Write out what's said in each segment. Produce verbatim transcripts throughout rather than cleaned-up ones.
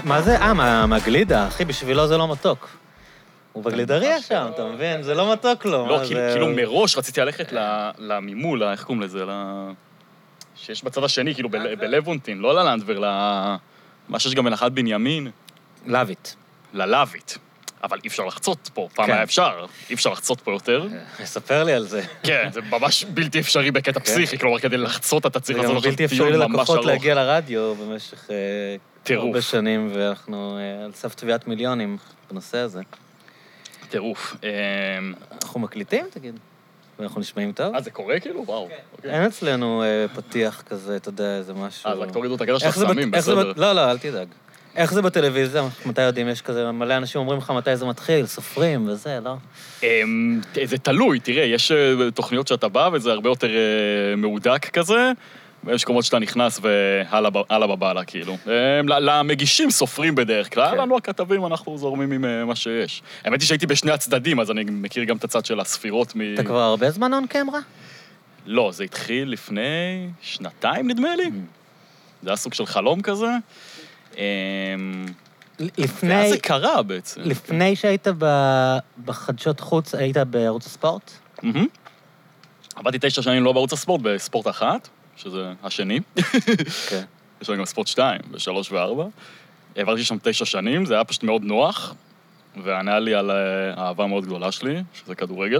מה זה? אה, מהגלידה, אחי, בשבילו זה לא מתוק. הוא בגלידריה שם, אתה מבין? זה לא מתוק לו. לא, כאילו מראש רציתי ללכת למימול, איך קוראים לזה, שיש בצד השני, כאילו בלוונטין, לא ללנדבר, מה שיש גם בנחת בנימין. לויט. ללויט. אבל אי אפשר לחצות פה, פעם היה אפשר, אי אפשר לחצות פה יותר. ספר לי על זה. כן, זה ממש בלתי אפשרי בקטע פסיכי, כלומר, כדי לחצות אתה צריך לעשות טיול ממש ארוך. זה גם בלתי אפשרי ללקוחות להגיע לרדיו במשך הרבה שנים, ואנחנו על סף תביעת מיליונים בנושא הזה. טירוף. אנחנו מקליטים, תגיד? ואנחנו נשמעים טוב? אה, זה קורה כאילו? וואו. אין אצלנו פתיח כזה, אתה יודע, איזה משהו... אה, רק תורידו את הקטע של הסמים, בסדר. לא, לא, אל תדאג. איך זה בטלוויזיה? מתי יודעים? יש כזה, מלא אנשים אומרים לך מתי זה מתחיל, סופרים וזה, לא? זה תלוי, תראה, יש תוכניות שאתה בא וזה הרבה יותר מהודק כזה, ויש קומות שאתה נכנס והלאה בבעלה, כאילו. למגישים סופרים בדרך כלל, לנו הכתבים, אנחנו זורמים עם מה שיש. האמת היא שהייתי בשני הצדדים, אז אני מכיר גם את הצד של הספירות מ... אתה כבר הרבה זמן און קמרה? לא, זה התחיל לפני שנתיים, נדמה לי. זה היה סוג של חלום כזה. לפני... ואז זה קרה בעצם. לפני שהיית בחדשות חוץ, היית בערוץ הספורט? עבדתי תשע שנים לא בערוץ הספורט, בספורט אחת, שזה השני. יש לנו גם ספורט שתיים, בשלוש וארבע. עברתי שם תשע שנים, זה היה פשוט מאוד נוח, וענה לי על אהבה מאוד גדולה שלי, שזה כדורגל.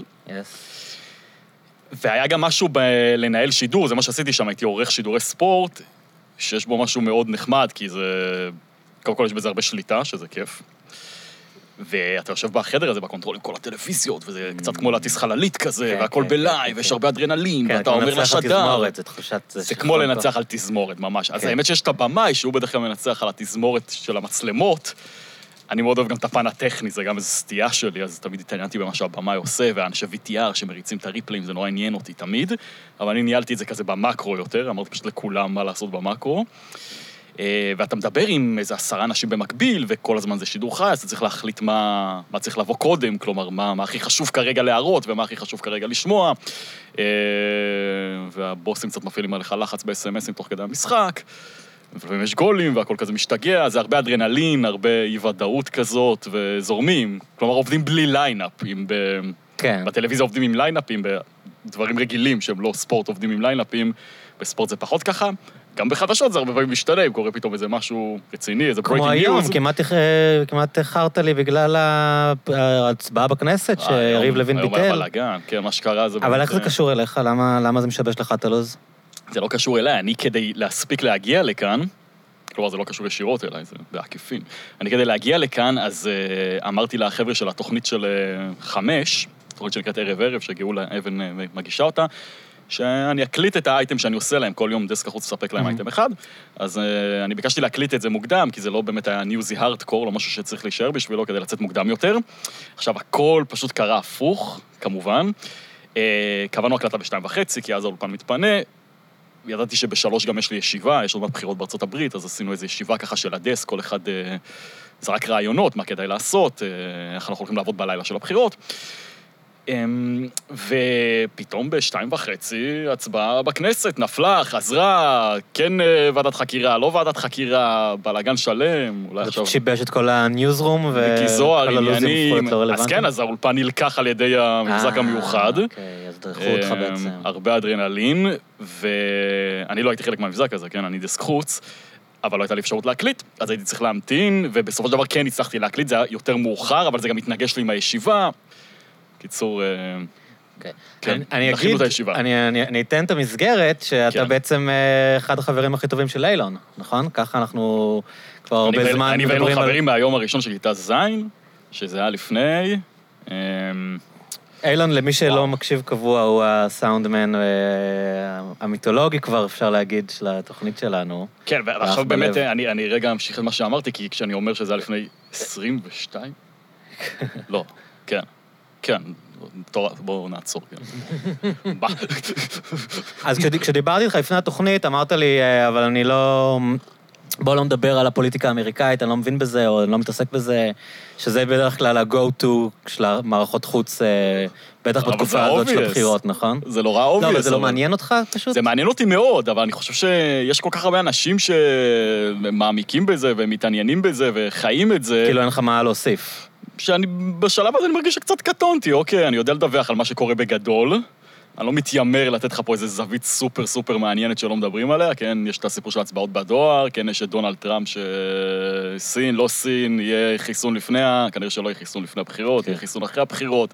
והיה גם משהו בלנהל שידור, זה מה שעשיתי שם, הייתי עורך שידורי ספורט, שיש בו משהו מאוד נחמד, כי זה... קודם כל יש בזה הרבה שליטה, שזה כיף. ואתה יושב בחדר הזה, בקונטרול עם כל הטלוויזיות, וזה קצת כמו להטיס חללית כזה, והכל בלייב, ויש הרבה אדרנלין, ואתה אומר לשדר. זה תחושת... זה כמו לנצח על תזמורת, ממש. אז האמת שיש את הבמאי, שהוא בדרך כלל מנצח על התזמורת של המצלמות. אני מאוד אוהב גם את הפן הטכני, זה גם איזו סטייה שלי, אז תמיד התעניינתי במה שהבמאי עושה, והאנשי וי טי אר שמריצים את הריפלים, זה נורא עניין אותי תמיד, אבל אני ניהלתי את זה כזה במקרו יותר, אמרתי פשוט לכולם מה לעשות במקרו, ואתה מדבר עם איזה עשרה אנשים במקביל, וכל הזמן זה שידור חי, אז אתה צריך להחליט מה, מה צריך לבוא קודם, כלומר, מה, מה הכי חשוב כרגע להראות, ומה הכי חשוב כרגע לשמוע, והבוסים קצת מפעילים עליך לחץ ב-אס אם אסים תוך כדי המשחק, ולפעמים יש גולים, והכל כזה משתגע, זה הרבה אדרנלין, הרבה אי-ודאות כזאת, וזורמים. כלומר, עובדים בלי ליינאפים. כן. בטלוויזיה עובדים עם ליינאפים, בדברים רגילים שהם לא ספורט עובדים עם ליינאפים, בספורט זה פחות ככה. גם בחדשות זה הרבה פעמים משתנה, אם קורה פתאום איזה משהו רציני, איזה כמו היום, כמעט הכרת לי בגלל ההצבעה בכנסת, שיריב לוין ביטל. היום היה בלגן, כן, מה שקרה זה... אבל איך זה קשור אליך? למה זה משבש לך את הלוז? זה לא קשור אליי, אני כדי להספיק להגיע לכאן, כלומר זה לא קשור ישירות אליי, זה בעקיפין. אני כדי להגיע לכאן, אז uh, אמרתי לחבר'ה של התוכנית של uh, חמש, תוכנית שנקראת ערב ערב, שגאולה אבן uh, מגישה אותה, שאני אקליט את האייטם שאני עושה להם, כל יום דסק החוץ לספק להם אייטם אחד, אז uh, אני ביקשתי להקליט את זה מוקדם, כי זה לא באמת היה ניוזי הארדקור, לא משהו שצריך להישאר בשבילו כדי לצאת מוקדם יותר. עכשיו, הכל פשוט קרה הפוך, כמובן. Uh, קבענו הקלטה בשתיים וחצי, כי אז האולפן מתפנה, ידעתי שבשלוש גם יש לי ישיבה, יש עוד מעט בחירות בארצות הברית, אז עשינו איזו ישיבה ככה של הדסק, כל אחד אה, זרק רעיונות, מה כדאי לעשות, אה, איך אנחנו הולכים לעבוד בלילה של הבחירות. אה, ופתאום בשתיים וחצי, הצבעה בכנסת, נפלה, חזרה, כן אה, ועדת חקירה, לא ועדת חקירה, בלגן שלם, אולי עכשיו... זה שיבש את כל הניוזרום ו... וכיזוהר, עניינים, אז כן, אז האולפן נלקח על ידי המבזק המיוחד. אוקיי, אז דרכו אותך בעצם. הרבה אדרנלין, ואני לא הייתי חלק מהמבזק הזה, כן, אני דסק חוץ, אבל לא הייתה לי אפשרות להקליט, אז הייתי צריך להמתין, ובסופו של דבר כן הצלחתי להקליט, זה היה יותר מאוחר, אבל זה גם מתנגש לי עם הישיבה. קיצור, כן, דחינו את הישיבה. אני אתן את המסגרת, שאתה בעצם אחד החברים הכי טובים של אילון, נכון? ככה אנחנו כבר הרבה זמן... אני ואילו חברים מהיום הראשון של כיתה זין, שזה היה לפני... אילון, למי שלא מקשיב קבוע, הוא הסאונדמן המיתולוגי כבר, אפשר להגיד, של התוכנית שלנו. כן, ועכשיו באמת, אני רגע אמשיך את מה שאמרתי, כי כשאני אומר שזה היה לפני עשרים ושתיים? לא, כן, כן, בואו נעצור, כן. אז כשדיברתי איתך לפני התוכנית, אמרת לי, אבל אני לא... בואו לא נדבר על הפוליטיקה האמריקאית, אני לא מבין בזה, או אני לא מתעסק בזה, שזה בדרך כלל ה-go-to של המערכות חוץ, בטח בתקופה הזאת של הבחירות, נכון? זה נורא obvious. לא, אבל זה לא מעניין אותך פשוט? זה מעניין אותי מאוד, אבל אני חושב שיש כל כך הרבה אנשים שמעמיקים בזה, ומתעניינים בזה, וחיים את זה. כאילו אין לך מה להוסיף. שאני בשלב הזה אני מרגיש שקצת קטונתי, אוקיי, אני יודע לדווח על מה שקורה בגדול, אני לא מתיימר לתת לך פה איזה זווית סופר סופר מעניינת שלא מדברים עליה, כן, יש את הסיפור של הצבעות בדואר, כן, יש את דונלד טראמפ שסין, לא סין, יהיה חיסון לפני, כנראה שלא יהיה חיסון לפני הבחירות, יהיה חיסון אחרי הבחירות,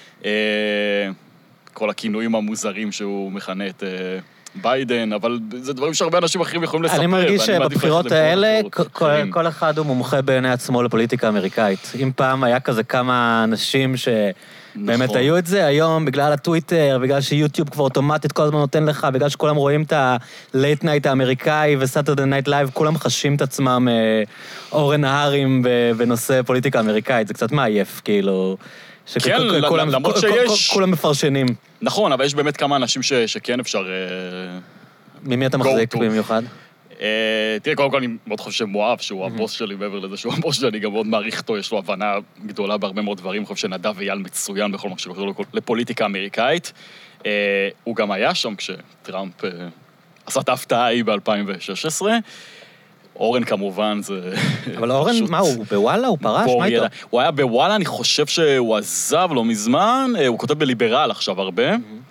כל הכינויים המוזרים שהוא מכנה את ביידן, אבל זה דברים שהרבה אנשים אחרים יכולים לספר. אני מרגיש שבבחירות האלה, כל אחד הוא מומחה בעיני עצמו לפוליטיקה האמריקאית. אם פעם היה כזה כמה אנשים ש... באמת היו את זה היום, בגלל הטוויטר, בגלל שיוטיוב כבר אוטומטית כל הזמן נותן לך, בגלל שכולם רואים את ה-Late Night האמריקאי ו-Saturday Night Live, כולם חשים את עצמם אורן ההרים בנושא פוליטיקה אמריקאית, זה קצת מעייף, כאילו... כן, למרות שיש... כולם מפרשנים. נכון, אבל יש באמת כמה אנשים שכן אפשר... ממי אתה מחזיק במיוחד? תראה, קודם כל אני מאוד חושב שמואב, שהוא הבוס שלי, מעבר לזה שהוא הבוס שלי, אני גם מאוד מעריך אותו, יש לו הבנה גדולה בהרבה מאוד דברים, אני חושב שנדב אייל מצוין בכל מה שקשור לפוליטיקה אמריקאית. הוא גם היה שם כשטראמפ עשה את ההפתעה ההיא ב-אלפיים ושש עשרה. אורן כמובן זה... אבל אורן, מה, הוא בוואלה? הוא פרש? מה איתו? הוא היה בוואלה, אני חושב שהוא עזב לא מזמן, הוא כותב בליברל עכשיו הרבה.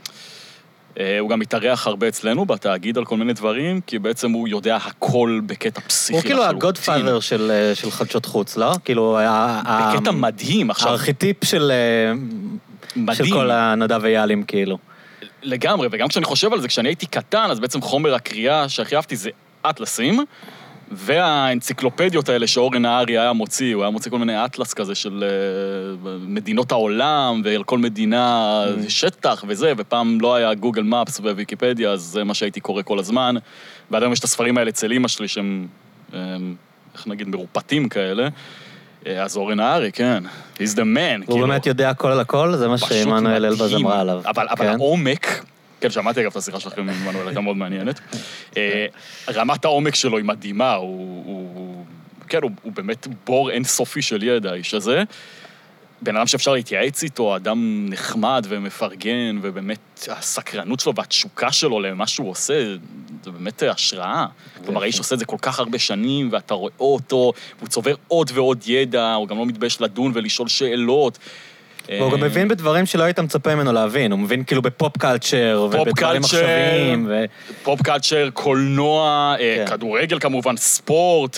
הוא גם מתארח הרבה אצלנו בתאגיד על כל מיני דברים, כי בעצם הוא יודע הכל בקטע פסיכי. הוא כאילו הגודפאדר של של חוץ, לא? כאילו... בקטע מדהים. הארכיטיפ של כל הנדב איילים, כאילו. לגמרי, וגם כשאני חושב על זה, כשאני הייתי קטן, אז בעצם חומר הקריאה שהכי אהבתי זה אטלסים, והאנציקלופדיות האלה שאורן נהרי היה מוציא, הוא היה מוציא כל מיני אטלס כזה של מדינות העולם, ועל כל מדינה שטח וזה, ופעם לא היה גוגל מפס וויקיפדיה, אז זה מה שהייתי קורא כל הזמן, ועד היום יש את הספרים האלה אצל אמא שלי, שהם, איך נגיד, מרופטים כאלה, אז אורן נהרי, כן, he's the man. הוא באמת יודע הכל על הכל, זה מה שעמנואל אלבז אמרה עליו. אבל העומק... כן, שמעתי אגב את השיחה שלכם עם מנואל, הייתה מאוד מעניינת. רמת העומק שלו היא מדהימה, הוא, כן, הוא באמת בור אינסופי של ידע, האיש הזה. בן אדם שאפשר להתייעץ איתו, אדם נחמד ומפרגן, ובאמת הסקרנות שלו והתשוקה שלו למה שהוא עושה, זה באמת השראה. כלומר, האיש עושה את זה כל כך הרבה שנים, ואתה רואה אותו, והוא צובר עוד ועוד ידע, הוא גם לא מתבייש לדון ולשאול שאלות. והוא גם מבין בדברים שלא היית מצפה ממנו להבין, הוא מבין כאילו בפופ קלצ'ר, ובדברים עכשוויים. פופ קלצ'ר, קולנוע, כדורגל כמובן, ספורט.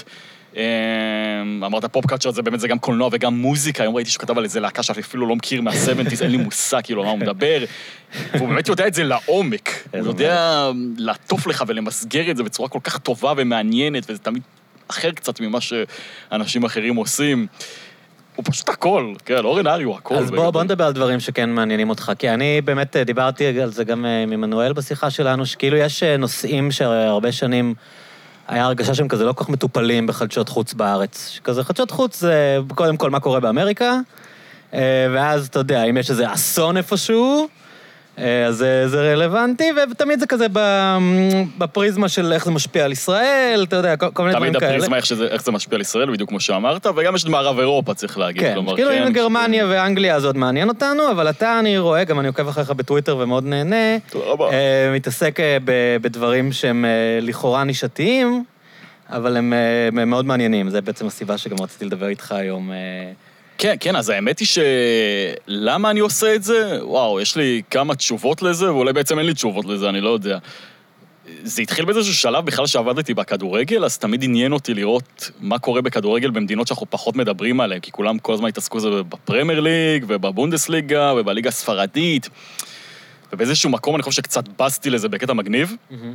אמרת פופ קלצ'ר זה באמת זה גם קולנוע וגם מוזיקה, היום ראיתי שהוא כתב על איזה להקה שאני אפילו לא מכיר מה-שבעים, אין לי מושג כאילו מה הוא מדבר, והוא באמת יודע את זה לעומק, הוא יודע לעטוף לך ולמסגר את זה בצורה כל כך טובה ומעניינת, וזה תמיד אחר קצת ממה שאנשים אחרים עושים. הוא פשוט הכל, כן, אורן נהרי הוא הכל. אז בוא, בוא נדבר על דברים שכן מעניינים אותך, כי אני באמת דיברתי על זה גם ממנואל בשיחה שלנו, שכאילו יש נושאים שהרבה שנים היה הרגשה שהם כזה לא כל כך מטופלים בחדשות חוץ בארץ, שכזה חדשות חוץ זה קודם כל מה קורה באמריקה, ואז אתה יודע, אם יש איזה אסון איפשהו, אז זה רלוונטי, ותמיד זה כזה בפריזמה של איך זה משפיע על ישראל, אתה יודע, כל מיני דברים כאלה. תמיד הפריזמה איך זה משפיע על ישראל, בדיוק כמו שאמרת, וגם יש את מערב אירופה, צריך להגיד. כן, כאילו אם גרמניה ואנגליה הזאת מעניין אותנו, אבל אתה, אני רואה, גם אני עוקב אחריך בטוויטר ומאוד נהנה, תודה רבה. מתעסק בדברים שהם לכאורה נישתיים, אבל הם מאוד מעניינים, זה בעצם הסיבה שגם רציתי לדבר איתך היום. כן, כן, אז האמת היא שלמה אני עושה את זה? וואו, יש לי כמה תשובות לזה, ואולי בעצם אין לי תשובות לזה, אני לא יודע. זה התחיל באיזשהו שלב בכלל שעבדתי בכדורגל, אז תמיד עניין אותי לראות מה קורה בכדורגל במדינות שאנחנו פחות מדברים עליהן, כי כולם כל הזמן התעסקו זה בפרמייר ליג, ובבונדסליגה, ובליגה הספרדית, ובאיזשהו מקום אני חושב שקצת בסתי לזה בקטע מגניב.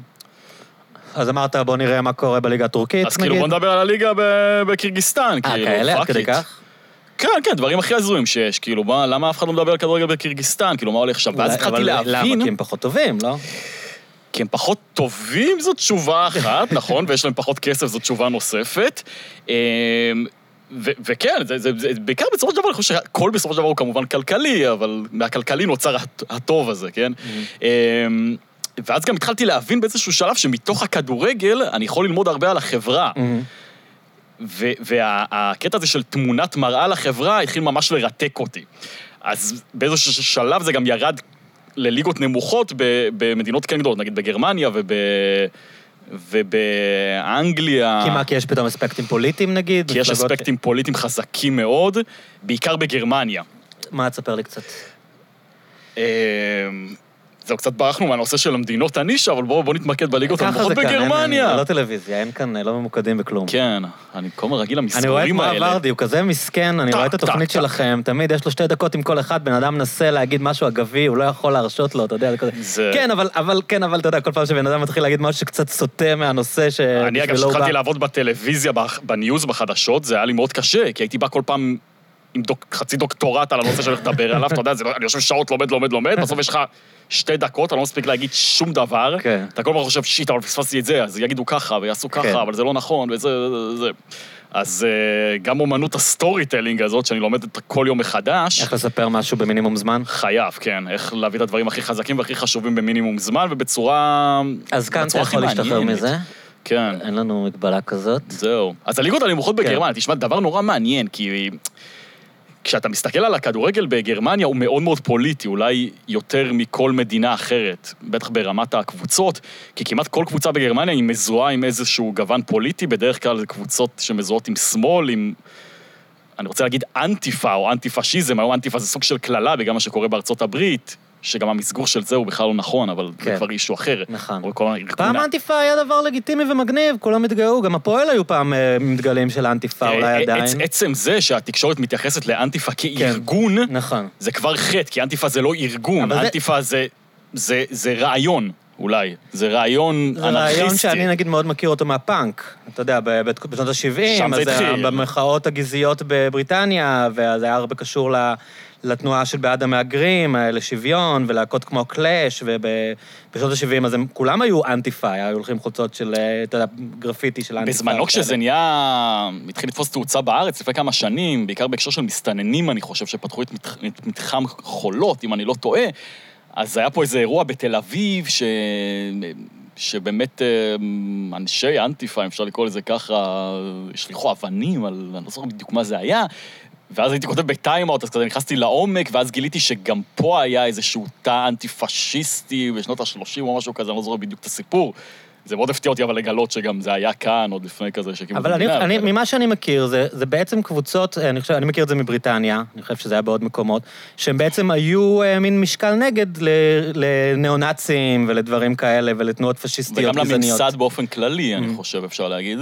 אז אמרת, בוא נראה מה קורה בליגה הטורקית, אז כאילו בוא נדבר על הליגה בקירגיסטן, כאילו, כאלה, עד כדי כך? כן, כן, דברים הכי הזויים שיש, כאילו, מה, למה אף אחד לא מדבר על כדורגל בקירגיסטן, כאילו, מה הולך עכשיו? ואז התחלתי להבין... למה? כי הם פחות טובים, לא? כי הם פחות טובים, זו תשובה אחת, נכון, ויש להם פחות כסף, זו תשובה נוספת. וכן, זה בעיקר בסופו של דבר, אני חושב שכל בסופו של דבר הוא כמובן כלכלי, אבל מהכלכלי נוצר הטוב הזה, כן? ואז גם התחלתי להבין באיזשהו שלב שמתוך הכדורגל אני יכול ללמוד הרבה על החברה. והקטע הזה של תמונת מראה לחברה התחיל ממש לרתק אותי. אז באיזשהו שלב זה גם ירד לליגות נמוכות במדינות כן גדולות, נגיד בגרמניה וב... ובאנגליה... כי מה, כי יש פתאום אספקטים פוליטיים נגיד? כי יש אספקטים פוליטיים חזקים מאוד, בעיקר בגרמניה. מה, תספר לי קצת? זהו, קצת ברחנו מהנושא של המדינות הנישה, אבל בואו נתמקד בליגות הנמוכות בגרמניה. זה לא טלוויזיה, אין כאן, לא ממוקדים בכלום. כן, אני כל הזמן רגיל למסגורים האלה. אני רואה את מה ורדי, הוא כזה מסכן, אני רואה את התוכנית שלכם, תמיד יש לו שתי דקות עם כל אחד, בן אדם מנסה להגיד משהו אגבי, הוא לא יכול להרשות לו, אתה יודע, כן, אבל, כן, אבל אתה יודע, כל פעם שבן אדם מתחיל להגיד משהו שקצת סוטה מהנושא ש... אני אגב, שהתחלתי לעבוד בטלוויזיה, בניוז, בחדשות, זה היה לי מאוד קשה, כי הייתי בא כל פעם עם חצי דוקטורט על הנושא שאני לדבר עליו, אתה יודע, אני יושב שעות לומד, לומד, לומד, בסוף יש לך שתי דקות, אני לא מספיק להגיד שום דבר, אתה כל פעם חושב, שיט, אבל פספסתי את זה, אז יגידו ככה, ויעשו ככה, אבל זה לא נכון, וזה, זה. אז גם אומנות הסטורי טלינג הזאת, שאני לומד כל יום מחדש. איך לספר משהו במינימום זמן? חייב, כן. איך להביא את הדברים הכי חזקים והכי חשובים במינימום זמן, ובצורה... אז כאן אתה יכול להשתחרר מזה? כן. אין לנו מגבלה כזאת. זהו. אז הליגות הנמוכות בגרמניה, תשמע, דבר נורא מעניין, כי... כשאתה מסתכל על הכדורגל בגרמניה, הוא מאוד מאוד פוליטי, אולי יותר מכל מדינה אחרת, בטח ברמת הקבוצות, כי כמעט כל קבוצה בגרמניה היא מזוהה עם איזשהו גוון פוליטי, בדרך כלל זה קבוצות שמזוהות עם שמאל, עם, אני רוצה להגיד אנטיפה או אנטי-פשיזם, היום אנטיפה זה סוג של כללה, בגלל מה שקורה בארצות הברית, שגם המסגור של זה הוא בכלל לא נכון, אבל זה כבר אישו אחר. נכון. פעם האנטיפה היה דבר לגיטימי ומגניב, כולם התגאו, גם הפועל היו פעם מתגלים של האנטיפה, אולי עדיין. עצם זה שהתקשורת מתייחסת לאנטיפה כארגון, זה כבר חטא, כי אנטיפה זה לא ארגון, אנטיפה זה רעיון, אולי. זה רעיון אנרכיסטי. זה רעיון שאני נגיד מאוד מכיר אותו מהפאנק, אתה יודע, בשנות ה-שבעים, שם זה התחיל. במחאות הגזעיות בבריטניה, וזה היה הרבה קשור ל... לתנועה של בעד המהגרים, לשוויון, ולהקות כמו קלאש, ובשנות ה-שבעים, אז הם כולם היו אנטיפה, היו הולכים חולצות של, אתה יודע, גרפיטי של אנטיפה. בזמנו כשזה נהיה, התחיל לתפוס תאוצה בארץ לפני כמה שנים, בעיקר בהקשר של מסתננים, אני חושב, שפתחו את מתחם חולות, אם אני לא טועה, אז היה פה איזה אירוע בתל אביב, ש... שבאמת אנשי אנטיפה, אם אפשר לקרוא לזה ככה, השליחו אבנים, על... אני לא זוכר בדיוק מה זה היה, ואז הייתי כותב בטיימאוט, אז כזה נכנסתי לעומק, ואז גיליתי שגם פה היה איזשהו תא אנטי-פשיסטי בשנות ה-שלושים או משהו כזה, אני לא זוכר בדיוק את הסיפור. זה מאוד הפתיע אותי, אבל לגלות שגם זה היה כאן, עוד לפני כזה, שכאילו... אבל אני, אני, ממה שאני מכיר, זה, זה בעצם קבוצות, אני חושב, אני מכיר את זה מבריטניה, אני חושב שזה היה בעוד מקומות, שהם בעצם היו מין משקל נגד לנאו-נאצים ולדברים כאלה, ולתנועות פשיסטיות גזעניות. וגם לממסד באופן כללי, אני חושב, אפשר להגיד.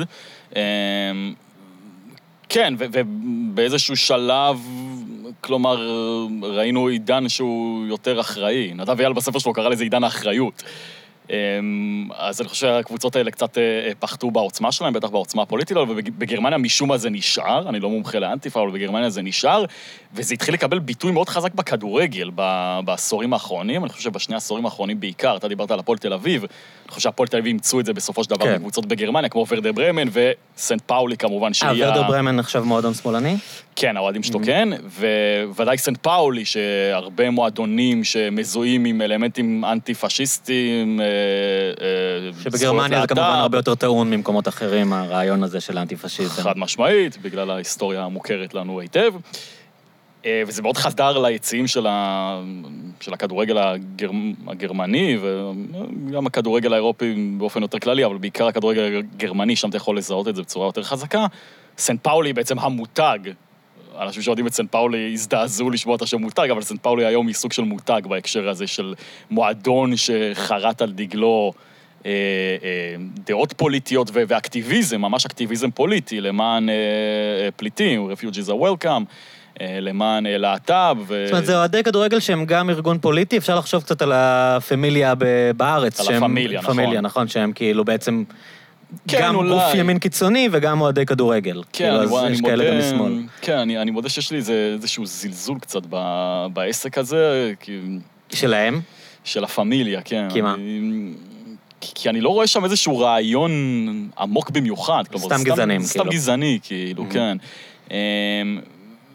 כן, ובאיזשהו שלב, כלומר, ראינו עידן שהוא יותר אחראי. נדב אייל בספר שלו קרא לזה עידן האחריות. אז אני חושב שהקבוצות האלה קצת פחתו בעוצמה שלהם, בטח בעוצמה הפוליטית, אבל בגרמניה משום מה זה נשאר, אני לא מומחה לאנטיפה, אבל בגרמניה זה נשאר, וזה התחיל לקבל ביטוי מאוד חזק בכדורגל בעשורים האחרונים, אני חושב שבשני העשורים האחרונים בעיקר, אתה דיברת על הפועל תל אביב, אני חושב שהפועל תל אביב ימצאו את זה בסופו של דבר בקבוצות בגרמניה, כמו ורדר ברמן וסנט פאולי כמובן, שהיא... ורדר ברמן נחשב מועדון שמאלני? כן, האוהדים שלו כן, וודאי סנט פאולי, שהרבה מועדונים שמזוהים עם אלמנטים אנטי-פשיסטיים, שבגרמניה זה כמובן הרבה יותר טעון ממקומות אחרים, הרעיון הזה של האנטי-פשיזם. חד משמעית, בגלל ההיסטוריה המוכרת לנו היטב. וזה מאוד חדר ליציאים של, ה... של הכדורגל הגר... הגרמני, וגם הכדורגל האירופי באופן יותר כללי, אבל בעיקר הכדורגל הגרמני, שם אתה יכול לזהות את זה בצורה יותר חזקה. סנט פאולי בעצם המותג, אנשים שעודים את סנט פאולי הזדעזו לשמוע את השם מותג, אבל סנט פאולי היום היא סוג של מותג בהקשר הזה של מועדון שחרט על דגלו אה, אה, דעות פוליטיות ו- ואקטיביזם, ממש אקטיביזם פוליטי, למען אה, פליטים, refugees are welcome, למען להט"ב. זאת אומרת, זה אוהדי כדורגל שהם גם ארגון פוליטי, אפשר לחשוב קצת על הפמיליה בארץ. על הפמיליה, נכון. פמיליה, נכון, שהם כאילו בעצם גם גוף ימין קיצוני וגם אוהדי כדורגל. כן, אני מודה, כן, אני מודה שיש לי איזשהו זלזול קצת בעסק הזה. שלהם? של הפמיליה, כן. כי מה? כי אני לא רואה שם איזשהו רעיון עמוק במיוחד. סתם גזענים, כאילו. סתם גזעני, כאילו, כן.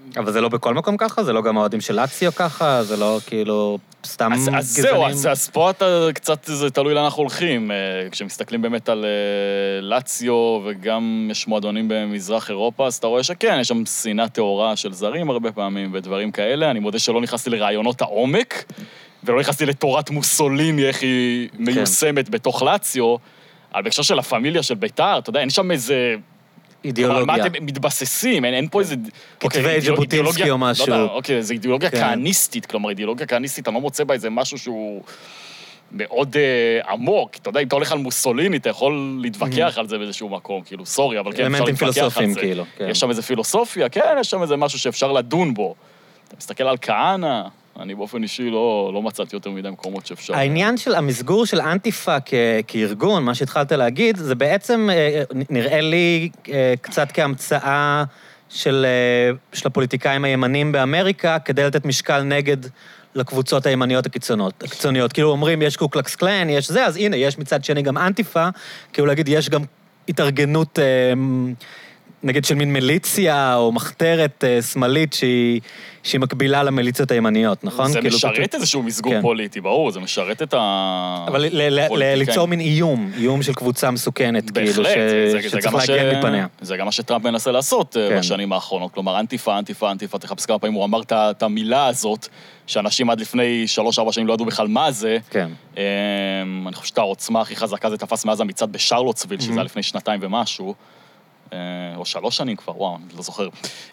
אבל זה לא בכל מקום ככה? זה לא גם האוהדים של לאציו ככה? זה לא כאילו סתם אז, גזענים? אז זהו, אז, אז פה אתה קצת, זה תלוי לאן אנחנו הולכים. כשמסתכלים באמת על לאציו וגם יש מועדונים במזרח אירופה, אז אתה רואה שכן, יש שם שנאה טהורה של זרים הרבה פעמים ודברים כאלה. אני מודה שלא נכנסתי לרעיונות העומק, ולא נכנסתי לתורת מוסוליני, איך היא מיושמת כן. בתוך לאציו, אבל בהקשר של הפמיליה של בית"ר, אתה יודע, אין שם איזה... אידיאולוגיה. על מה אתם מתבססים, אין, אין פה איזה... כתבי ז'בוטינסקי או משהו. לא יודע, אוקיי, זה אידיאולוגיה כן. כהניסטית, כלומר, אידיאולוגיה כהניסטית, אני לא מוצא בה איזה משהו שהוא מאוד uh, עמוק. אתה יודע, אם אתה הולך על מוסוליני, אתה יכול להתווכח mm-hmm. על זה באיזשהו מקום, כאילו, סורי, אבל כן, אפשר להתווכח על זה. כאילו, כן. יש שם איזה פילוסופיה, כן, יש שם איזה משהו שאפשר לדון בו. אתה מסתכל על כהנא, אני באופן אישי לא, לא מצאתי יותר מדי מקומות שאפשר. העניין של המסגור של אנטיפה כ- כארגון, מה שהתחלת להגיד, זה בעצם נראה לי קצת כהמצאה של, של הפוליטיקאים הימנים באמריקה, כדי לתת משקל נגד לקבוצות הימניות הקיצוניות. הקיצוניות. כאילו אומרים, יש קוקלקס קלן, יש זה, אז הנה, יש מצד שני גם אנטיפה, כאילו להגיד, יש גם התארגנות... נגיד של מין מיליציה או מחתרת uh, שמאלית שהיא, שהיא מקבילה למיליציות הימניות, נכון? זה כאילו משרת פשוט... איזשהו מסגור כן. פוליטי, ברור, זה משרת את ה... אבל ל- ל- ליצור מין איום, איום של קבוצה מסוכנת, בהחלט, כאילו, ש... זה, שצריך זה להגן ש... מפניה. זה גם מה שטראמפ מנסה לעשות כן. בשנים האחרונות, כלומר, אנטיפה, אנטיפה, אנטיפה, תחפש כמה פעמים, הוא אמר את המילה הזאת, שאנשים עד לפני שלוש, ארבע שנים לא ידעו בכלל מה זה. כן. אני חושב שהעוצמה הכי חזקה זה תפס מאז המצעד בשרלוטסוויל, שזה היה לפני שנתיים ומשהו. או שלוש שנים כבר, וואו, אני לא זוכר.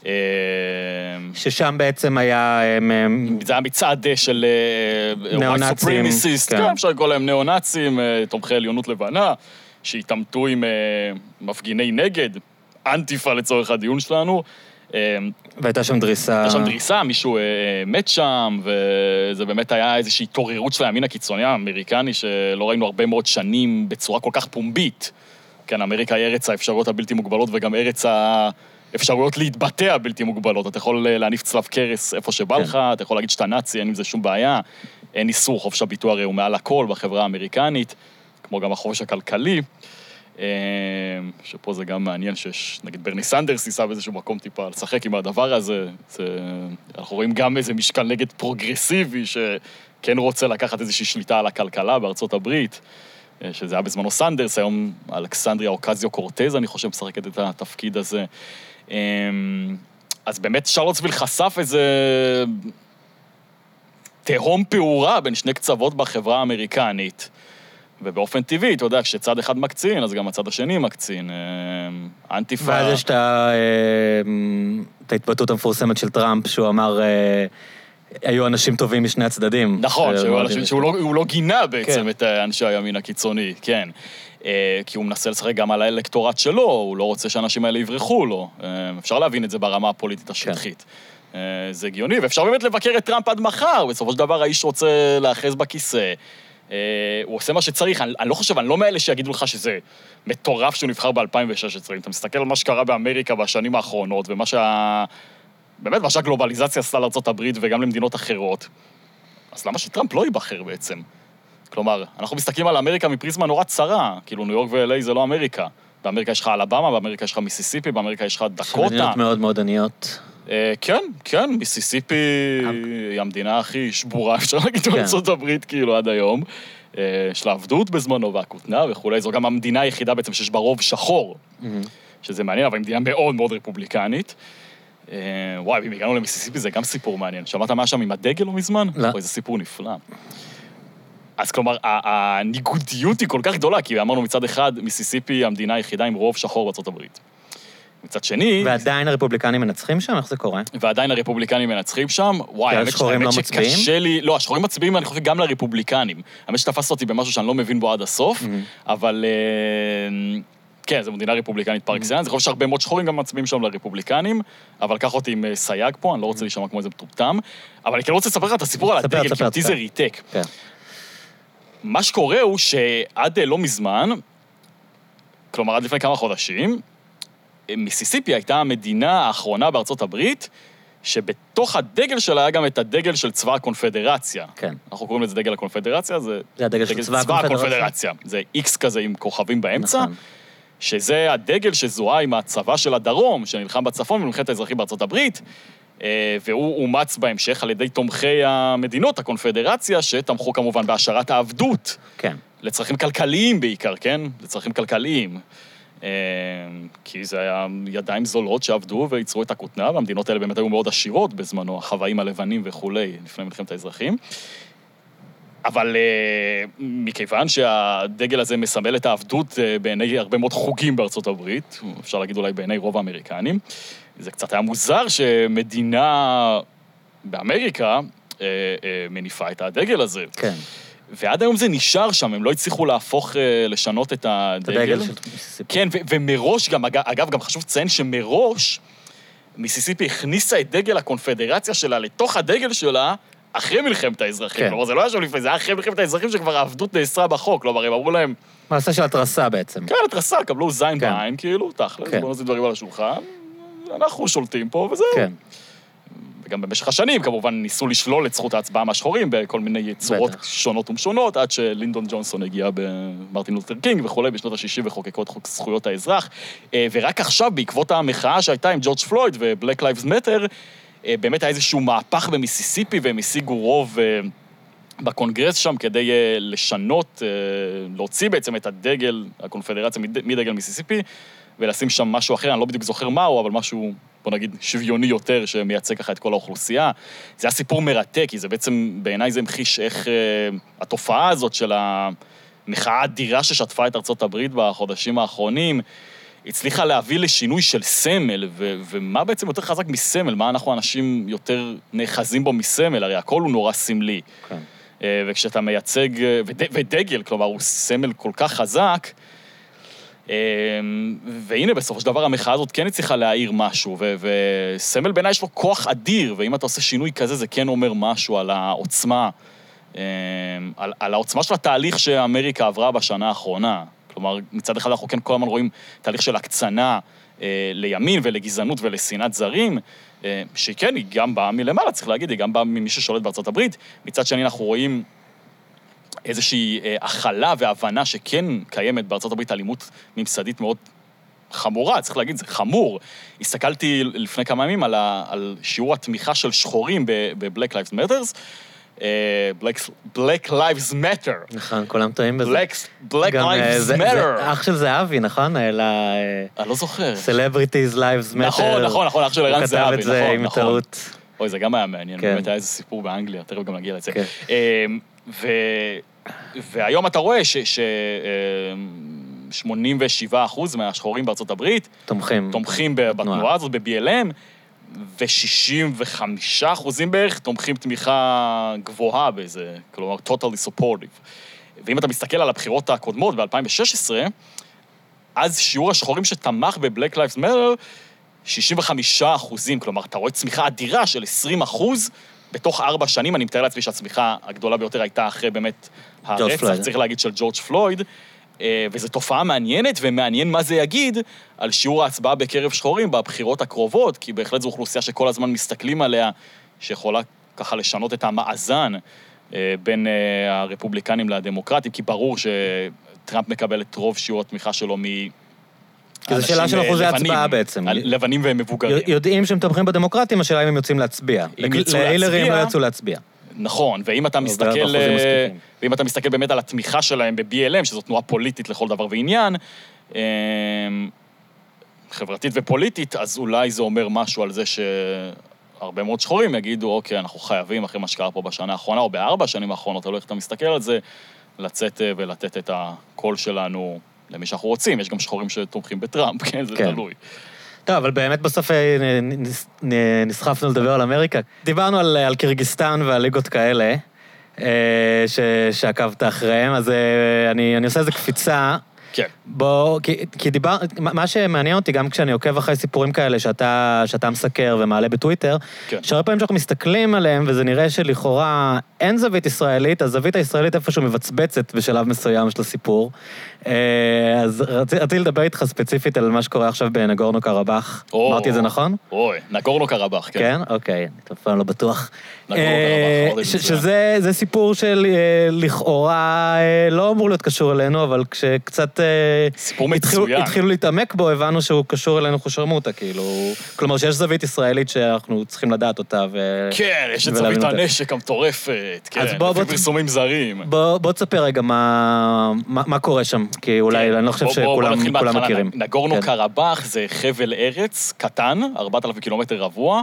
ששם בעצם היה... זה היה מצעד של... נאו-נאצים. כן, אפשר לקרוא להם נאו-נאצים, תומכי עליונות לבנה, שהתעמתו עם מפגיני נגד, אנטיפה לצורך הדיון שלנו. והייתה שם דריסה... הייתה שם דריסה, מישהו מת שם, וזה באמת היה איזושהי התעוררות של הימין הקיצוני האמריקני, שלא ראינו הרבה מאוד שנים בצורה כל כך פומבית. כן, אמריקה היא ארץ האפשרויות הבלתי מוגבלות, וגם ארץ האפשרויות להתבטא הבלתי מוגבלות. אתה יכול להניף צלב קרס איפה שבא לך, אתה יכול להגיד שאתה נאצי, אין עם זה שום בעיה. אין איסור, חופש הביטוי הרי הוא מעל הכל בחברה האמריקנית, כמו גם החופש הכלכלי, שפה זה גם מעניין שיש, נגיד ברני סנדרס ניסה באיזשהו מקום טיפה לשחק עם הדבר הזה. זה, אנחנו רואים גם איזה משקל נגד פרוגרסיבי, שכן רוצה לקחת איזושהי שליטה על הכלכלה בארצות הברית, שזה היה בזמנו סנדרס, היום אלכסנדריה אוקזיו קורטז, אני חושב, משחקת את התפקיד הזה. אז באמת שרלוטסוויל חשף איזה תהום פעורה בין שני קצוות בחברה האמריקנית, ובאופן טבעי, אתה יודע, כשצד אחד מקצין, אז גם הצד השני מקצין. אנטיפה... ואז יש את ההתבטאות המפורסמת של טראמפ, שהוא אמר... היו אנשים טובים משני הצדדים. נכון, שהוא לא גינה בעצם את אנשי הימין הקיצוני, כן. כי הוא מנסה לשחק גם על האלקטורט שלו, הוא לא רוצה שאנשים האלה יברחו לו. אפשר להבין את זה ברמה הפוליטית השטחית. זה הגיוני, ואפשר באמת לבקר את טראמפ עד מחר, בסופו של דבר האיש רוצה לאחז בכיסא. הוא עושה מה שצריך, אני לא חושב, אני לא מאלה שיגידו לך שזה מטורף שהוא נבחר ב-אלפיים ושש עשרה. אם אתה מסתכל על מה שקרה באמריקה בשנים האחרונות, ומה שה... באמת, מה שהגלובליזציה עשתה לארצות הברית וגם למדינות אחרות, אז למה שטראמפ לא ייבחר בעצם? כלומר, אנחנו מסתכלים על אמריקה מפריזמה נורא צרה, כאילו ניו יורק ו-אל איי זה לא אמריקה. באמריקה יש לך אלבמה, באמריקה יש לך מיסיסיפי, באמריקה יש לך דקוטה. שמדינות מאוד מאוד עניות. כן, כן, מיסיסיפי היא המדינה הכי שבורה, אפשר להגיד בארצות הברית, כאילו, עד היום. יש לה עבדות בזמנו והכותנה וכולי, זו גם המדינה היחידה בעצם שיש בה רוב שחור, שזה מעניין, אבל היא מדינה מאוד מאוד רפובליקנית. וואי, אם הגענו למיסיסיפי זה גם סיפור מעניין. שמעת מה שם עם הדגל לא מזמן? לא. אוי, זה סיפור נפלא. אז כלומר, הניגודיות היא כל כך גדולה, כי אמרנו מצד אחד, מיסיסיפי היא המדינה היחידה עם רוב שחור בארצות הברית. מצד שני... ועדיין הרפובליקנים מנצחים שם? איך זה קורה? ועדיין הרפובליקנים מנצחים שם. וואי, האמת שקשה לי... לא, השחורים מצביעים, אני חושב, גם לרפובליקנים. האמת שתפסת אותי במשהו שאני לא מבין בו עד הסוף, אבל... כן, זו מדינה רפובליקנית פר אקסלנס, אני חושב שהרבה מאוד שחורים גם מצביעים שם לרפובליקנים, אבל קח אותי עם סייג פה, אני לא רוצה להישמע כמו איזה מטומטם, אבל אני כן רוצה לספר לך את הסיפור על הדגל, כי אותי זה ריתק. מה שקורה הוא שעד לא מזמן, כלומר עד לפני כמה חודשים, מיסיסיפי הייתה המדינה האחרונה בארצות הברית, שבתוך הדגל שלה היה גם את הדגל של צבא הקונפדרציה. כן. אנחנו קוראים לזה דגל הקונפדרציה, זה... זה הדגל של צבא הקונפדרציה. זה איקס כזה עם כוכבים באמצע, שזה הדגל שזוהה עם הצבא של הדרום, שנלחם בצפון ומלחמת האזרחים בארצות הברית, והוא אומץ בהמשך על ידי תומכי המדינות, הקונפדרציה, שתמכו כמובן בהשארת העבדות. כן. לצרכים כלכליים בעיקר, כן? לצרכים כלכליים. כי זה היה ידיים זולות שעבדו וייצרו את הכותנה, והמדינות האלה באמת היו מאוד עשירות בזמנו, החוואים הלבנים וכולי, לפני מלחמת האזרחים. אבל מכיוון שהדגל הזה מסמל את העבדות בעיני הרבה מאוד חוגים בארצות הברית, אפשר להגיד אולי בעיני רוב האמריקנים, זה קצת היה מוזר שמדינה באמריקה מניפה את הדגל הזה. כן. ועד היום זה נשאר שם, הם לא הצליחו להפוך, לשנות את הדגל. את הדגל של מיסיסיפי. כן, ו- ומראש גם, אגב, גם חשוב לציין שמראש, מיסיסיפי הכניסה את דגל הקונפדרציה שלה לתוך הדגל שלה, אחרי מלחמת האזרחים. כן. כלומר, זה לא היה שם לפני, זה היה אחרי מלחמת האזרחים שכבר העבדות נאסרה בחוק. כלומר, הם אמרו להם... מעשה של התרסה בעצם. כן, התרסה, קבלו זין כן. בעין, כאילו, תכל'ס, כן. בואו נשים דברים על השולחן, אנחנו שולטים פה, וזהו. כן. וגם במשך השנים, כמובן, ניסו לשלול את זכות ההצבעה מהשחורים בכל מיני צורות בטח. שונות ומשונות, עד שלינדון ג'ונסון הגיע במרטין לותר קינג וכולי, בשנות ה-שישים וחוקקו את חוק זכויות האזרח. ורק עכשיו, בעקבות המחאה שהייתה עם ג'ורג' פלויד ו-Black Lives Matter, באמת היה איזשהו מהפך במיסיסיפי, והם השיגו רוב בקונגרס שם כדי לשנות, להוציא בעצם את הדגל, הקונפדרציה מדגל מיסיסיפי, ולשים שם משהו אחר, אני לא בדיוק זוכר מהו, אבל משהו, בוא נגיד, שוויוני יותר, שמייצג ככה את כל האוכלוסייה. זה היה סיפור מרתק, כי זה בעצם, בעיניי זה המחיש איך התופעה הזאת של המחאה האדירה ששטפה את ארצות הברית בחודשים האחרונים, הצליחה להביא לשינוי של סמל, ו- ומה בעצם יותר חזק מסמל? מה אנחנו אנשים יותר נאחזים בו מסמל? הרי הכל הוא נורא סמלי. כן. וכשאתה מייצג, וד- ודגל, כלומר, הוא סמל כל כך חזק, והנה, בסופו של דבר, המחאה הזאת כן הצליחה להעיר משהו, ו- וסמל בעיניי יש לו כוח אדיר, ואם אתה עושה שינוי כזה, זה כן אומר משהו על העוצמה, על, על העוצמה של התהליך שאמריקה עברה בשנה האחרונה. כלומר, מצד אחד אנחנו כן כל הזמן רואים תהליך של הקצנה אה, לימין ולגזענות ולשנאת זרים, אה, שכן, היא גם באה מלמעלה, צריך להגיד, היא גם באה ממי ששולט בארצות הברית. מצד שני אנחנו רואים איזושהי אה, הכלה והבנה שכן קיימת בארצות הברית אלימות ממסדית מאוד חמורה, צריך להגיד, זה חמור. הסתכלתי לפני כמה ימים על, ה, על שיעור התמיכה של שחורים ב-Black Lives Matters, Black, Black Lives Matter. נכון, כולם טועים בזה. Black, Black Lives Matter. אח של זהבי, נכון? אלא... אני לא זוכר. Celebrities Lives Matter. נכון, נכון, נכון, אח של ערן זהבי, נכון, הוא כתב את זה עם טעות. אוי, זה גם היה מעניין, כן. באמת היה איזה סיפור באנגליה, תכף גם נגיע לזה. כן. ו... והיום אתה רואה ש... ש... שמונים ושבעה אחוז מהשחורים בארצות הברית תומכים. תומכים בתנועה הזאת, ב-בי אל אם, ו-שישים וחמישה אחוזים בערך תומכים תמיכה גבוהה באיזה, כלומר, totally supportive. ואם אתה מסתכל על הבחירות הקודמות ב-אלפיים ושש עשרה, אז שיעור השחורים שתמך ב-Black Lives Matter, שישים וחמישה אחוזים, כלומר, אתה רואה צמיחה אדירה של עשרים אחוז, בתוך ארבע שנים, אני מתאר לעצמי שהצמיחה הגדולה ביותר הייתה אחרי באמת הרצח, צריך להגיד, של ג'ורג' פלויד, וזו תופעה מעניינת, ומעניין מה זה יגיד על שיעור ההצבעה בקרב שחורים בבחירות הקרובות, כי בהחלט זו אוכלוסייה שכל הזמן מסתכלים עליה, שיכולה ככה לשנות את המאזן בין הרפובליקנים לדמוקרטים, כי ברור שטראמפ מקבל את רוב שיעור התמיכה שלו מ... כי זו שאלה של אחוזי הצבעה בעצם. לבנים ומבוגרים. יודעים שהם תומכים בדמוקרטים, השאלה אם הם יוצאים להצביע. להילרי הם לא יצאו להצביע. נכון, ואם אתה מסתכל, ואם אתה מסתכל באמת על התמיכה שלהם ב-בי אל אם, שזו תנועה פוליטית לכל דבר ועניין, חברתית ופוליטית, אז אולי זה אומר משהו על זה שהרבה מאוד שחורים יגידו, אוקיי, אנחנו חייבים אחרי מה שקרה פה בשנה האחרונה, או בארבע שנים האחרונות, תלוי איך אתה מסתכל על זה, לצאת ולתת את הקול שלנו למי שאנחנו רוצים. יש גם שחורים שתומכים בטראמפ, כן, זה תלוי. טוב, אבל באמת בסוף נסחפנו לדבר על אמריקה. דיברנו על, על קירגיסטן ועל ליגות כאלה, ש, שעקבת אחריהם, אז אני, אני עושה איזו קפיצה. כן. בוא, כי, כי דיבר, מה שמעניין אותי, גם כשאני עוקב אחרי סיפורים כאלה שאתה, שאתה מסקר ומעלה בטוויטר, כן. שהרבה פעמים שאנחנו מסתכלים עליהם, וזה נראה שלכאורה אין זווית ישראלית, הזווית הישראלית איפשהו מבצבצת בשלב מסוים של הסיפור. אז רציתי, רציתי לדבר איתך ספציפית על מה שקורה עכשיו בנגורנו קרבאח. או, אמרתי את זה נכון? אוי, נגורנו קרבאח, כן. כן? אוקיי, אני תופעה לא בטוח. נגורנו קרבאח, עוד ש- שזה זה סיפור של לכאורה לא אמור להיות קשור אלינו, אבל כשקצת קצת... סיפור מצוין. התחילו להתעמק בו, הבנו שהוא קשור אלינו חושרמוטה, כאילו... כלומר, שיש זווית ישראלית שאנחנו צריכים לדעת אותה, ו... כן, יש את זווית הנשק המטורפת, כן, לפי פרסומים זרים. בוא תספר רגע מה קורה שם, כי אולי אני לא חושב שכולם מכירים. נגורנו קרבאח זה חבל ארץ קטן, ארבעת אלפים קילומטר רבוע,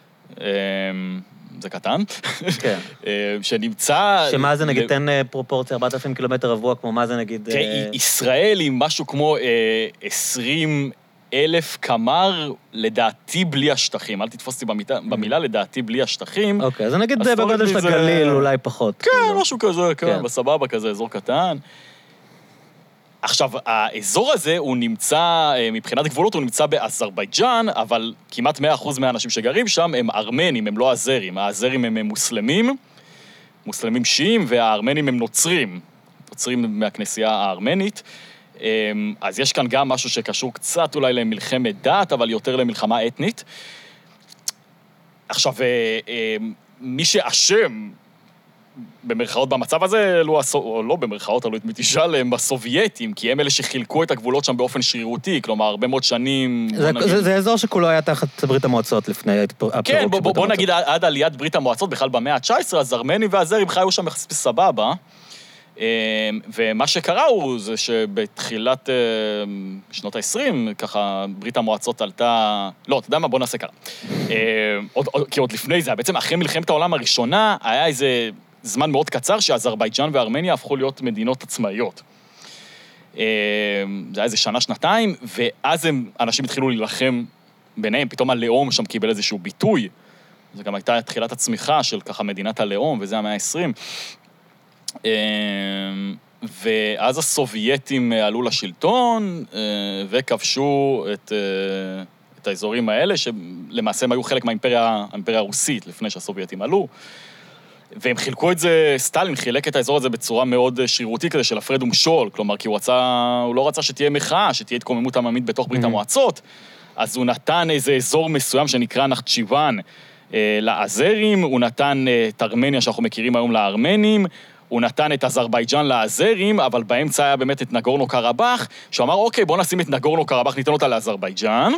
זה קטן, שנמצא... שמה זה נגיד, תן פרופורציה, ארבעת אלפים קילומטר רבוע, כמו מה זה נגיד... ישראל עם משהו כמו עשרים אלף קמר, לדעתי בלי השטחים, אל תתפוס אותי במילה, לדעתי בלי השטחים. אוקיי, אז נגיד בגודל של הגליל, אולי פחות. כן, משהו כזה, כן, בסבבה כזה, אזור קטן. עכשיו, האזור הזה הוא נמצא, מבחינת גבולות הוא נמצא באזרבייג'אן, אבל כמעט מאה אחוז מהאנשים שגרים שם הם ארמנים, הם לא אזרים. האזרים הם מוסלמים, מוסלמים שיעים, והארמנים הם נוצרים, נוצרים מהכנסייה הארמנית. אז יש כאן גם משהו שקשור קצת אולי למלחמת דת, אבל יותר למלחמה אתנית. עכשיו, מי שאשם במרכאות במצב הזה, או לא במרכאות, תלוי את מי תשאל, הם הסובייטים, כי הם אלה שחילקו את הגבולות שם באופן שרירותי, כלומר, הרבה מאוד שנים... זה אזור שכולו היה תחת ברית המועצות לפני הפירוק של ברית המועצות. כן, בוא נגיד עד עליית ברית המועצות, בכלל במאה ה-תשע עשרה, אז ארמנים והזרים חיו שם יחסית סבבה, ומה שקרה הוא זה שבתחילת שנות ה-עשרים, ככה ברית המועצות עלתה... לא, אתה יודע מה? בוא נעשה ככה. כי עוד לפני זה, בעצם אחרי מלחמת העולם הראשונה, היה איזה זמן מאוד קצר שאזרבייג'אן וארמניה הפכו להיות מדינות עצמאיות. זה היה איזה שנה, שנתיים, ואז הם, אנשים התחילו להילחם ביניהם, פתאום הלאום שם קיבל איזשהו ביטוי. זה גם הייתה תחילת הצמיחה של ככה מדינת הלאום, וזה המאה ה-עשרים. ואז הסובייטים עלו לשלטון וכבשו את, את האזורים האלה, שלמעשה הם היו חלק מהאימפריה, האימפריה הרוסית, לפני שהסובייטים עלו. והם חילקו את זה, סטלין חילק את האזור הזה בצורה מאוד שרירותית כזה של הפרד ומשול, כלומר, כי הוא רצה, הוא לא רצה שתהיה מחאה, שתהיה התקוממות עממית בתוך ברית המועצות, אז הוא נתן איזה אזור מסוים שנקרא נחצ'יוון לאזרים, הוא נתן את ארמניה שאנחנו מכירים היום לארמנים, הוא נתן את אזרבייג'אן לאזרים, אבל באמצע היה באמת את נגורנו קרבאח, שהוא אמר, אוקיי, בוא נשים את נגורנו קרבאח, ניתן אותה לאזרבייג'אן,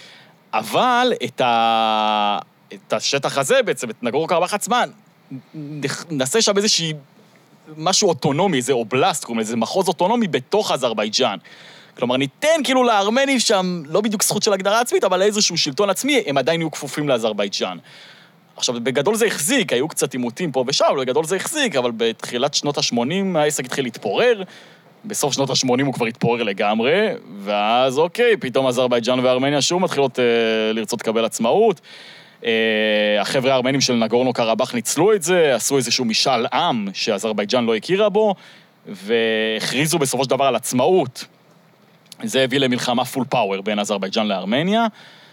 אבל את, ה... את השטח הזה בעצם, את נגורנו קרבאח עצמן, נעשה שם איזושהי משהו אוטונומי, איזה אובלסט, כלומר, איזה מחוז אוטונומי בתוך אזרבייג'אן. כלומר, ניתן כאילו לארמנים שם, לא בדיוק זכות של הגדרה עצמית, אבל איזשהו שלטון עצמי, הם עדיין יהיו כפופים לאזרבייג'אן. עכשיו, בגדול זה החזיק, היו קצת עימותים פה ושם, בגדול זה החזיק, אבל בתחילת שנות ה-שמונים העסק התחיל להתפורר, בסוף שנות ה-שמונים הוא כבר התפורר לגמרי, ואז אוקיי, פתאום אזרבייג'אן וארמניה שוב מתחילות אה, לרצות לקבל עצמאות. אה, החבר'ה הארמנים של נגורנו קרבאח ניצלו את זה, עשו איזשהו משאל עם שאזרבייג'אן לא הכירה בו, והכריזו בסופו של דבר על עצמאות. זה הביא למלחמה פול פאוור בין אזרבייג'אן לארמניה.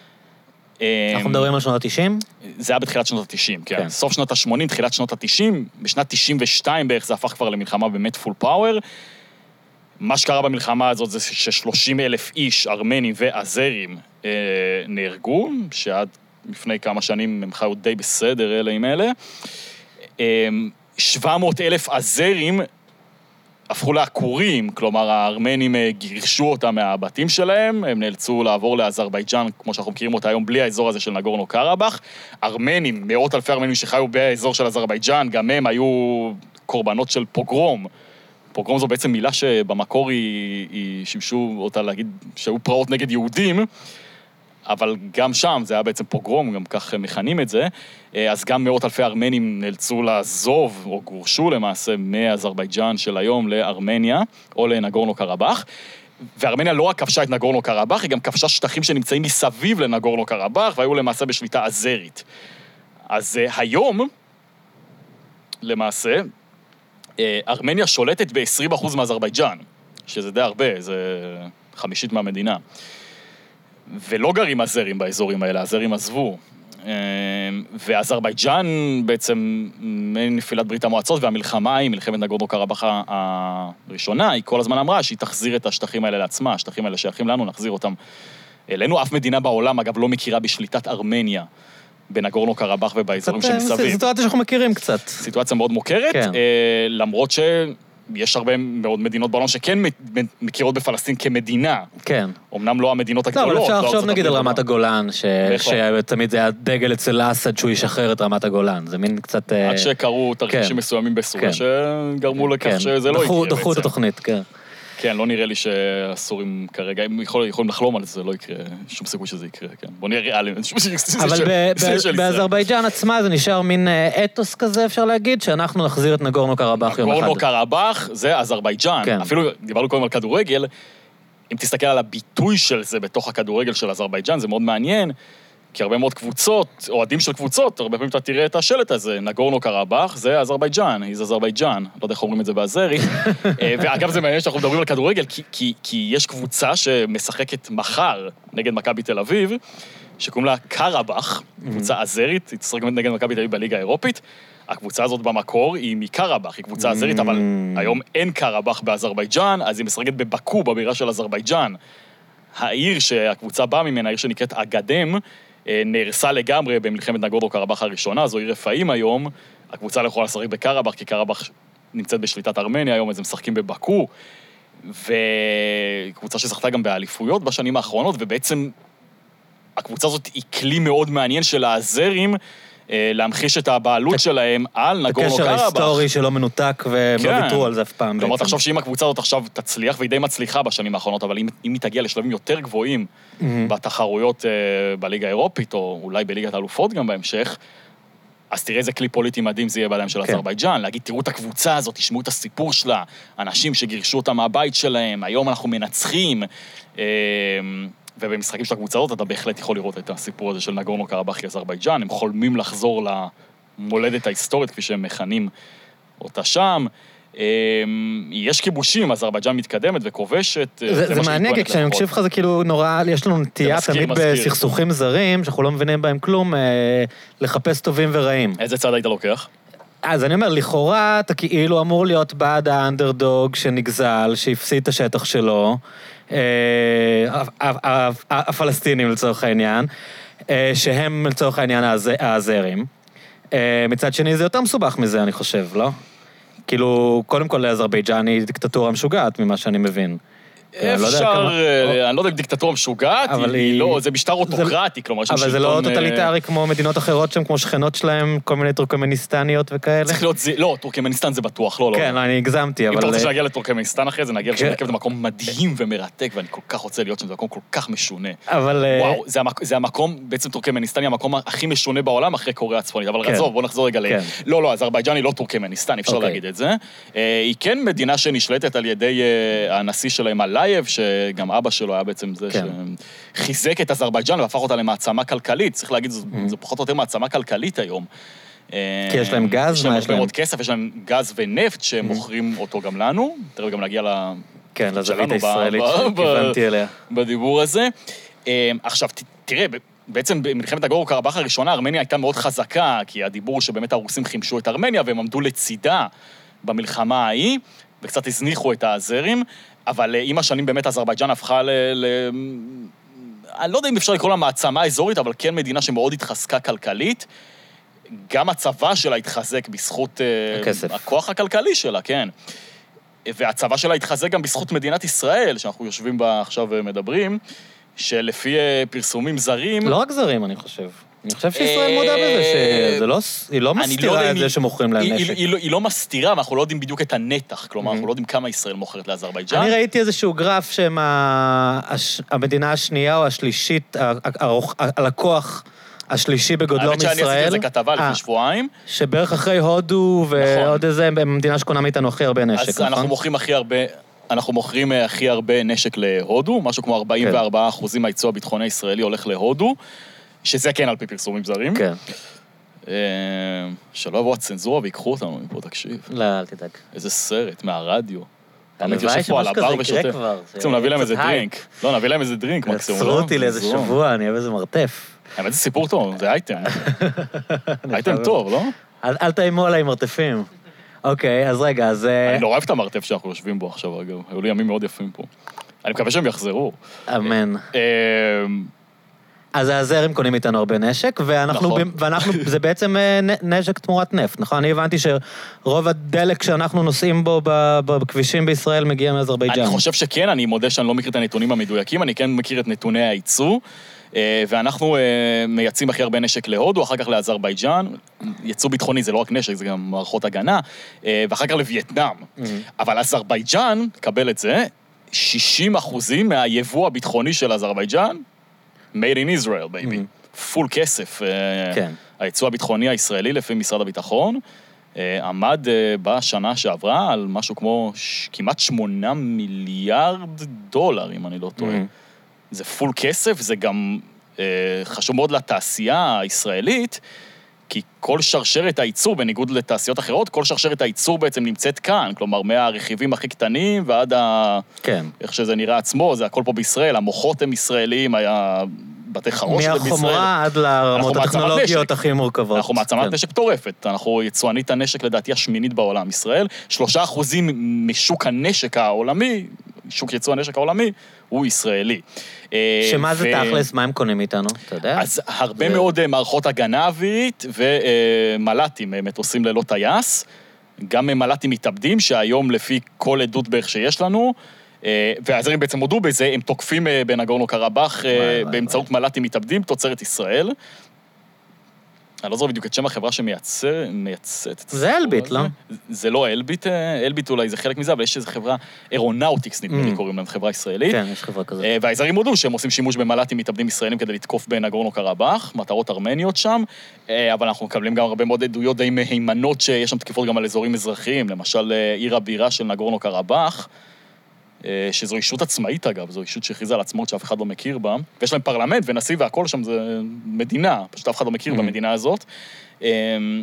אנחנו מדברים על שנות ה-תשעים? זה היה בתחילת שנות ה-תשעים, כן. סוף שנות ה-שמונים, תחילת שנות ה-תשעים, בשנת תשעים ושתיים בערך זה הפך כבר למלחמה באמת פול פאוור. מה שקרה במלחמה הזאת זה ש-שלושים אלף איש, ארמנים ואזרים, אה, נהרגו, שעד לפני כמה שנים הם חיו די בסדר אלה עם אלה. אה, שבע מאות אלף אזרים הפכו לעקורים, כלומר הארמנים גירשו אותם מהבתים שלהם, הם נאלצו לעבור לאזרבייג'אן, כמו שאנחנו מכירים אותה היום, בלי האזור הזה של נגורנו קרבאח. ארמנים, מאות אלפי ארמנים שחיו באזור של אזרבייג'אן, גם הם היו קורבנות של פוגרום. פוגרום זו בעצם מילה שבמקור היא, היא שימשו אותה להגיד שהיו פרעות נגד יהודים, אבל גם שם זה היה בעצם פוגרום, גם כך מכנים את זה, אז גם מאות אלפי ארמנים נאלצו לעזוב, או גורשו למעשה, מאזרבייג'אן של היום לארמניה, או לנגורנו קרבאח, וארמניה לא רק כבשה את נגורנו קרבאח, היא גם כבשה שטחים שנמצאים מסביב לנגורנו קרבאח, והיו למעשה בשליטה אזרית. אז היום, למעשה, ארמניה שולטת ב-עשרים אחוז מאזרבייג'אן, שזה די הרבה, זה חמישית מהמדינה. ולא גרים הזרים באזורים האלה, הזרים עזבו. ואזרבייג'אן בעצם, מנפילת ברית המועצות והמלחמה היא, מלחמת נגורנו קרבאח הראשונה, היא כל הזמן אמרה שהיא תחזיר את השטחים האלה לעצמה, השטחים האלה שייכים לנו, נחזיר אותם אלינו. אף מדינה בעולם, אגב, לא מכירה בשליטת ארמניה, בנגורנו קרבאח ובאזורים שמסביב. סיטואציה שאנחנו מכירים קצת. סיטואציה מאוד מוכרת, למרות ש... יש הרבה מאוד מדינות בעולם שכן מכירות בפלסטין כמדינה. כן. אמנם לא המדינות הגדולות. לא, אבל אפשר לחשוב נגיד על רמת הגולן, שתמיד זה היה דגל אצל אסד שהוא ישחרר את רמת הגולן. זה מין קצת... עד שקרו תרחישים מסוימים בסוריה, שגרמו לכך שזה לא יקרה. דחו את התוכנית, כן. כן, לא נראה לי שהסורים כרגע, הם יכולים לחלום על זה, זה לא יקרה, שום סיכוי שזה יקרה, כן. בוא נראה ריאלי. אבל באזרבייג'אן עצמה זה נשאר מין אתוס כזה, אפשר להגיד, שאנחנו נחזיר את נגורנו קרבאח יום אחד. נגורנו קרבאח זה אזרבייג'אן. אפילו דיברנו קודם על כדורגל, אם תסתכל על הביטוי של זה בתוך הכדורגל של אזרבייג'אן, זה מאוד מעניין, כי הרבה מאוד קבוצות, אוהדים של קבוצות, הרבה פעמים אתה תראה את השלט הזה, נגורנו קרבאח, זה אזרבייג'אן, היא אזרבייג'אן, לא יודע איך אומרים את זה באזרית. ואגב, זה מעניין שאנחנו מדברים על כדורגל, כי, כי, כי יש קבוצה שמשחקת מחר נגד מכבי תל אביב, שקוראים לה קרבאח, קבוצה אזרית, היא תשחק נגד מכבי תל אביב בליגה האירופית. הקבוצה הזאת במקור היא מקרבאח, היא קבוצה אזרית, אבל היום אין קרבאח באזרבייג'אן, אז היא משחקת בבאקו, בבירה של אזרבייג'אן. העיר שהקבוצה באה ממנה, העיר שנקראת אגדם, נהרסה לגמרי במלחמת נגורנו קרבאח הראשונה, זו עיר רפאים היום, הקבוצה לא יכולה לשחק בקרבאח, כי קרבאח נמצאת בשליטת ארמניה היום, אז הם משחקים בבאקו, וקבוצה שזכתה גם באליפויות בשנים האחרונות, ובעצם הקבוצה הזאת היא כלי מאוד מעניין של האזרים, להמחיש את הבעלות שלהם על נגורנו קרבאח. הקשר ההיסטורי שלא מנותק, והם לא ויתרו על זה אף פעם. כלומר, תחשוב שאם הקבוצה הזאת עכשיו תצליח, והיא די מצליחה בשנים האחרונות, אבל אם היא תגיע לשלבים יותר גבוהים בתחרויות בליגה האירופית, או אולי בליגת האלופות גם בהמשך, אז תראה איזה כלי פוליטי מדהים זה יהיה בידיים של אזרבייג'אן, להגיד, תראו את הקבוצה הזאת, תשמעו את הסיפור שלה, אנשים שגירשו אותם מהבית שלהם, היום אנחנו מנצחים, ובמשחקים של הקבוצה הזאת, אתה בהחלט יכול לראות את הסיפור הזה של נגורנו קרבאח אזרבייג'אן, הם חולמים לחזור למולדת ההיסטורית, כפי שהם מכנים אותה שם. יש כיבושים, אזרבייג'אן מתקדמת וכובשת. זה מעניין, כי כשאני מקשיב לך זה כאילו נורא, יש לנו נטייה תמיד בסכסוכים זרים, שאנחנו לא מבינים בהם כלום, לחפש טובים ורעים. איזה צד היית לוקח? אז אני אומר, לכאורה אתה כאילו אמור להיות בעד האנדרדוג שנגזל, שהפסיד את השטח שלו, הפלסטינים לצורך העניין, שהם לצורך העניין האזרים. מצד שני זה יותר מסובך מזה, אני חושב, לא? כאילו, קודם כל לאזרבייג'אן היא דיקטטורה משוגעת, ממה שאני מבין. אפשר, אני לא יודע אם דיקטטורה משוגעת, זה משטר אוטוקרטי, כלומר, אבל זה לא טוטליטרי כמו מדינות אחרות שהן כמו שכנות שלהם, כל מיני טורקמניסטניות וכאלה? צריך להיות, לא, טורקמניסטן זה בטוח, לא, לא. כן, אני הגזמתי, אבל... אם אתה רוצה שנגיע לטורקמניסטן אחרי זה, נגיע לשם למקום מדהים ומרתק, ואני כל כך רוצה להיות שם, זה מקום כל כך משונה. אבל... וואו, זה המקום, בעצם טורקמניסטן היא המקום הכי משונה בעולם אחרי קוריאה הצפונית, אבל עזוב, בוא נחזור רגע ל... לא, לא, אזרבייג'אן היא לא טורקמניסטן, אפשר להגיד את זה. היא כן מדינה שנשלטת על ידי הנשיא שלהם עלייב, שגם אבא שלו היה בעצם זה שחיזק את אזרבייג'אן והפך אותה למעצמה כלכלית. צריך להגיד, זו פחות או יותר מעצמה כלכלית היום. כי יש להם גז? יש להם הרבה מאוד כסף, יש להם גז ונפט שמוכרים אותו גם לנו. תראו גם להגיע כן, לזווית הישראלית שכיוונתי אליה. בדיבור הזה. עכשיו, תראה, בעצם במלחמת נגורנו קרבאח הראשונה, ארמניה הייתה מאוד חזקה, כי הדיבור שבאמת הרוסים חימשו את ארמניה, והם עמדו לצידה במלחמה ההיא, וקצת הזניחו את האזרים, אבל עם השנים באמת אזרבייג'אן הפכה ל... ל... אני לא יודע אם אפשר לקרוא לה מעצמה אזורית, אבל כן מדינה שמאוד התחזקה כלכלית. גם הצבא שלה התחזק בזכות... הכסף. הכוח הכלכלי שלה, כן. והצבא שלה התחזק גם בזכות מדינת ישראל, שאנחנו יושבים בה עכשיו ומדברים, שלפי פרסומים זרים... לא רק זרים, אני חושב. אני חושב שישראל מודה בזה, שזה לא, היא לא מסתירה את זה שמוכרים להם נשק. היא לא מסתירה, אבל אנחנו לא יודעים בדיוק את הנתח, כלומר, אנחנו לא יודעים כמה ישראל מוכרת לאזרבייג'אן. אני ראיתי איזשהו גרף שהם המדינה השנייה או השלישית, הלקוח השלישי בגודלו מישראל. האמת שאני עשיתי את זה כתבה לפני שבועיים. שבערך אחרי הודו ועוד איזה, הם מדינה שקונה מאיתנו הכי הרבה נשק, נכון? אז אנחנו מוכרים הכי הרבה... אנחנו מוכרים הכי הרבה נשק להודו, משהו כמו ארבעים וארבעה אחוז מהייצוא הביטחוני הישראלי הולך להודו, שזה כן על פי פרסומים זרים. כן. שלא יבואו הצנזורה ויקחו אותנו מפה, תקשיב. לא, אל תדאג. איזה סרט, מהרדיו. הלוואי שמשהו כזה יקרה כבר. בעצם נביא להם איזה דרינק. לא, נביא להם איזה דרינק, מקסימום. יצרו אותי לאיזה שבוע, אני אוהב איזה מרתף. האמת, זה סיפור טוב, זה אייטם. אייטם טוב, לא? אל תאיימו עליי מרתפים. אוקיי, אז רגע, אז... אני לא אוהב את המרתף שאנחנו יושבים בו עכשיו, אגב. היו לי ימים מאוד יפים פה. אני מקווה שהם יחזרו. אמן. אז האזרים קונים איתנו הרבה נשק, ואנחנו, נכון. ואנחנו, זה בעצם נשק תמורת נפט, נכון? אני הבנתי שרוב הדלק שאנחנו נוסעים בו בכבישים בישראל מגיע מאזרבייג'אן. אני חושב שכן, אני מודה שאני לא מכיר את הנתונים המדויקים, אני כן מכיר את נתוני הייצוא, ואנחנו מייצאים הכי הרבה נשק להודו, אחר כך לאזרבייג'אן, ייצוא ביטחוני זה לא רק נשק, זה גם מערכות הגנה, ואחר כך לווייטנאם. אבל אזרבייג'אן, קבל את זה, שישים אחוזים מהיבוא הביטחוני של אזרבייג'אן, made in Israel, baby. פול כסף. כן. הייצוא הביטחוני הישראלי, לפי משרד הביטחון, עמד בשנה שעברה על משהו כמו כמעט שמונה מיליארד דולר, אם אני לא טועה. זה פול כסף, זה גם חשוב מאוד לתעשייה הישראלית, כי כל שרשרת הייצור, בניגוד לתעשיות אחרות, כל שרשרת הייצור בעצם נמצאת כאן, כלומר, מהרכיבים הכי קטנים ועד ה... כן. איך שזה נראה עצמו, זה הכל פה בישראל, המוחות הם ישראלים, היה בתי חרושת בישראל. מהחומרה עד לרמות הטכנולוגיות הכי מורכבות. אנחנו מעצמת נשק טורפת, אנחנו יצואנית הנשק לדעתי השמינית בעולם, ישראל, שלושה אחוזים משוק הנשק העולמי, שוק יצוא הנשק העולמי, הוא ישראלי. שמה זה תכלס, מה הם קונים איתנו, אתה יודע? אז הרבה מאוד מערכות הגנה אווירית ומל"טים, מטוסים ללא טייס, גם מל"טים מתאבדים, שהיום לפי כל עדות בערך שיש לנו, והאזרים בעצם הודו בזה, הם תוקפים בנגורנו קרבאח באמצעות מל"טים מתאבדים, תוצרת ישראל. אני לא זוכר בדיוק את שם החברה שמייצאת. זה אלביט, לא? זה לא אלביט, אלביט אולי זה חלק מזה, אבל יש איזו חברה, אירונאוטיקס נדמה לי קוראים להם, חברה ישראלית. כן, יש חברה כזאת. והאזרים הודו שהם עושים שימוש במל"טים מתאבדים ישראלים כדי לתקוף בנגורנו קרבאח, מטרות ארמניות שם, אבל אנחנו מקבלים גם הרבה מאוד עדויות די מהימנות שיש שם תקיפות גם על אזורים אזרחיים, למשל עיר הבירה של נגורנו קרבאח, שזו אישות עצמאית אגב, זו אישות שהכריזה על עצמאות שאף אחד לא מכיר בה, ויש להם פרלמנט ונשיא והכל שם זה מדינה, פשוט אף אחד לא מכיר במדינה הזאת. אני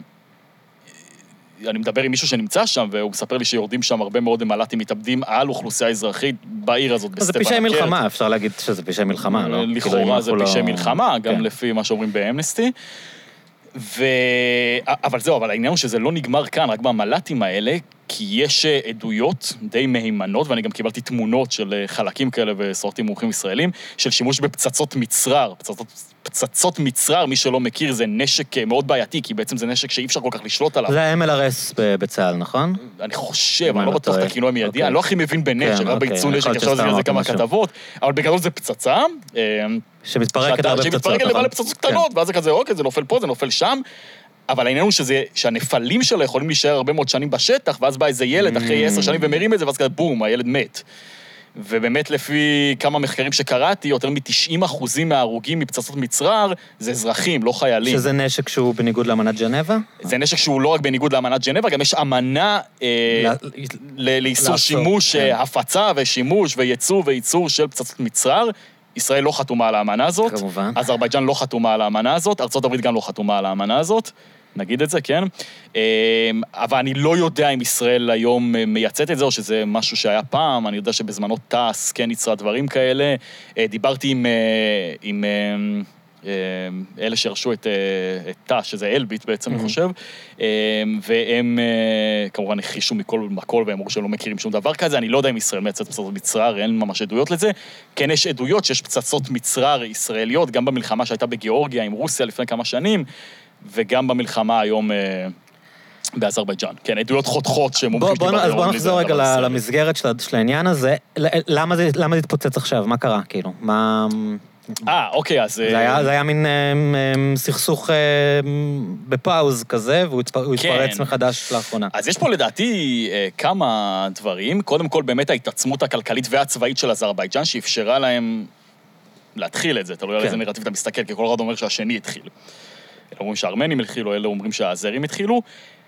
מדבר עם מישהו שנמצא שם, והוא מספר לי שיורדים שם הרבה מאוד מל"טים מתאבדים על אוכלוסייה אזרחית בעיר הזאת בסטפנקרט. זה פשעי מלחמה, אפשר להגיד שזה פשעי מלחמה, לא? לכאורה זה פשעי מלחמה, גם לפי מה שאומרים באמנסטי. ו... אבל זהו, אבל העניין הוא שזה לא נגמר כאן, רק במל"טים האלה, כי יש עדויות די מהימנות, ואני גם קיבלתי תמונות של חלקים כאלה וסורטים מומחים ישראלים, של שימוש בפצצות מצרר. פצצות, פצצות מצרר, מי שלא מכיר, זה נשק מאוד בעייתי, כי בעצם זה נשק שאי אפשר כל כך לשלוט עליו. זה ה-אם אל אר אס בצה"ל, נכון? אני חושב, אני לא בטוח את הכינוי המיידי, אני לא הכי מבין בנשק, רק בייצוא נשק, אפשר לזה כמה כתבות, אבל בגדול זה פצצה. שמתפרקת הרבה פצצות. שמתפרקת למעלה פצצות קטנות, ואז זה כזה, אוקיי, זה נופל פה, זה נופל שם. אבל העניין הוא שזה, שהנפלים שלו יכולים להישאר הרבה מאוד שנים בשטח, ואז בא איזה ילד אחרי עשר שנים ומרים את זה, ואז כזה בום, הילד מת. ובאמת לפי כמה מחקרים שקראתי, יותר מ-תשעים אחוזים מההרוגים מפצצות מצרר, זה אזרחים, לא חיילים. שזה נשק שהוא בניגוד לאמנת ג'נבה? זה נשק שהוא לא רק בניגוד לאמנת ג'נבה, גם יש אמנה לאיסור שימוש, הפצה ושימוש וייצוא וייצור של פצצות מצרר. ישראל לא חתומה על האמנה הזאת. כמובן. אזרבייג'אן לא חתומה על האמנה הזאת, ארצות הברית גם לא חתומה על האמנה הזאת. נגיד את זה, כן? אבל אני לא יודע אם ישראל היום מייצאת את זה, או שזה משהו שהיה פעם, אני יודע שבזמנו טס, כן יצרה דברים כאלה. דיברתי עם, עם אלה שרשו את, את טס, שזה אלביט בעצם, אני חושב, והם כמובן הכחישו מכל מקול, והם אמרו שהם לא מכירים שום דבר כזה, אני לא יודע אם ישראל מייצאת פצצות מצרר, אין ממש עדויות לזה. כן, יש עדויות שיש פצצות מצרר ישראליות, גם במלחמה שהייתה בגיאורגיה עם רוסיה לפני כמה שנים, וגם במלחמה היום באזרבייג'אן. כן, עדויות חותכות שמומחים שדיברתי. אז בוא נחזור רגע למסגרת של העניין הזה. למה זה התפוצץ עכשיו? מה קרה? כאילו, מה... אה, אוקיי, אז... זה היה מין סכסוך בפאוז כזה, והוא התפרץ מחדש לאחרונה. אז יש פה לדעתי כמה דברים. קודם כל, באמת ההתעצמות הכלכלית והצבאית של אזרבייג'אן, שאפשרה להם להתחיל את זה. תלוי על איזה נרטיב אתה מסתכל, כי כל אחד אומר שהשני התחיל. אלה אומרים שהארמנים התחילו, אלה אומרים שהאזרים התחילו.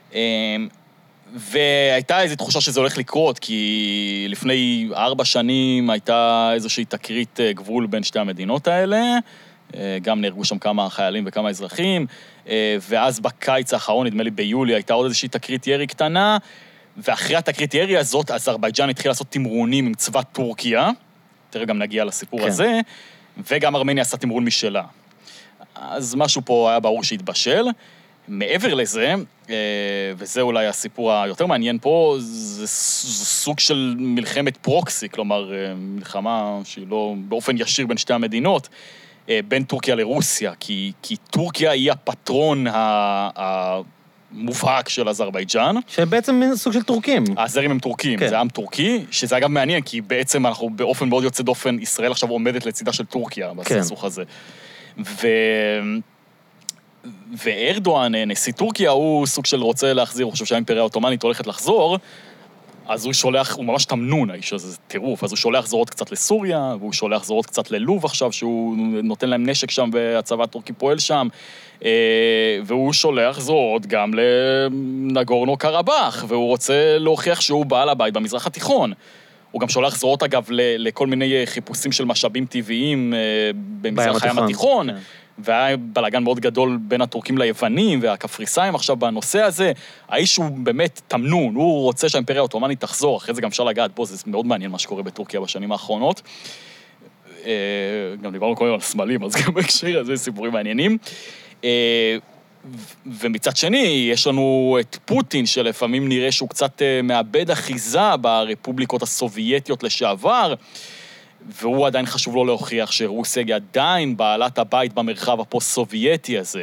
והייתה איזו תחושה שזה הולך לקרות, כי לפני ארבע שנים הייתה איזושהי תקרית גבול בין שתי המדינות האלה, גם נהרגו שם כמה חיילים וכמה אזרחים, ואז בקיץ האחרון, נדמה לי ביולי, הייתה עוד איזושהי תקרית ירי קטנה, ואחרי התקרית ירי הזאת, אזרבייג'אן התחילה לעשות תמרונים עם צבא טורקיה, תראה גם נגיע לסיפור כן. הזה, וגם ארמניה עשה תמרון משלה. אז משהו פה היה ברור שהתבשל. מעבר לזה, וזה אולי הסיפור היותר מעניין פה, זה סוג של מלחמת פרוקסי, כלומר, מלחמה שהיא לא באופן ישיר בין שתי המדינות. בין טורקיה לרוסיה, כי, כי טורקיה היא הפטרון המובהק של אזרבייג'אן. שבעצם מין סוג של טורקים. האזרים הם טורקים, כן. זה עם טורקי, שזה אגב מעניין, כי בעצם אנחנו באופן מאוד יוצא דופן, ישראל עכשיו עומדת לצידה של טורקיה בסכסוך כן. הזה. ו... וארדואן, נשיא טורקיה, הוא סוג של רוצה להחזיר, הוא חושב שהאימפריה האוטומנית הולכת לחזור, אז הוא שולח, הוא ממש תמנון האיש הזה, זה טירוף, אז הוא שולח זרועות קצת לסוריה, והוא שולח זרועות קצת ללוב עכשיו, שהוא נותן להם נשק שם, והצבא הטורקי פועל שם, והוא שולח זרועות גם לנגורנו קרבאח, והוא רוצה להוכיח שהוא בעל הבית במזרח התיכון. הוא גם שולח זרועות, אגב, לכל מיני חיפושים של משאבים טבעיים במזרח הים התיכון, והיה בלגן מאוד גדול בין הטורקים ליוונים והקפריסאים עכשיו בנושא הזה. האיש הוא באמת תמנון, הוא רוצה שהאימפריה האוטומנית תחזור, אחרי זה גם אפשר לגעת בו, זה מאוד מעניין מה שקורה בטורקיה בשנים האחרונות. גם דיברנו קודם על סמלים, אז גם בהקשר הזה סיפורים מעניינים. ומצד שני, יש לנו את פוטין, שלפעמים נראה שהוא קצת מאבד אחיזה ברפובליקות הסובייטיות לשעבר, והוא עדיין חשוב לו להוכיח שרוסיה היא עדיין בעלת הבית במרחב הפוסט-סובייטי הזה.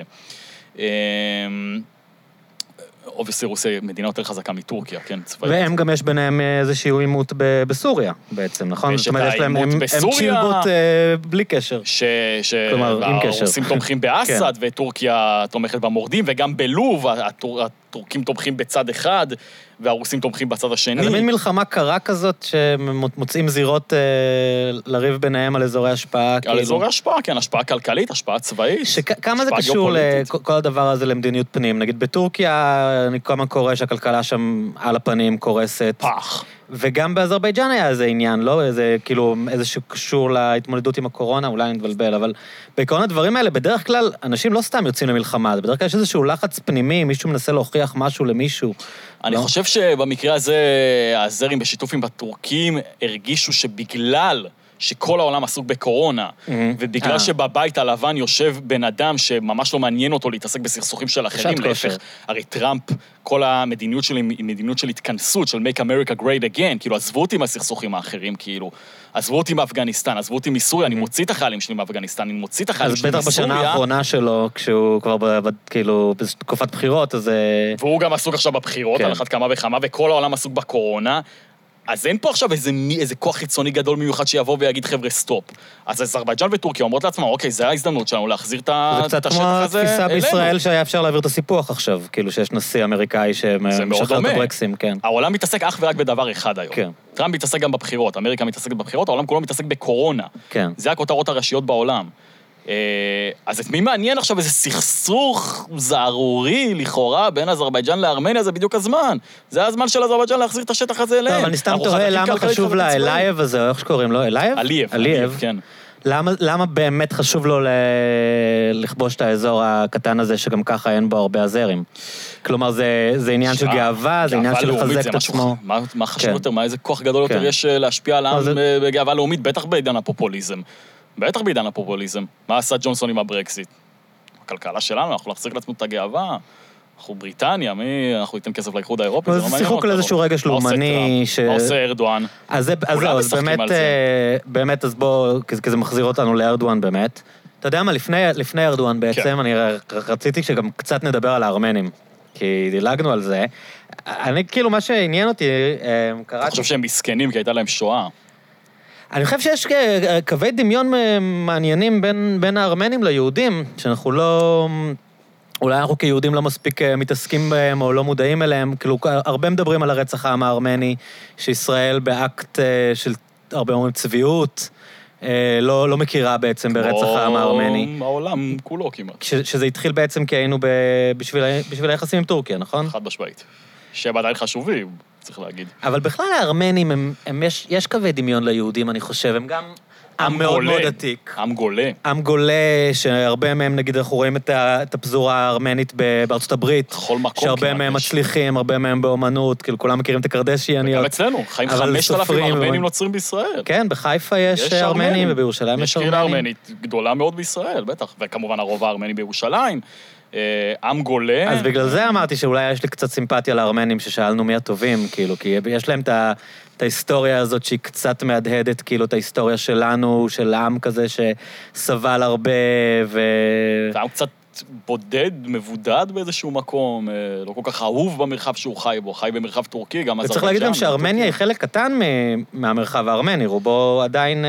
אובייסלי רוסיה מדינה יותר חזקה מטורקיה, כן, צבאית. והם גם יש ביניהם איזשהו עימות בסוריה בעצם, נכון? יש את העימות בסוריה. הם צ'ילבוט בלי קשר. כלומר, עם קשר. הרוסים תומכים באסד, וטורקיה תומכת במורדים, וגם בלוב, הטורקים תומכים בצד אחד, והרוסים תומכים בצד השני. זה מין מלחמה קרה כזאת, שמוצאים זירות לריב ביניהם על אזורי השפעה. על אזורי השפעה, כן, השפעה כלכלית, השפעה צבאית. כמה זה קשור לכל הדבר הזה למדיניות פנים? נגיד בטורקיה, אני כל הזמן קורא שהכלכלה שם על הפנים קורסת. פח. וגם באזרבייג'אן היה איזה עניין, לא? איזה, כאילו, איזשהו קשור להתמודדות עם הקורונה, אולי נתבלבל, אבל בעיקרון הדברים האלה, בדרך כלל, אנשים לא סתם יוצאים למלחמה, בדרך כלל יש איזשהו לחץ פנימי, מישהו מנסה להוכיח משהו למישהו. אני לא? חושב שבמקרה הזה, הזרים בשיתופים בטורקים הרגישו שבגלל שכל העולם עסוק בקורונה, mm-hmm. ובגלל ah. שבבית הלבן יושב בן אדם שממש לא מעניין אותו להתעסק בסכסוכים של אחרים, להפך, הרי טראמפ, כל המדיניות שלי היא מדיניות של התכנסות, של Make America Great Again, כאילו עזבו אותי מהסכסוכים האחרים, כאילו, עזבו אותי מאפגניסטן, עזבו אותי מסוריה, mm-hmm. אני מוציא את החיילים שלי מאפגניסטן, אני מוציא את החיילים שלי מסוריה. אז בטח בשנה האחרונה שלו, כשהוא כבר ב, ב, כאילו, בתקופת בחירות, אז... והוא גם עסוק עכשיו בבחירות, כן. על אחת כמה וכמה, וכל העולם עסוק בקורונה, אז אין פה עכשיו איזה, איזה כוח חיצוני גדול מיוחד שיבוא ויגיד חבר'ה סטופ. אז אזרבייג'אן וטורקיה אומרות לעצמם, אוקיי, זה ההזדמנות שלנו להחזיר את השטח הזה אלינו. זה קצת כמו תפיסה בישראל שהיה אפשר להעביר את הסיפוח עכשיו, כאילו שיש נשיא אמריקאי שמשחרר את הברקסים, כן. העולם מתעסק אך ורק בדבר אחד היום. כן. טראמפ מתעסק גם בבחירות, אמריקה מתעסקת בבחירות, העולם כולו מתעסק בקורונה. כן. זה הכותרות הראשיות בעולם. אז את מי מעניין עכשיו איזה סכסוך זערורי לכאורה בין אזרבייג'אן לארמניה, זה בדיוק הזמן. זה הזמן של אזרבייג'אן להחזיר את השטח הזה אליהם. טוב, אני סתם תוהה למה חשוב לה, אלייב הזה, או איך שקוראים לו, אלייב? אלייב. אלייב, כן. למה, למה באמת חשוב לו ל... לכבוש את האזור הקטן הזה, שגם ככה אין בו הרבה הזרים? כלומר, זה, זה עניין של גאווה, זה עניין של לחזק את עצמו. מה, מה חשוב יותר, מה איזה כוח גדול יותר יש להשפיע על העם בגאווה לאומית, בטח בעידן הפופוליזם. בטח בעידן הפופוליזם. מה עשה ג'ונסון עם הברקסיט? הכלכלה שלנו, אנחנו נחזיק לעצמו את הגאווה, אנחנו בריטניה, מי, אנחנו ניתן כסף לאיחוד האירופי, זה לא מעניין. זה שיחוק על איזשהו רגש לאומני. מה עושה ארדואן? אז זהו, באמת, אז בואו, כי זה מחזיר אותנו לארדואן באמת. אתה יודע מה, לפני ארדואן בעצם, אני רציתי שגם קצת נדבר על הארמנים, כי דילגנו על זה. אני, כאילו, מה שעניין אותי, קראתי... אתה חושב שהם מסכנים, כי הייתה להם שואה. אני חושב שיש קווי דמיון מעניינים בין, בין הארמנים ליהודים, שאנחנו לא... אולי אנחנו כיהודים לא מספיק מתעסקים בהם או לא מודעים אליהם, כאילו הרבה מדברים על הרצח העם הארמני, שישראל באקט של הרבה אומרים צביעות, לא, לא מכירה בעצם ברצח העם הארמני. כמו העולם כולו כמעט. ש, שזה התחיל בעצם כי היינו ב, בשביל, בשביל היחסים עם טורקיה, נכון? חד משמעית. שהם עדיין חשובים, צריך להגיד. אבל בכלל הארמנים, הם, הם יש, יש קווי דמיון ליהודים, אני חושב, הם גם עם מאוד מאוד עתיק. עם גולה. עם גולה, שהרבה מהם, נגיד, אנחנו רואים את, ה, את הפזורה הארמנית בארצות הברית. בכל מקום. שהרבה מהם מצליחים, הרבה מהם באומנות, כאילו כולם מכירים את הקרדשיאניות. וגם אצלנו, חיים חמשת אלפים ארמנים נוצרים בישראל. כן, בחיפה יש, יש ארמנים, ובירושלים יש ארמנים. יש קהילה ארמנית גדולה מאוד בישראל, בטח. וכמובן הרוב הארמני בירושלים. עם גולה. אז בגלל זה אמרתי שאולי יש לי קצת סימפתיה לארמנים ששאלנו מי הטובים, כאילו, כי יש להם את ההיסטוריה הזאת שהיא קצת מהדהדת, כאילו, את ההיסטוריה שלנו, של עם כזה שסבל הרבה, ו... ועם קצת בודד, מבודד באיזשהו מקום, לא כל כך אהוב במרחב שהוא חי בו, חי במרחב טורקי, גם אזרבייג'אן. וצריך להגיד גם שארמניה היא חלק קטן מהמרחב הארמני, רובו עדיין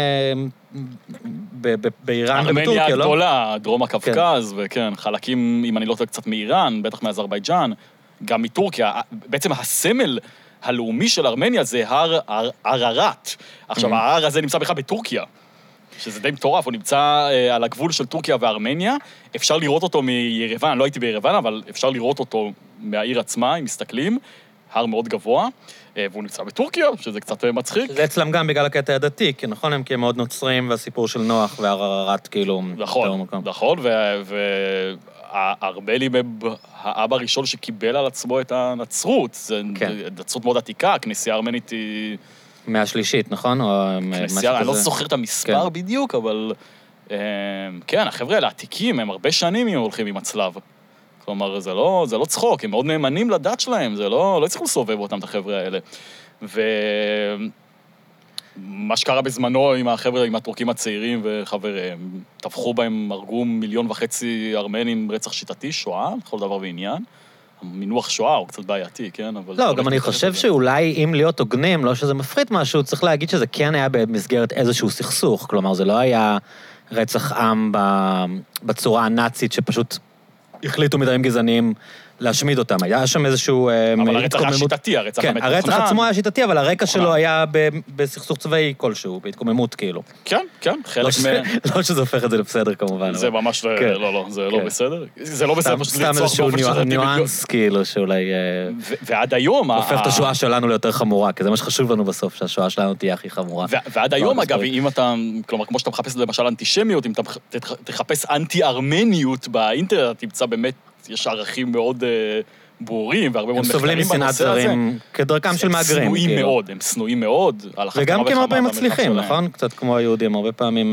באיראן ובטורקיה, לא? ארמניה הגדולה, דרום הקווקז, וכן, חלקים, אם אני לא טועה, קצת מאיראן, בטח מאזרבייג'אן, גם מטורקיה. בעצם הסמל הלאומי של ארמניה זה הר ערערת. עכשיו, ההר הזה נמצא בכלל בטורקיה. שזה די מטורף, הוא נמצא על הגבול של טורקיה וארמניה, אפשר לראות אותו מירוון, לא הייתי בירוון, אבל אפשר לראות אותו מהעיר עצמה, אם מסתכלים, הר מאוד גבוה, והוא נמצא בטורקיה, שזה קצת מצחיק. זה אצלם גם בגלל הקטע הדתי, כי נכון, הם כי הם מאוד נוצרים, והסיפור של נוח והרערת, כאילו... נכון, נכון, והארמנים הם האבא הראשון שקיבל על עצמו את הנצרות, זה נצרות מאוד עתיקה, הכנסייה הארמנית היא... מהשלישית, נכון? כנסייה, אני לא זוכר את המספר בדיוק, אבל כן, החבר'ה האלה עתיקים, הם הרבה שנים הם הולכים עם הצלב. כלומר, זה לא, זה לא צחוק, הם מאוד נאמנים לדת שלהם, זה לא, לא צריכים לסובב אותם, את החבר'ה האלה. ומה שקרה בזמנו עם החבר'ה, עם הטורקים הצעירים וחבריהם, טבחו בהם, הרגו מיליון וחצי ארמנים רצח שיטתי, שואה, לכל דבר ועניין. המינוח שואה הוא קצת בעייתי, כן? אבל לא, גם אני חושב שאולי אם להיות הוגנים, לא שזה מפריט משהו, צריך להגיד שזה כן היה במסגרת איזשהו סכסוך, כלומר, זה לא היה רצח עם בצורה הנאצית, שפשוט החליטו מדעים גזעניים להשמיד אותם. היה שם איזשהו... אבל הרצח היה שיטתי, הרצח המתוכנן. כן, הרצח עצמו היה שיטטי, אבל הרקע שלו היה בסכסוך צבאי כלשהו, בהתקוממות כאילו. כן, כן, חלק מ... לא שזה הופך את זה לבסדר כמובן. זה ממש לא, לא, זה לא בסדר. זה לא בסדר, פשוט סתם איזשהו ניואנס כאילו, שאולי... ועד היום... הופך את השואה שלנו ליותר חמורה, כי זה מה שחשוב לנו בסוף, שהשואה שלנו תהיה הכי חמורה. ועד היום, אגב, אם אתה... כלומר, כמו שאתה מחפש למשל אנטישמיות, אם אתה תחפש אנטי-ארמניות באינטרנט, תמצא באמת יש ערכים מאוד ברורים, והרבה מאוד מחקרים בנושא הזה. הם סובלים משנאת זרים, כדרכם של מהגרים. הם שנואים מאוד, הם שנואים מאוד. וגם כי הם הרבה מצליחים, נכון? קצת כמו היהודים, הרבה פעמים...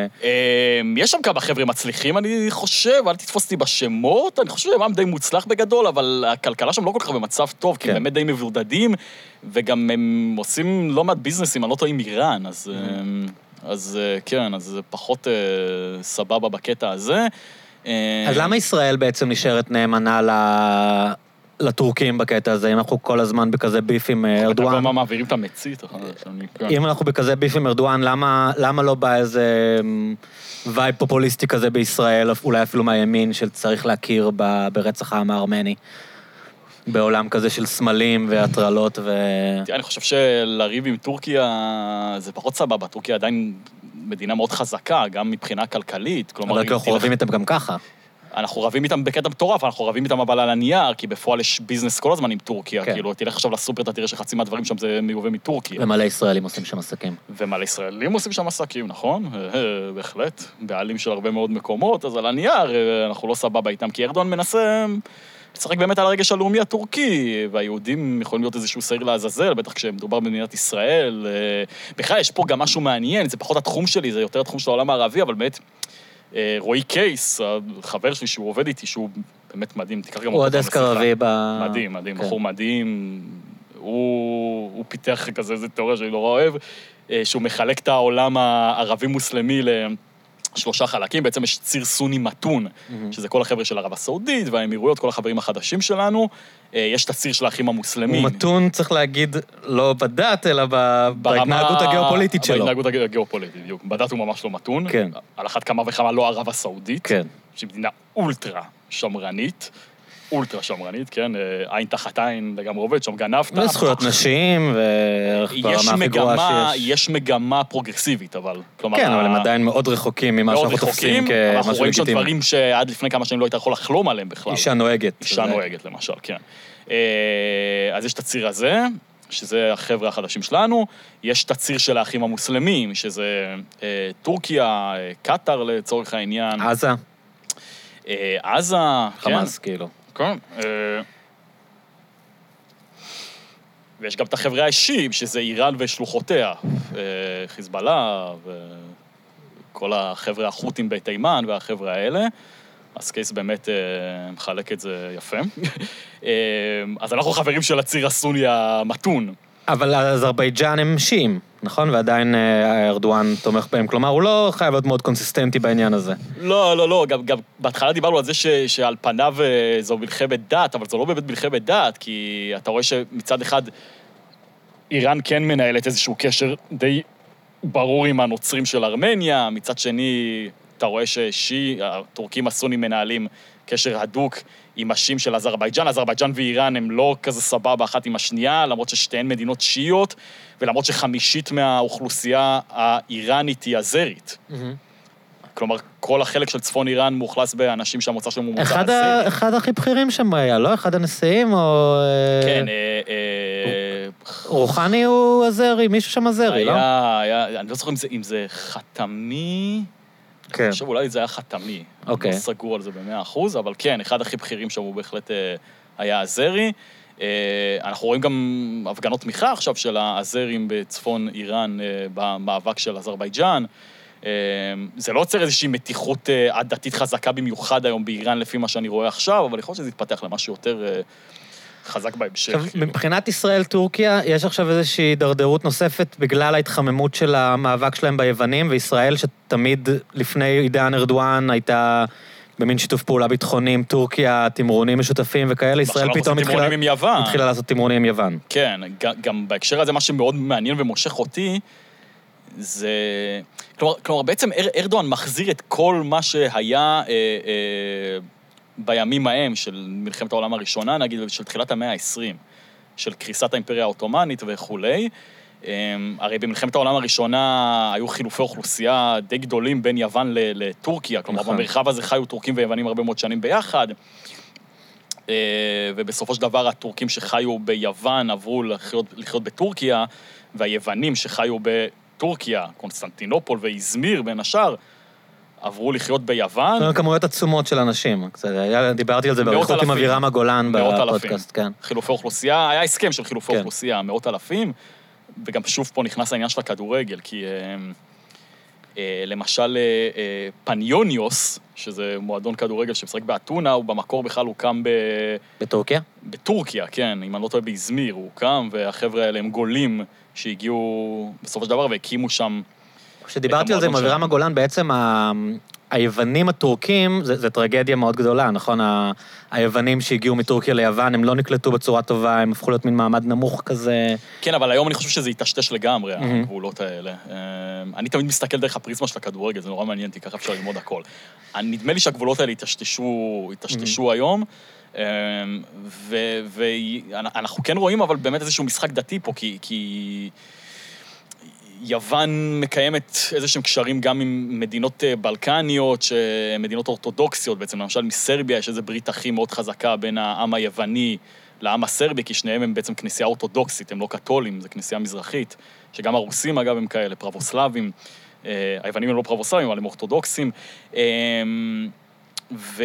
יש שם כמה חבר'ה מצליחים, אני חושב, אל תתפוס אותי בשמות, אני חושב שהם עם די מוצלח בגדול, אבל הכלכלה שם לא כל כך במצב טוב, כי הם באמת די מבודדים, וגם הם עושים לא מעט ביזנסים, אני לא טועה עם איראן, אז כן, אז זה פחות סבבה בקטע הזה. אז למה ישראל בעצם נשארת נאמנה לטורקים בקטע הזה, אם אנחנו כל הזמן בכזה ביף עם ארדואן? אתה כבר מעבירים את המצית. אם אנחנו בכזה ביף עם ארדואן, למה לא בא איזה וייב פופוליסטי כזה בישראל, אולי אפילו מהימין, של צריך להכיר ברצח העם הארמני, בעולם כזה של סמלים והטרלות ו... אני חושב שלריב עם טורקיה זה פחות סבבה, טורקיה עדיין... מדינה מאוד חזקה, גם מבחינה כלכלית. אבל אנחנו רבים איתם גם ככה. אנחנו רבים איתם בקטע מטורף, אנחנו רבים איתם אבל על הנייר, כי בפועל יש ביזנס כל הזמן עם טורקיה. כאילו, תלך עכשיו לסופר, אתה תראה שחצי מהדברים שם זה מיובא מטורקיה. ומלא ישראלים עושים שם עסקים. ומלא ישראלים עושים שם עסקים, נכון? בהחלט. בעלים של הרבה מאוד מקומות, אז על הנייר אנחנו לא סבבה איתם, כי ארדואן מנסה... לשחק באמת על הרגש הלאומי הטורקי, והיהודים יכולים להיות איזשהו שעיר לעזאזל, בטח כשמדובר במדינת ישראל. בכלל, יש פה גם משהו מעניין, זה פחות התחום שלי, זה יותר התחום של העולם הערבי, אבל באמת, רועי קייס, החבר שלי שהוא עובד איתי, שהוא באמת מדהים, תיקח גם אותו. הוא עוד דסק ערבי ב... מדהים, מדהים, בחור מדהים. הוא פיתח כזה, איזו תיאוריה שאני לא אוהב, שהוא מחלק את העולם הערבי-מוסלמי ל... שלושה חלקים, בעצם יש ציר סוני מתון, mm-hmm. שזה כל החבר'ה של ערב הסעודית והאמירויות, כל החברים החדשים שלנו. יש את הציר של האחים המוסלמים. הוא מתון, צריך להגיד, לא בדת, אלא ב... בהתנהגות הגיאופוליטית שלו. בהתנהגות הגיאופוליטית, בדיוק. בדת הוא ממש לא מתון. כן. על אחת כמה וכמה לא ערב הסעודית. כן. שהיא מדינה אולטרה שמרנית. אולטרה שמרנית, כן, עין תחת עין לגמרי עובד, שם גנבת. וזכויות נשים, וברמה הכי גרועה שיש. יש מגמה פרוגרסיבית, אבל... כן, אבל הם עדיין מאוד רחוקים ממה שאנחנו תופסים כמשהו לגיטימי. אנחנו רואים שם דברים שעד לפני כמה שנים לא היית יכול לחלום עליהם בכלל. אישה נוהגת. אישה נוהגת, למשל, כן. אז יש את הציר הזה, שזה החבר'ה החדשים שלנו, יש את הציר של האחים המוסלמים, שזה טורקיה, קטר לצורך העניין. עזה. עזה, כן. חמאס, כאילו. כן. ויש גם את החבר'ה האישיים, שזה איראן ושלוחותיה, חיזבאללה, וכל החבר'ה החות'ים בתימן והחבר'ה האלה. אז קייס באמת מחלק את זה יפה. אז אנחנו חברים של הציר הסוני המתון. אבל אזרבייג'אן הם שיעים, נכון? ועדיין ארדואן תומך בהם. כלומר, הוא לא חייב להיות מאוד קונסיסטנטי בעניין הזה. לא, לא, לא. גם, גם בהתחלה דיברנו על זה ש, שעל פניו זו מלחמת דת, אבל זו לא באמת מלחמת דת, כי אתה רואה שמצד אחד איראן כן מנהלת איזשהו קשר די ברור עם הנוצרים של ארמניה, מצד שני אתה רואה ששי, הטורקים הסונים מנהלים קשר הדוק עם השיעים של אזרבייג'אן. אזרבייג'אן ואיראן הם לא כזה סבבה אחת עם השנייה, למרות ששתיהן מדינות שיעיות, ולמרות שחמישית מהאוכלוסייה האיראנית היא אזרית. Mm-hmm. כלומר, כל החלק של צפון איראן מאוכלס באנשים שהמוצא שלהם הוא מוצא אחד אזרי. אחד הכי בכירים שם היה, לא? אחד הנשיאים או... כן, רוחני הוא אזרי, מישהו שם אזרי, לא? היה, היה, אני לא זוכר אם זה חתמי... כן. אני חושב אולי זה היה חתמי. אוקיי. לא סגור על זה במאה אחוז, אבל כן, אחד הכי בכירים שם הוא בהחלט היה אזרי. אנחנו רואים גם הפגנות תמיכה עכשיו של האזרים בצפון איראן במאבק של אזרבייג'אן. זה לא יוצר איזושהי מתיחות עדתית חזקה במיוחד היום באיראן לפי מה שאני רואה עכשיו, אבל יכול להיות שזה יתפתח למשהו יותר חזק בהמשך. עכשיו, מבחינת ישראל-טורקיה, יש עכשיו איזושהי דרדרות נוספת בגלל ההתחממות של המאבק שלהם ביוונים, וישראל שתמיד לפני עידן ארדואן הייתה במין שיתוף פעולה ביטחוני עם טורקיה, תמרונים משותפים וכאלה, ישראל פתאום התחילה, התחילה לעשות תמרונים עם יוון. כן, גם בהקשר הזה מה שמאוד מעניין ומושך אותי, זה... כלומר, כלומר בעצם ארדואן מחזיר את כל מה שהיה... אה, אה, בימים ההם של מלחמת העולם הראשונה, נגיד, של תחילת המאה ה-עשרים, של קריסת האימפריה האוטומנית וכולי. הרי במלחמת העולם הראשונה היו חילופי אוכלוסייה די גדולים בין יוון לטורקיה, כלומר, במרחב הזה חיו טורקים ויוונים הרבה מאוד שנים ביחד, ובסופו של דבר הטורקים שחיו ביוון עברו לחיות, לחיות בטורקיה, והיוונים שחיו בטורקיה, קונסטנטינופול ואיזמיר בין השאר, עברו לחיות ביוון. זה כמויות עצומות של אנשים. דיברתי על זה באריכות עם אבירם הגולן בפודקאסט, כן. חילופי אוכלוסייה, היה הסכם של חילופי אוכלוסייה, מאות אלפים, וגם שוב פה נכנס העניין של הכדורגל, כי למשל פניוניוס, שזה מועדון כדורגל שמשחק באתונה, הוא במקור בכלל הוקם ב... בטורקיה? בטורקיה, כן, אם אני לא טועה באזמיר, הוא הוקם, והחבר'ה האלה הם גולים שהגיעו בסופו של דבר והקימו שם... כשדיברתי על זה עם אבירם הגולן, בעצם ה... היוונים הטורקים, זה, זה טרגדיה מאוד גדולה, נכון? ה... היוונים שהגיעו מטורקיה ליוון, הם לא נקלטו בצורה טובה, הם הפכו להיות מין מעמד נמוך כזה. כן, אבל היום אני חושב שזה יטשטש לגמרי, mm-hmm. הגבולות האלה. אני תמיד מסתכל דרך הפריזמה של הכדורגל, זה נורא מעניין, כי ככה אפשר ללמוד הכל. נדמה לי שהגבולות האלה יטשטשו, יטשטשו mm-hmm. היום, ואנחנו כן רואים, אבל באמת איזשהו משחק דתי פה, כי... כי... יוון מקיימת איזשהם קשרים גם עם מדינות בלקניות, מדינות אורתודוקסיות, בעצם למשל מסרביה יש איזו ברית אחים מאוד חזקה בין העם היווני לעם הסרבי, כי שניהם הם בעצם כנסייה אורתודוקסית, הם לא קתולים, זה כנסייה מזרחית, שגם הרוסים אגב הם כאלה, פרבוסלבים, היוונים הם לא פרבוסלבים, אבל הם אורתודוקסים, ו...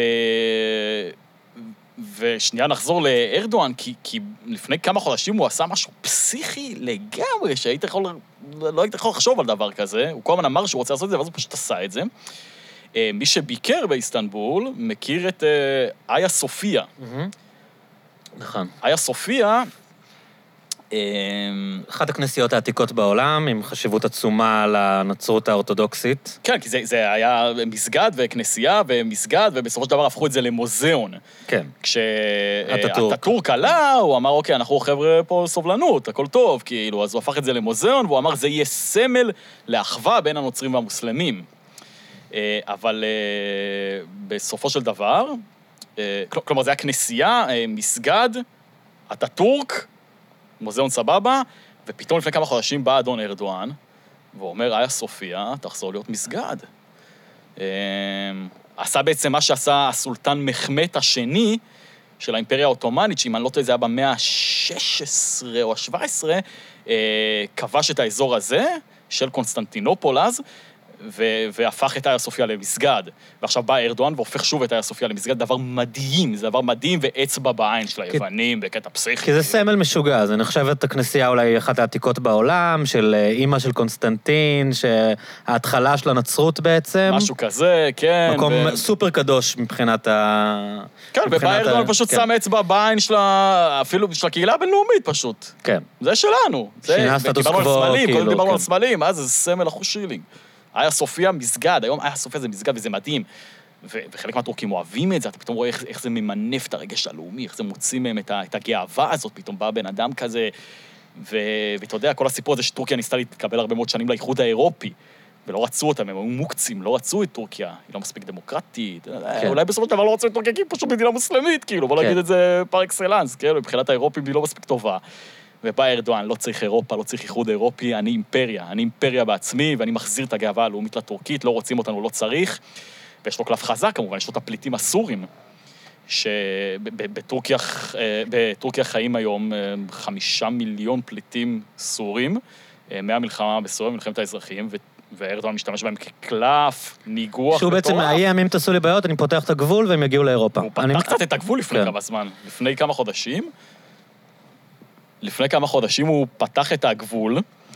ושנייה נחזור לארדואן, כי, כי לפני כמה חודשים הוא עשה משהו פסיכי לגמרי, שהיית יכול, לא היית יכול לחשוב על דבר כזה, הוא כל הזמן אמר שהוא רוצה לעשות את זה, ואז הוא פשוט עשה את זה. מי שביקר באיסטנבול, מכיר את איה סופיה. נכון. איה סופיה... אחת הכנסיות העתיקות בעולם, עם חשיבות עצומה לנצרות האורתודוקסית. כן, כי זה, זה היה מסגד וכנסייה ומסגד, ובסופו של דבר הפכו את זה למוזיאון. כן. כשהטאטורק עלה, הוא אמר, אוקיי, אנחנו חבר'ה פה סובלנות, הכל טוב, כאילו, אז הוא הפך את זה למוזיאון, והוא אמר, זה יהיה סמל לאחווה בין הנוצרים והמוסלמים. אבל בסופו של דבר, כלומר, זה היה כנסייה, מסגד, הטאטורק, מוזיאון סבבה, ופתאום לפני כמה חודשים בא אדון ארדואן, ואומר, איה סופיה, תחזור להיות מסגד. עשה בעצם מה שעשה הסולטן מחמד השני של האימפריה האוטומנית, שאם אני לא טועה, זה היה במאה ה-שש עשרה או ה-שבע עשרה, כבש את האזור הזה, של קונסטנטינופול אז, ו- והפך את האיה סופיה למסגד. ועכשיו בא ארדואן והופך שוב את האיה סופיה למסגד, דבר מדהים, זה דבר מדהים, ואצבע בעין של היוונים, בקטע פסיכי. כי זה סמל משוגע, זה נחשב את הכנסייה אולי אחת העתיקות בעולם, של אימא של קונסטנטין, שההתחלה של הנצרות בעצם. משהו כזה, כן. מקום ו... סופר קדוש מבחינת ה... כן, ובא ארדואן פשוט כן. שם אצבע בעין של ה... אפילו של הקהילה הבינלאומית פשוט. כן. זה שלנו. שינה סטטוס קוו, כאילו. קודם דיברנו כן. על סמלים, אז זה סמל החושילינג. איה סופיה מסגד, היום איה סופיה זה מסגד וזה מדהים. ו- וחלק מהטורקים אוהבים את זה, אתה פתאום רואה איך, איך זה ממנף את הרגש הלאומי, איך זה מוציא מהם את, ה- את הגאווה הזאת, פתאום בא בן אדם כזה, ו- ואתה יודע, כל הסיפור הזה שטורקיה ניסתה להתקבל הרבה מאוד שנים לאיחוד האירופי, ולא רצו אותם, הם היו מוקצים, לא רצו את טורקיה, היא לא מספיק דמוקרטית, כן. אולי בסופו של דבר לא רצו את טורקיה, כי היא פשוט מדינה מוסלמית, כאילו, בוא כן. נגיד את זה פר אקסלנס, כאילו, מבחינת האירופים היא לא מספיק טובה. ובא ארדואן, לא צריך אירופה, לא צריך איחוד אירופי, אני אימפריה, אני אימפריה בעצמי, ואני מחזיר את הגאווה הלאומית לטורקית, לא רוצים אותנו, לא צריך. ויש לו קלף חזק, כמובן, יש לו את הפליטים הסורים, שבטורקיה בטורקיה חיים היום חמישה מיליון פליטים סורים, מהמלחמה בסוריה, מלחמת האזרחים, וארדואן משתמש בהם כקלף, ניגוח. שהוא בעצם מאיים, אם תעשו לי בעיות, אני פותח את הגבול והם יגיעו לאירופה. הוא פתח קצת את הגבול לפני כמה זמן, לפני כמה חודשים, לפני כמה חודשים הוא פתח את הגבול.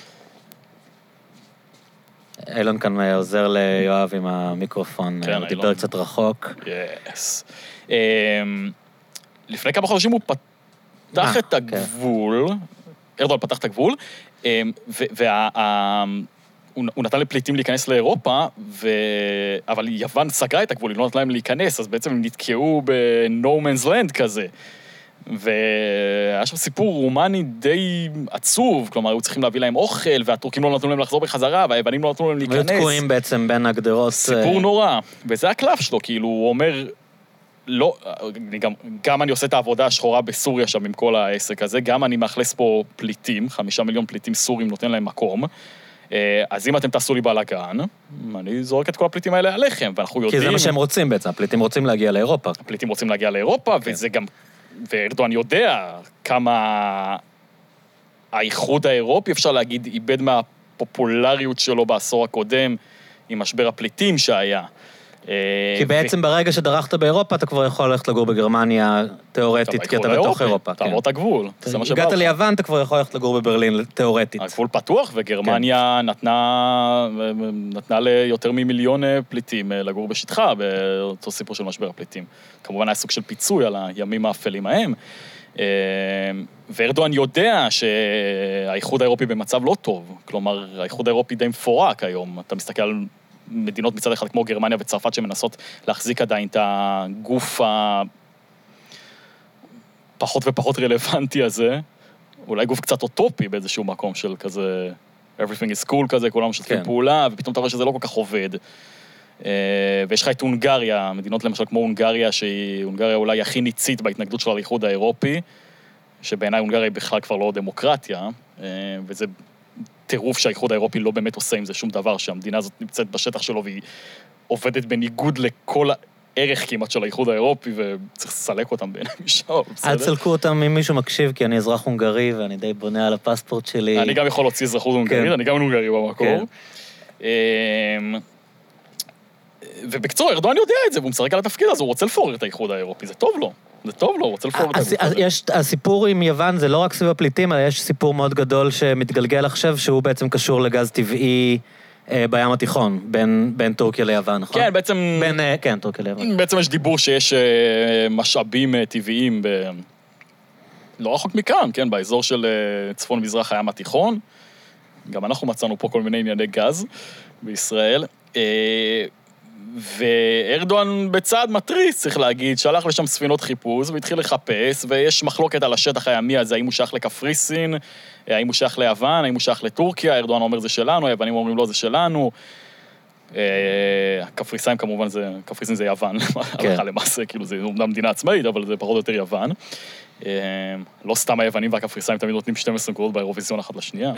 אילון כאן עוזר ליואב עם המיקרופון, כן, הוא דיבר קצת רחוק. יס. לפני כמה חודשים הוא פתח את הגבול, ארדואן פתח את הגבול, והוא נתן לפליטים להיכנס לאירופה, אבל יוון סגרה את הגבול, היא לא נתנה להם להיכנס, אז בעצם הם נתקעו ב-No Man's Land כזה. והיה שם סיפור רומני די עצוב, כלומר, היו צריכים להביא להם אוכל, והטורקים לא נתנו להם לחזור בחזרה, והיוונים לא נתנו להם להיכנס. היו תקועים בעצם בין הגדרות. סיפור נורא, וזה הקלף שלו, כאילו, הוא אומר, לא, גם, גם אני עושה את העבודה השחורה בסוריה שם עם כל העסק הזה, גם אני מאכלס פה פליטים, חמישה מיליון פליטים סורים נותן להם מקום, אז אם אתם תעשו לי בלגן, אני זורק את כל הפליטים האלה עליכם, ואנחנו יודעים... כי זה מה שהם רוצים בעצם, הפליטים רוצים להגיע לאירופה. הפליטים רוצים להגיע לאירופה, כן. וזה גם... וארדואן יודע כמה האיחוד האירופי, אפשר להגיד, איבד מהפופולריות שלו בעשור הקודם, עם משבר הפליטים שהיה. כי בעצם ברגע שדרכת באירופה, אתה כבר יכול ללכת לגור בגרמניה תיאורטית, כי אתה בתוך אירופה. תעבור את הגבול. הגעת ליוון, אתה כבר יכול ללכת לגור בברלין תיאורטית. הגבול פתוח, וגרמניה נתנה ליותר ממיליון פליטים לגור בשטחה, באותו סיפור של משבר הפליטים. כמובן היה סוג של פיצוי על הימים האפלים ההם. וארדואן יודע שהאיחוד האירופי במצב לא טוב. כלומר, האיחוד האירופי די מפורק היום. אתה מסתכל על... מדינות מצד אחד כמו גרמניה וצרפת שמנסות להחזיק עדיין את הגוף הפחות ופחות רלוונטי הזה, אולי גוף קצת אוטופי באיזשהו מקום של כזה, everything is cool כזה, כולם משתפים פעולה, ופתאום אתה רואה שזה לא כל כך עובד. ויש לך את הונגריה, מדינות למשל כמו הונגריה, שהיא הונגריה אולי הכי ניצית בהתנגדות שלה לאיחוד האירופי, שבעיניי הונגריה היא בכלל כבר לא דמוקרטיה, וזה... טירוף שהאיחוד האירופי לא באמת עושה עם זה שום דבר, שהמדינה הזאת נמצאת בשטח שלו והיא עובדת בניגוד לכל הערך כמעט של האיחוד האירופי, וצריך לסלק אותם בעיניי משם, בסדר? אל תסלקו אותם אם מישהו מקשיב, כי אני אזרח הונגרי ואני די בונה על הפספורט שלי. אני גם יכול להוציא אזרחות הונגרית, אני גם הונגרי במקור. ובקצור, ארדואן יודע את זה, והוא משחק על התפקיד הזה, הוא רוצה לפורר את האיחוד האירופי, זה טוב לו. זה טוב לו, הוא רוצה לפורר את הגוף הזה. יש, הסיפור עם יוון זה לא רק סביב הפליטים, אלא יש סיפור מאוד גדול שמתגלגל עכשיו, שהוא בעצם קשור לגז טבעי בים התיכון, בין, בין טורקיה ליוון, נכון? כן, בעצם... בין, כן, טורקיה ליוון. בעצם יש דיבור שיש משאבים טבעיים ב... לא רחוק מכאן, כן, באזור של צפון מזרח הים התיכון. גם אנחנו מצאנו פה כל מיני ענייני גז בישראל. וארדואן בצעד מטריס, צריך להגיד, שלח לשם ספינות חיפוש והתחיל לחפש, ויש מחלוקת על השטח הימי הזה, האם הוא שייך לקפריסין, האם הוא שייך ליוון, האם הוא שייך לטורקיה, ארדואן אומר זה שלנו, היוונים אומרים לא זה שלנו, הקפריסאים כמובן זה, קפריסין זה יוון, הלכה למעשה, כאילו זה אומנם מדינה עצמאית, אבל זה פחות או יותר יוון. לא סתם היוונים והקפריסאים תמיד נותנים שתים עשרה נקודות באירוויזיון אחת לשנייה.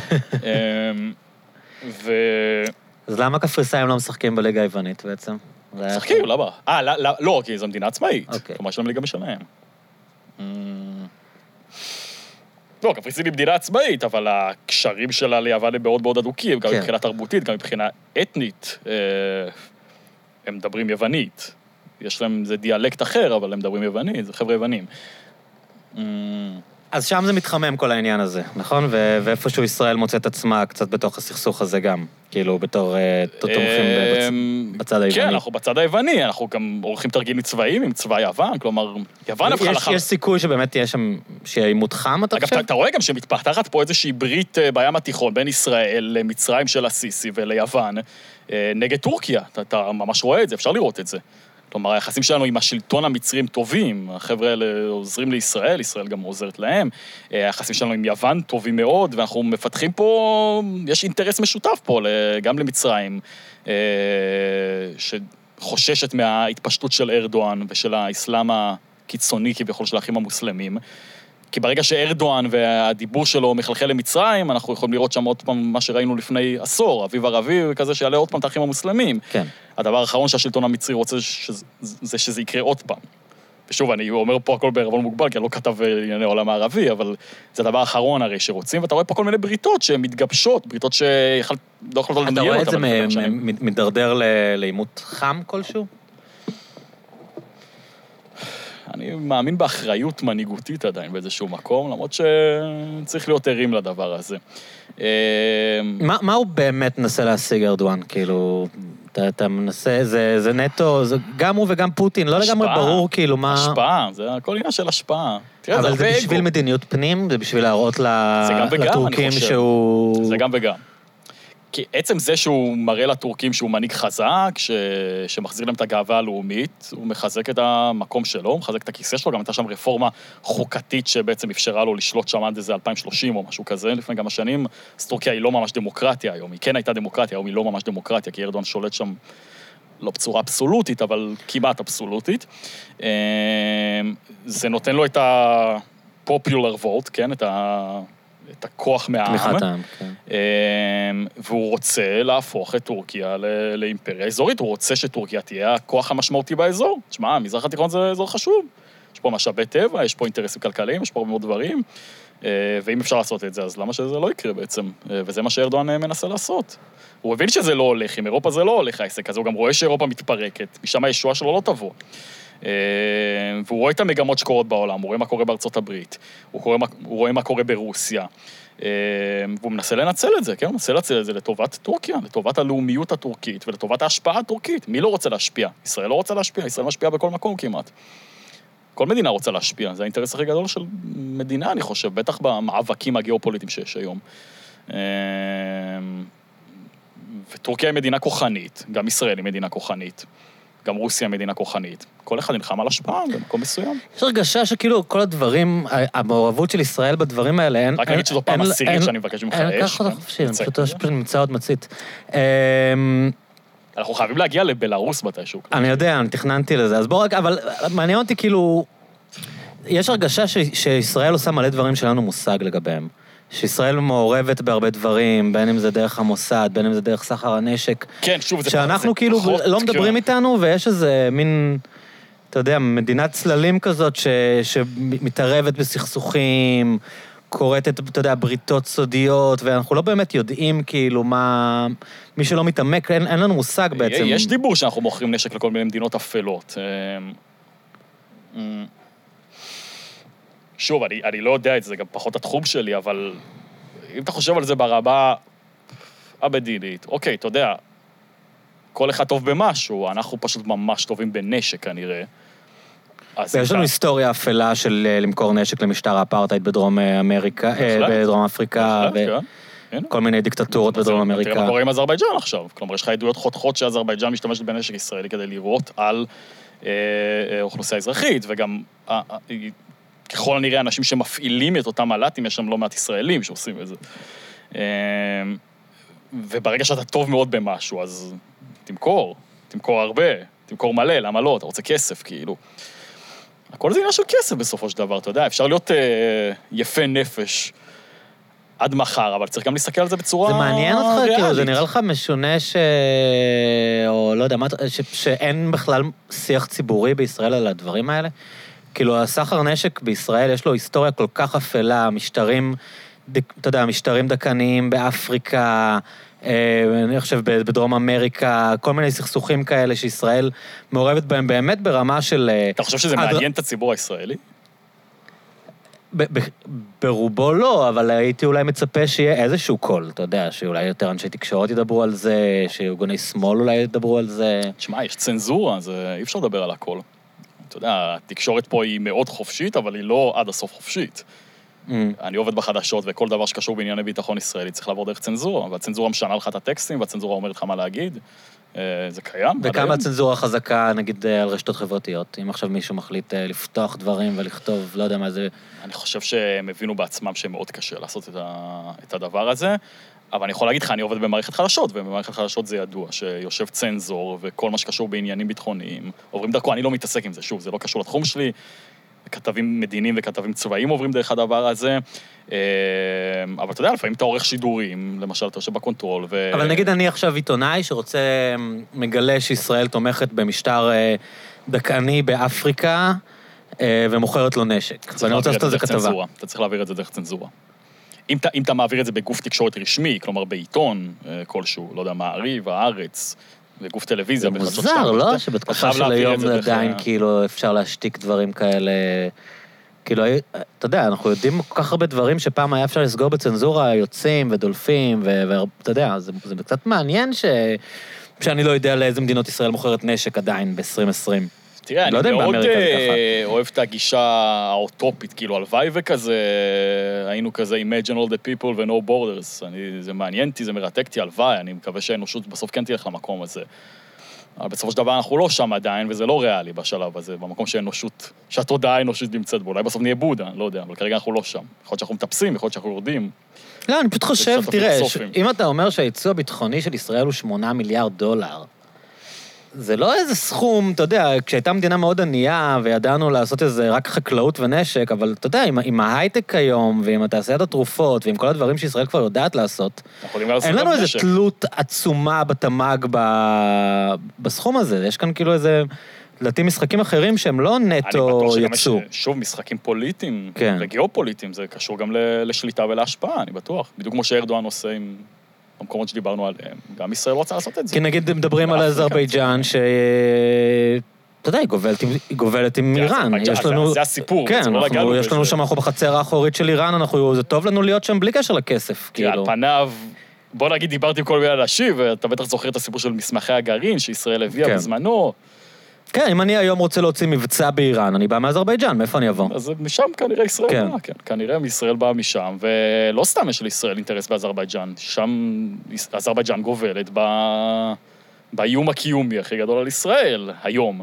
ו... אז למה קפריסאים לא משחקים בליגה היוונית בעצם? משחקים, למה? אה, לא, כי זו מדינה עצמאית. כלומר, יש להם ליגה משלהם. לא, קפריסין היא מדינה עצמאית, אבל הקשרים שלה ליוון הם מאוד מאוד אדוקים, גם כן. מבחינה תרבותית, גם מבחינה אתנית. הם מדברים יוונית. יש להם, זה דיאלקט אחר, אבל הם מדברים יוונית, זה חבר'ה יוונים. אז שם זה מתחמם כל העניין הזה, נכון? ו- ואיפשהו ישראל מוצאת עצמה קצת בתוך הסכסוך הזה גם, כאילו בתור תומכים בצ- בצד היווני. כן, אנחנו בצד היווני, אנחנו גם עורכים תרגילים צבאיים עם צבא יוון, כלומר, יוון הפכה לך... יש סיכוי שבאמת תהיה שם, שיהיה עימות חם, אתה חושב? אגב, אתה רואה גם שמתפתחת פה איזושהי ברית בים התיכון, בין ישראל למצרים של הסיסי וליוון, נגד טורקיה. אתה ממש רואה את זה, אפשר לראות את זה. כלומר, היחסים שלנו עם השלטון המצרים טובים, החבר'ה האלה עוזרים לישראל, ישראל גם עוזרת להם, היחסים שלנו עם יוון טובים מאוד, ואנחנו מפתחים פה, יש אינטרס משותף פה, גם למצרים, שחוששת מההתפשטות של ארדואן ושל האסלאם הקיצוני כביכול של האחים המוסלמים, כי ברגע שארדואן והדיבור שלו מחלחל למצרים, אנחנו יכולים לראות שם עוד פעם מה שראינו לפני עשור, אביב ערבי וכזה שיעלה עוד פעם את האחים המוסלמים. כן. הדבר האחרון שהשלטון המצרי רוצה זה שזה יקרה עוד פעם. ושוב, אני אומר פה הכל בערבון מוגבל, כי אני לא כתב ענייני העולם הערבי, אבל זה הדבר האחרון הרי שרוצים, ואתה רואה פה כל מיני בריתות שהן מתגבשות, בריתות שלא יכולות לדמיין אותם. אתה רואה את זה מדרדר לעימות חם כלשהו? אני מאמין באחריות מנהיגותית עדיין באיזשהו מקום, למרות שצריך להיות ערים לדבר הזה. מה, מה הוא באמת מנסה להשיג ארדואן? כאילו, אתה, אתה מנסה, זה, זה נטו, זה גם הוא וגם פוטין, לא לגמרי ברור כאילו מה... השפעה, זה הכל עניין של השפעה. תראה, אבל זה, זה בשביל אגו. מדיניות פנים? זה בשביל להראות וגם, לטורקים שהוא... זה גם וגם. כי עצם זה שהוא מראה לטורקים שהוא מנהיג חזק, ש... שמחזיר להם את הגאווה הלאומית, הוא מחזק את המקום שלו, הוא מחזק את הכיסא שלו, גם הייתה שם רפורמה חוקתית שבעצם אפשרה לו לשלוט שם עד איזה אלפיים ושלושים או משהו כזה, לפני כמה שנים. אז טורקיה היא לא ממש דמוקרטיה היום, היא כן הייתה דמוקרטיה, היום היא לא ממש דמוקרטיה, כי ארדואן שולט שם לא בצורה אבסולוטית, אבל כמעט אבסולוטית. זה נותן לו את ה-popular vote, כן, את ה... את הכוח מהעם. תמיכת העם, כן. והוא רוצה להפוך את טורקיה לאימפריה אזורית, הוא רוצה שטורקיה תהיה הכוח המשמעותי באזור. תשמע, המזרח התיכון זה אזור חשוב. יש פה משאבי טבע, יש פה אינטרסים כלכליים, יש פה הרבה מאוד דברים, ואם אפשר לעשות את זה, אז למה שזה לא יקרה בעצם? וזה מה שארדואן מנסה לעשות. הוא הבין שזה לא הולך, עם אירופה זה לא הולך העסק, אז הוא גם רואה שאירופה מתפרקת, משם הישועה שלו לא תבוא. והוא רואה את המגמות שקורות בעולם, הוא רואה מה קורה בארצות הברית, הוא רואה מה, הוא רואה מה קורה ברוסיה, והוא מנסה לנצל את זה, כן? הוא מנסה לנצל את זה לטובת טורקיה, לטובת הלאומיות הטורקית ולטובת ההשפעה הטורקית. מי לא רוצה להשפיע? ישראל לא רוצה להשפיע, ישראל משפיעה בכל מקום כמעט. כל מדינה רוצה להשפיע, זה האינטרס הכי גדול של מדינה, אני חושב, בטח במאבקים הגיאופוליטיים שיש היום. וטורקיה היא מדינה כוחנית, גם ישראל היא מדינה כוחנית. גם רוסיה מדינה כוחנית. כל אחד נלחם על השפעה במקום מסוים. יש הרגשה שכאילו כל הדברים, המעורבות של ישראל בדברים האלה, אין... רק נגיד שזו פעם עשירית שאני מבקש ממך אש. אין ככה חופשי, אני פשוט נמצא עוד מצית. אנחנו חייבים להגיע לבלרוס מתישהו. אני יודע, אני תכננתי לזה. אז בואו רק, אבל מעניין אותי כאילו, יש הרגשה שישראל עושה מלא דברים שלנו מושג לגביהם. שישראל מעורבת בהרבה דברים, בין אם זה דרך המוסד, בין אם זה דרך סחר הנשק. כן, שוב, זה שאנחנו כאילו לא מדברים איתנו, ויש איזה מין, אתה יודע, מדינת צללים כזאת שמתערבת בסכסוכים, קוראת את, אתה יודע, בריתות סודיות, ואנחנו לא באמת יודעים כאילו מה, מי שלא מתעמק, אין, אין לנו מושג בעצם. יש דיבור שאנחנו מוכרים נשק לכל מיני מדינות אפלות. שוב, אני, אני לא יודע את זה, זה גם פחות התחום שלי, אבל אם אתה חושב על זה ברמה המדינית, אוקיי, אתה יודע, כל אחד טוב במשהו, אנחנו פשוט ממש טובים בנשק כנראה. ויש לנו היסטוריה אפלה של למכור נשק למשטר האפרטהייד בדרום אמריקה, בדרום אפריקה, וכל מיני דיקטטורות בדרום אמריקה. תראה מה קורה עם אזרבייג'אן עכשיו, כלומר, יש לך עדויות חותכות שאזרבייג'אן משתמשת בנשק ישראלי כדי לירות על אוכלוסייה אזרחית, וגם ככל הנראה אנשים שמפעילים את אותם מל"טים, יש שם לא מעט ישראלים שעושים את זה. וברגע שאתה טוב מאוד במשהו, אז תמכור, תמכור הרבה, תמכור מלא, למה לא? אתה רוצה כסף, כאילו. הכל זה עניין של כסף בסופו של דבר, אתה יודע, אפשר להיות אה, יפה נפש עד מחר, אבל צריך גם להסתכל על זה בצורה ריאלית. זה מעניין אותך, כאילו, זה נראה לך משונה ש... או לא יודע, ש... שאין בכלל שיח ציבורי בישראל על הדברים האלה? כאילו, הסחר נשק בישראל יש לו היסטוריה כל כך אפלה, משטרים, אתה יודע, משטרים דקניים באפריקה, אני חושב בדרום אמריקה, כל מיני סכסוכים כאלה שישראל מעורבת בהם באמת ברמה של... אתה חושב שזה מעניין את הציבור הישראלי? ברובו לא, אבל הייתי אולי מצפה שיהיה איזשהו קול, אתה יודע, שאולי יותר אנשי תקשורת ידברו על זה, שארגוני שמאל אולי ידברו על זה. תשמע, יש צנזורה, אז אי אפשר לדבר על הכל. אתה יודע, התקשורת פה היא מאוד חופשית, אבל היא לא עד הסוף חופשית. Mm. אני עובד בחדשות, וכל דבר שקשור בענייני ביטחון ישראלי צריך לעבור דרך צנזורה, והצנזורה משנה לך את הטקסטים, והצנזורה אומרת לך מה להגיד. זה קיים. וכמה הצנזורה חזקה, נגיד, על רשתות חברתיות? אם עכשיו מישהו מחליט לפתוח דברים ולכתוב, לא יודע מה זה... אני חושב שהם הבינו בעצמם שמאוד קשה לעשות את הדבר הזה, אבל אני יכול להגיד לך, אני עובד במערכת חדשות, ובמערכת חדשות זה ידוע, שיושב צנזור, וכל מה שקשור בעניינים ביטחוניים, עוברים דרכו, אני לא מתעסק עם זה, שוב, זה לא קשור לתחום שלי, כתבים מדיניים וכתבים צבאיים עוברים דרך הדבר הזה, אבל אתה יודע, לפעמים אתה עורך שידורים, למשל, אתה יושב בקונטרול, ו... אבל נגיד אני עכשיו עיתונאי שרוצה, מגלה שישראל תומכת במשטר דכאני באפריקה, ומוכרת לו נשק. ואני רוצה לעשות את זה כתבה. אתה צריך להעביר את זה דרך צנזורה. אם אתה, אם אתה מעביר את זה בגוף תקשורת רשמי, כלומר בעיתון כלשהו, לא יודע, מעריב, הארץ, בגוף טלוויזיה. זה מוזר, לא? שבתקופה של היום עדיין כאילו אפשר להשתיק דברים כאלה, כאילו, אתה יודע, אנחנו יודעים כל כך הרבה דברים שפעם היה אפשר לסגור בצנזורה, יוצאים ודולפים, ואתה יודע, זה, זה קצת מעניין ש... שאני לא יודע לאיזה מדינות ישראל מוכרת נשק עדיין ב-עשרים עשרים. תראה, אני מאוד אוהב את הגישה האוטופית, כאילו, הלוואי וכזה, היינו כזה imagine all the people ו no borders. זה מעניין אותי, זה מרתק אותי, הלוואי, אני מקווה שהאנושות בסוף כן תלך למקום הזה. אבל בסופו של דבר אנחנו לא שם עדיין, וזה לא ריאלי בשלב הזה, במקום שהאנושות, שהתודעה האנושית נמצאת בו. אולי בסוף נהיה בודה, לא יודע, אבל כרגע אנחנו לא שם. יכול להיות שאנחנו מטפסים, יכול להיות שאנחנו יורדים. לא, אני פשוט חושב, תראה, אם אתה אומר שהייצוא הביטחוני של ישראל הוא שמונה מיליארד דולר, זה לא איזה סכום, אתה יודע, כשהייתה מדינה מאוד ענייה, וידענו לעשות איזה רק חקלאות ונשק, אבל אתה יודע, עם, עם ההייטק היום, ועם התעשיית התרופות, ועם כל הדברים שישראל כבר יודעת לעשות, אין לנו איזה נשק. תלות עצומה בתמ"ג ב... בסכום הזה. יש כאן כאילו איזה... לדעתי משחקים אחרים שהם לא נטו יצוא. אני בטוח שוב, משחקים פוליטיים, כן. וגיאופוליטיים, זה קשור גם לשליטה ולהשפעה, אני בטוח. בדיוק כמו שארדואן עושה עם... במקומות שדיברנו עליהם, גם ישראל רוצה לעשות את זה. כי נגיד מדברים על אזרבייג'אן, ש... אתה יודע, היא גובלת עם איראן. זה הסיפור. כן, יש לנו שם, אנחנו בחצר האחורית של איראן, זה טוב לנו להיות שם בלי קשר לכסף. כי על פניו, בוא נגיד, דיברתי עם כל מיני אנשים, ואתה בטח זוכר את הסיפור של מסמכי הגרעין, שישראל הביאה בזמנו. כן, אם אני היום רוצה להוציא מבצע באיראן, אני בא מאזרבייג'אן, מאיפה אני אבוא? אז משם כנראה ישראל כן. באה, כן. כנראה ישראל באה משם, ולא סתם יש לישראל אינטרס באזרבייג'אן, שם אזרבייג'אן גובלת ב... באיום הקיומי הכי גדול על ישראל, היום.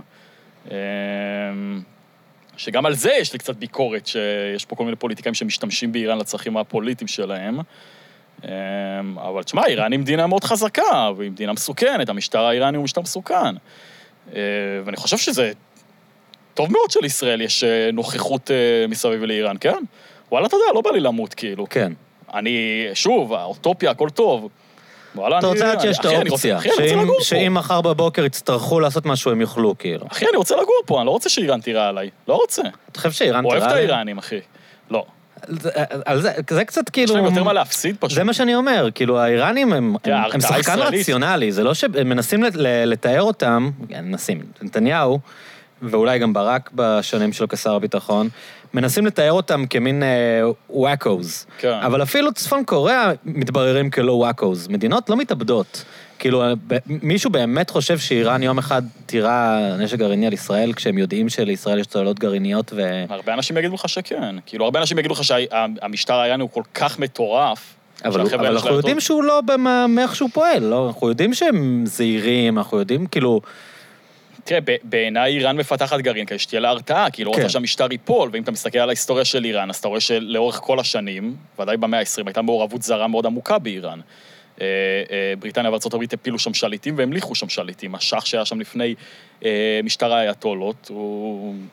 שגם על זה יש לי קצת ביקורת, שיש פה כל מיני פוליטיקאים שמשתמשים באיראן לצרכים הפוליטיים שלהם, אבל תשמע, איראן היא מדינה מאוד חזקה, והיא מדינה מסוכנת, המשטר האיראני הוא משטר מסוכן. ואני חושב שזה טוב מאוד של ישראל, יש נוכחות מסביב לאיראן, כן? וואלה, אתה יודע, לא בא לי למות, כאילו. כן. אני, שוב, האוטופיה, הכל טוב. וואלה, אתה רוצה שיש את האופציה, שאם מחר בבוקר יצטרכו לעשות משהו, הם יוכלו, כאילו. אחי, אני רוצה לגור פה, אני לא רוצה שאיראן תיראה עליי. לא רוצה. אתה חושב שאיראן תיראה עליי? אוהב את האיראנים, אחי. לא. זה קצת כאילו... יש להם יותר מה להפסיד פשוט. זה מה שאני אומר, כאילו האיראנים הם שחקן רציונלי, זה לא שהם מנסים לתאר אותם, מנסים, נתניהו, ואולי גם ברק בשנים שלו כשר הביטחון, מנסים לתאר אותם כמין וואקוז, אבל אפילו צפון קוריאה מתבררים כלא וואקוז, מדינות לא מתאבדות. כאילו, מישהו באמת חושב שאיראן יום אחד תירה נשק גרעיני על ישראל, כשהם יודעים שלישראל יש צוללות גרעיניות ו... הרבה אנשים יגידו לך שכן. כאילו, הרבה אנשים יגידו לך שהמשטר האיראני הוא כל כך מטורף. אבל אנחנו יודעים שהוא לא מאיך שהוא פועל, לא? אנחנו יודעים שהם זהירים, אנחנו יודעים, כאילו... תראה, בעיניי איראן מפתחת גרעין, כדי שתהיה לה הרתעה, כי היא לא רוצה שהמשטר ייפול, ואם אתה מסתכל על ההיסטוריה של איראן, אז אתה רואה שלאורך כל השנים, ודאי במאה ה-עשרים, הייתה מעורבות זרה מאוד עמוקה באיראן. בריטניה וארצות הברית הפילו שם שליטים והמליכו שם שליטים. השח שהיה שם לפני משטר האייתולות, הוא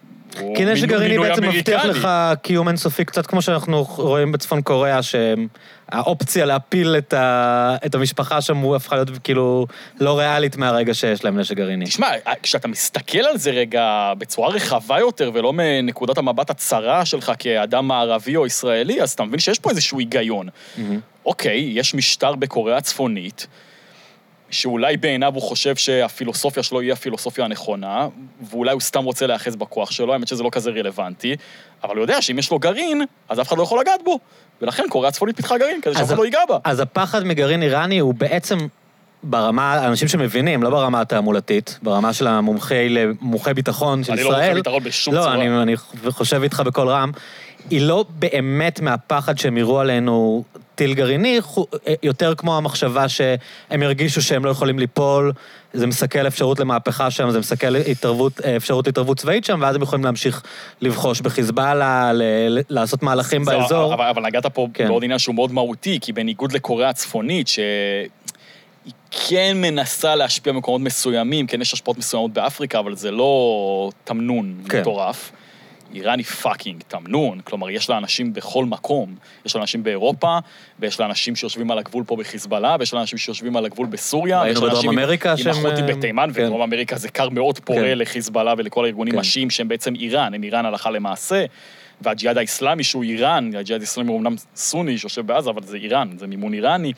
כי נשק גרעיני בעצם מבטיח לך קיום אינסופי, קצת כמו שאנחנו רואים בצפון קוריאה, שהאופציה להפיל את, ה... את המשפחה שם הוא הפכה להיות כאילו לא ריאלית מהרגע שיש להם נשק גרעיני. תשמע, כשאתה מסתכל על זה רגע בצורה רחבה יותר, ולא מנקודת המבט הצרה שלך כאדם מערבי או ישראלי, אז אתה מבין שיש פה איזשהו היגיון. Mm-hmm. אוקיי, יש משטר בקוריאה הצפונית, שאולי בעיניו הוא חושב שהפילוסופיה שלו היא הפילוסופיה הנכונה, ואולי הוא סתם רוצה להאחז בכוח שלו, האמת שזה לא כזה רלוונטי, אבל הוא יודע שאם יש לו גרעין, אז אף אחד לא יכול לגעת בו, ולכן קוריאה הצפונית פיתחה גרעין, כזה שאף אחד לא ייגע בה. אז הפחד מגרעין איראני הוא בעצם ברמה, אנשים שמבינים, לא ברמה התעמולתית, ברמה של המומחי, מומחי ביטחון של ישראל. אני לא מומחי ביטחון בשום לא, צורה. אני, אני חושב איתך בכל רם, היא לא באמת מהפחד שהם יראו עלינו טיל גרעיני, יותר כמו המחשבה שהם ירגישו שהם לא יכולים ליפול, זה מסכל אפשרות למהפכה שם, זה מסכל התערבות, אפשרות להתערבות צבאית שם, ואז הם יכולים להמשיך לבחוש בחיזבאללה, לעשות מהלכים באזור. אבל, אבל נגעת פה כן. בעוד עניין שהוא מאוד מהותי, כי בניגוד לקוריאה הצפונית, שהיא כן מנסה להשפיע במקומות מסוימים, כן יש השפעות מסוימות באפריקה, אבל זה לא תמנון כן. מטורף. איראן היא פאקינג תמנון, כלומר, יש לה אנשים בכל מקום, יש לה אנשים באירופה, ויש לה אנשים שיושבים על הגבול פה בחיזבאללה, ויש לה אנשים שיושבים על הגבול בסוריה, ויש לה אנשים עם אחותי בתימן, ודרום אמריקה זה קר מאוד פורה לחיזבאללה ולכל הארגונים השיעים שהם בעצם איראן, הם איראן הלכה למעשה, והג'יהאד האסלאמי שהוא איראן, הג'יהאד האסלאמי הוא אמנם סוני שיושב בעזה, אבל זה איראן, זה מימון איראני,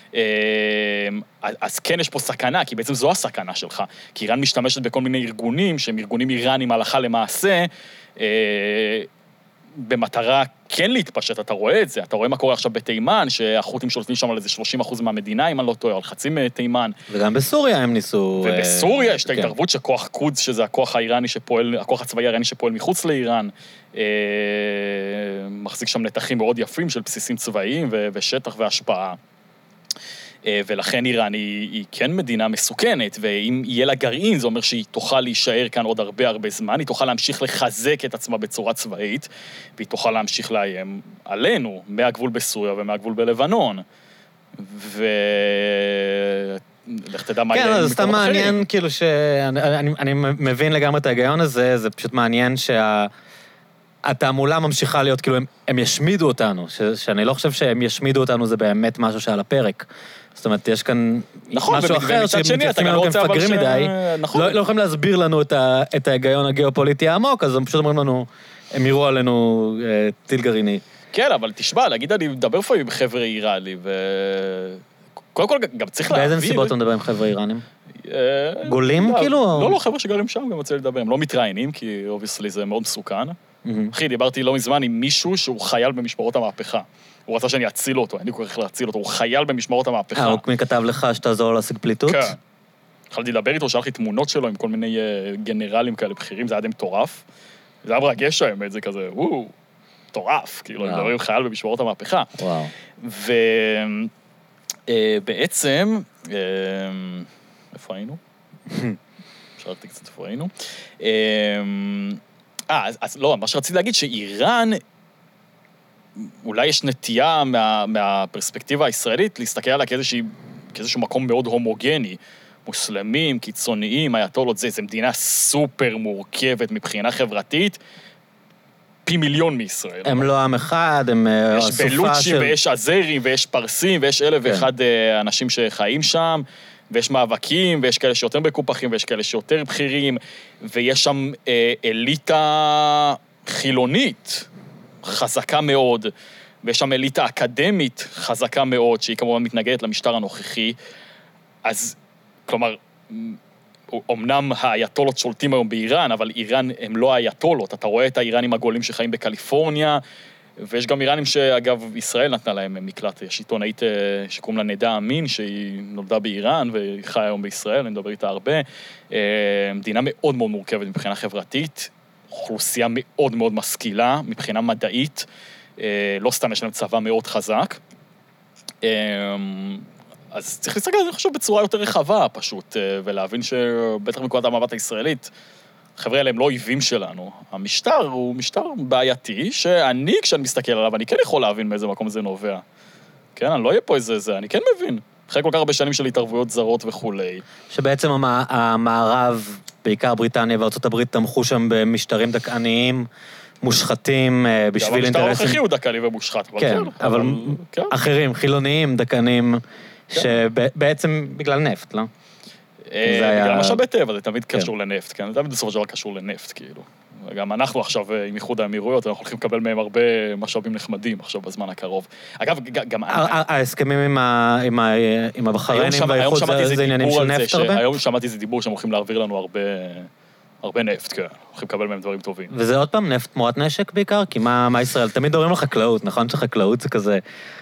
אז כן יש פה סכנה, כי בעצם זו הסכנה שלך, כי איראן משתמשת בכל מיני ארגונים, שהם ארגונים איראנים הלכה למעשה, במטרה כן להתפשט, אתה רואה את זה, אתה רואה מה קורה עכשיו בתימן, שהחות'ים שולטים שם על איזה שלושים אחוז מהמדינה, אם אני לא טועה, על חצי מתימן. וגם בסוריה הם ניסו... ובסוריה יש את ההתערבות שכוח קודס, שזה הכוח האיראני שפועל, הכוח הצבאי האיראני שפועל מחוץ לאיראן, מחזיק שם נתחים מאוד יפים של בסיסים צבאיים ושטח והשפעה. ולכן איראן היא, היא כן מדינה מסוכנת, ואם יהיה לה גרעין, זה אומר שהיא תוכל להישאר כאן עוד הרבה הרבה זמן, היא תוכל להמשיך לחזק את עצמה בצורה צבאית, והיא תוכל להמשיך לאיים עלינו, מהגבול בסוריה ומהגבול בלבנון. ו... לך תדע מה יהיה כן, עם זה סתם מעניין, כאילו שאני אני, אני מבין לגמרי את ההיגיון הזה, זה פשוט מעניין שה... התעמולה ממשיכה להיות, כאילו, הם, הם ישמידו אותנו, ש, שאני לא חושב שהם ישמידו אותנו, זה באמת משהו שעל הפרק. זאת אומרת, יש כאן נכון, משהו אחר, שמתייחסים לנו כמפגרים ש... מדי, נכון. לא, לא יכולים להסביר לנו את, ה, את ההיגיון הגיאופוליטי העמוק, אז הם פשוט אומרים לנו, הם יראו עלינו אה, טיל גרעיני. כן, אבל תשמע, להגיד, אני מדבר פה עם חבר'ה איראני, ו... קודם כל, גם צריך להעביר... באיזה נסיבות אתה מדבר עם חבר'ה איראנים? גולים, כאילו? לא, לא, חבר'ה שגרים שם גם רוצה לדבר, הם לא מתראיינים, כי obviously זה מאוד מסוכן. אחי, דיברתי לא מזמן עם מישהו שהוא חייל במשמרות המהפכה. הוא רצה שאני אציל אותו, אני כל כך להציל אותו, הוא חייל במשמרות המהפכה. אה, הוא כתב לך שתעזור להשיג פליטות? כן. התחלתי לדבר איתו, שלח לי תמונות שלו עם כל מיני גנרלים כאלה בכירים, זה היה די מטורף. זה היה מרגש האמת, זה כזה, וואו, מטורף, כאילו, אני מדבר עם חייל במשמרות המהפכה. וואו. ובעצם, איפה היינו? שרתי קצת איפה היינו. אה, אז, אז לא, מה שרציתי להגיד שאיראן, אולי יש נטייה מה, מהפרספקטיבה הישראלית להסתכל עליה כאיזושהי, כאיזשהו מקום מאוד הומוגני, מוסלמים, קיצוניים, אייתולות, זה, זה מדינה סופר מורכבת מבחינה חברתית, פי מיליון מישראל. הם לא עם אחד, הם יש בלוצ'ים של... ויש עזרים ויש פרסים ויש אלף כן. ואחד אנשים שחיים שם, ויש מאבקים, ויש כאלה שיותר מקופחים, ויש כאלה שיותר בכירים, ויש שם אה, אליטה חילונית חזקה מאוד, ויש שם אליטה אקדמית חזקה מאוד, שהיא כמובן מתנגדת למשטר הנוכחי. אז, כלומר, אמנם האייתולות שולטים היום באיראן, אבל איראן הם לא האייתולות. אתה רואה את האיראנים הגולים שחיים בקליפורניה, ויש גם איראנים שאגב ישראל נתנה להם מקלט, יש עיתונאית שקוראים לה נדה אמין, שהיא נולדה באיראן והיא חיה היום בישראל, אני מדבר איתה הרבה, מדינה מאוד מאוד מורכבת מבחינה חברתית, אוכלוסייה מאוד מאוד משכילה, מבחינה מדעית, לא סתם יש להם צבא מאוד חזק, אז צריך להסתכל על זה חשוב בצורה יותר רחבה פשוט, ולהבין שבטח מנקודת המבט הישראלית, חבר'ה האלה הם לא אויבים שלנו. המשטר הוא משטר בעייתי, שאני, כשאני מסתכל עליו, אני כן יכול להבין מאיזה מקום זה נובע. כן, אני לא אהיה פה איזה זה, אני כן מבין. אחרי כל כך הרבה שנים של התערבויות זרות וכולי. שבעצם המערב בעיקר בריטניה וארצות הברית תמכו שם במשטרים דכאניים, מושחתים בשביל אינטרסים... גם המשטר הנוכחי הוא דכאני ומושחת. כן, אבל אחרים, חילוניים, דכאניים, שבעצם בגלל נפט, לא? בגלל משאבי טבע, זה תמיד קשור לנפט, כן? זה תמיד בסופו של דבר קשור לנפט, כאילו. גם אנחנו עכשיו עם איחוד האמירויות, אנחנו הולכים לקבל מהם הרבה משאבים נחמדים עכשיו בזמן הקרוב. אגב, גם... ההסכמים עם הבחריינים והאיחוד זה עניינים של נפט הרבה? היום שמעתי איזה דיבור שהם הולכים להעביר לנו הרבה נפט, כן. הולכים לקבל מהם דברים טובים. וזה עוד פעם נפט תמורת נשק בעיקר? כי מה ישראל? תמיד דברים לחקלאות, נכון שחקלאות זה כזה...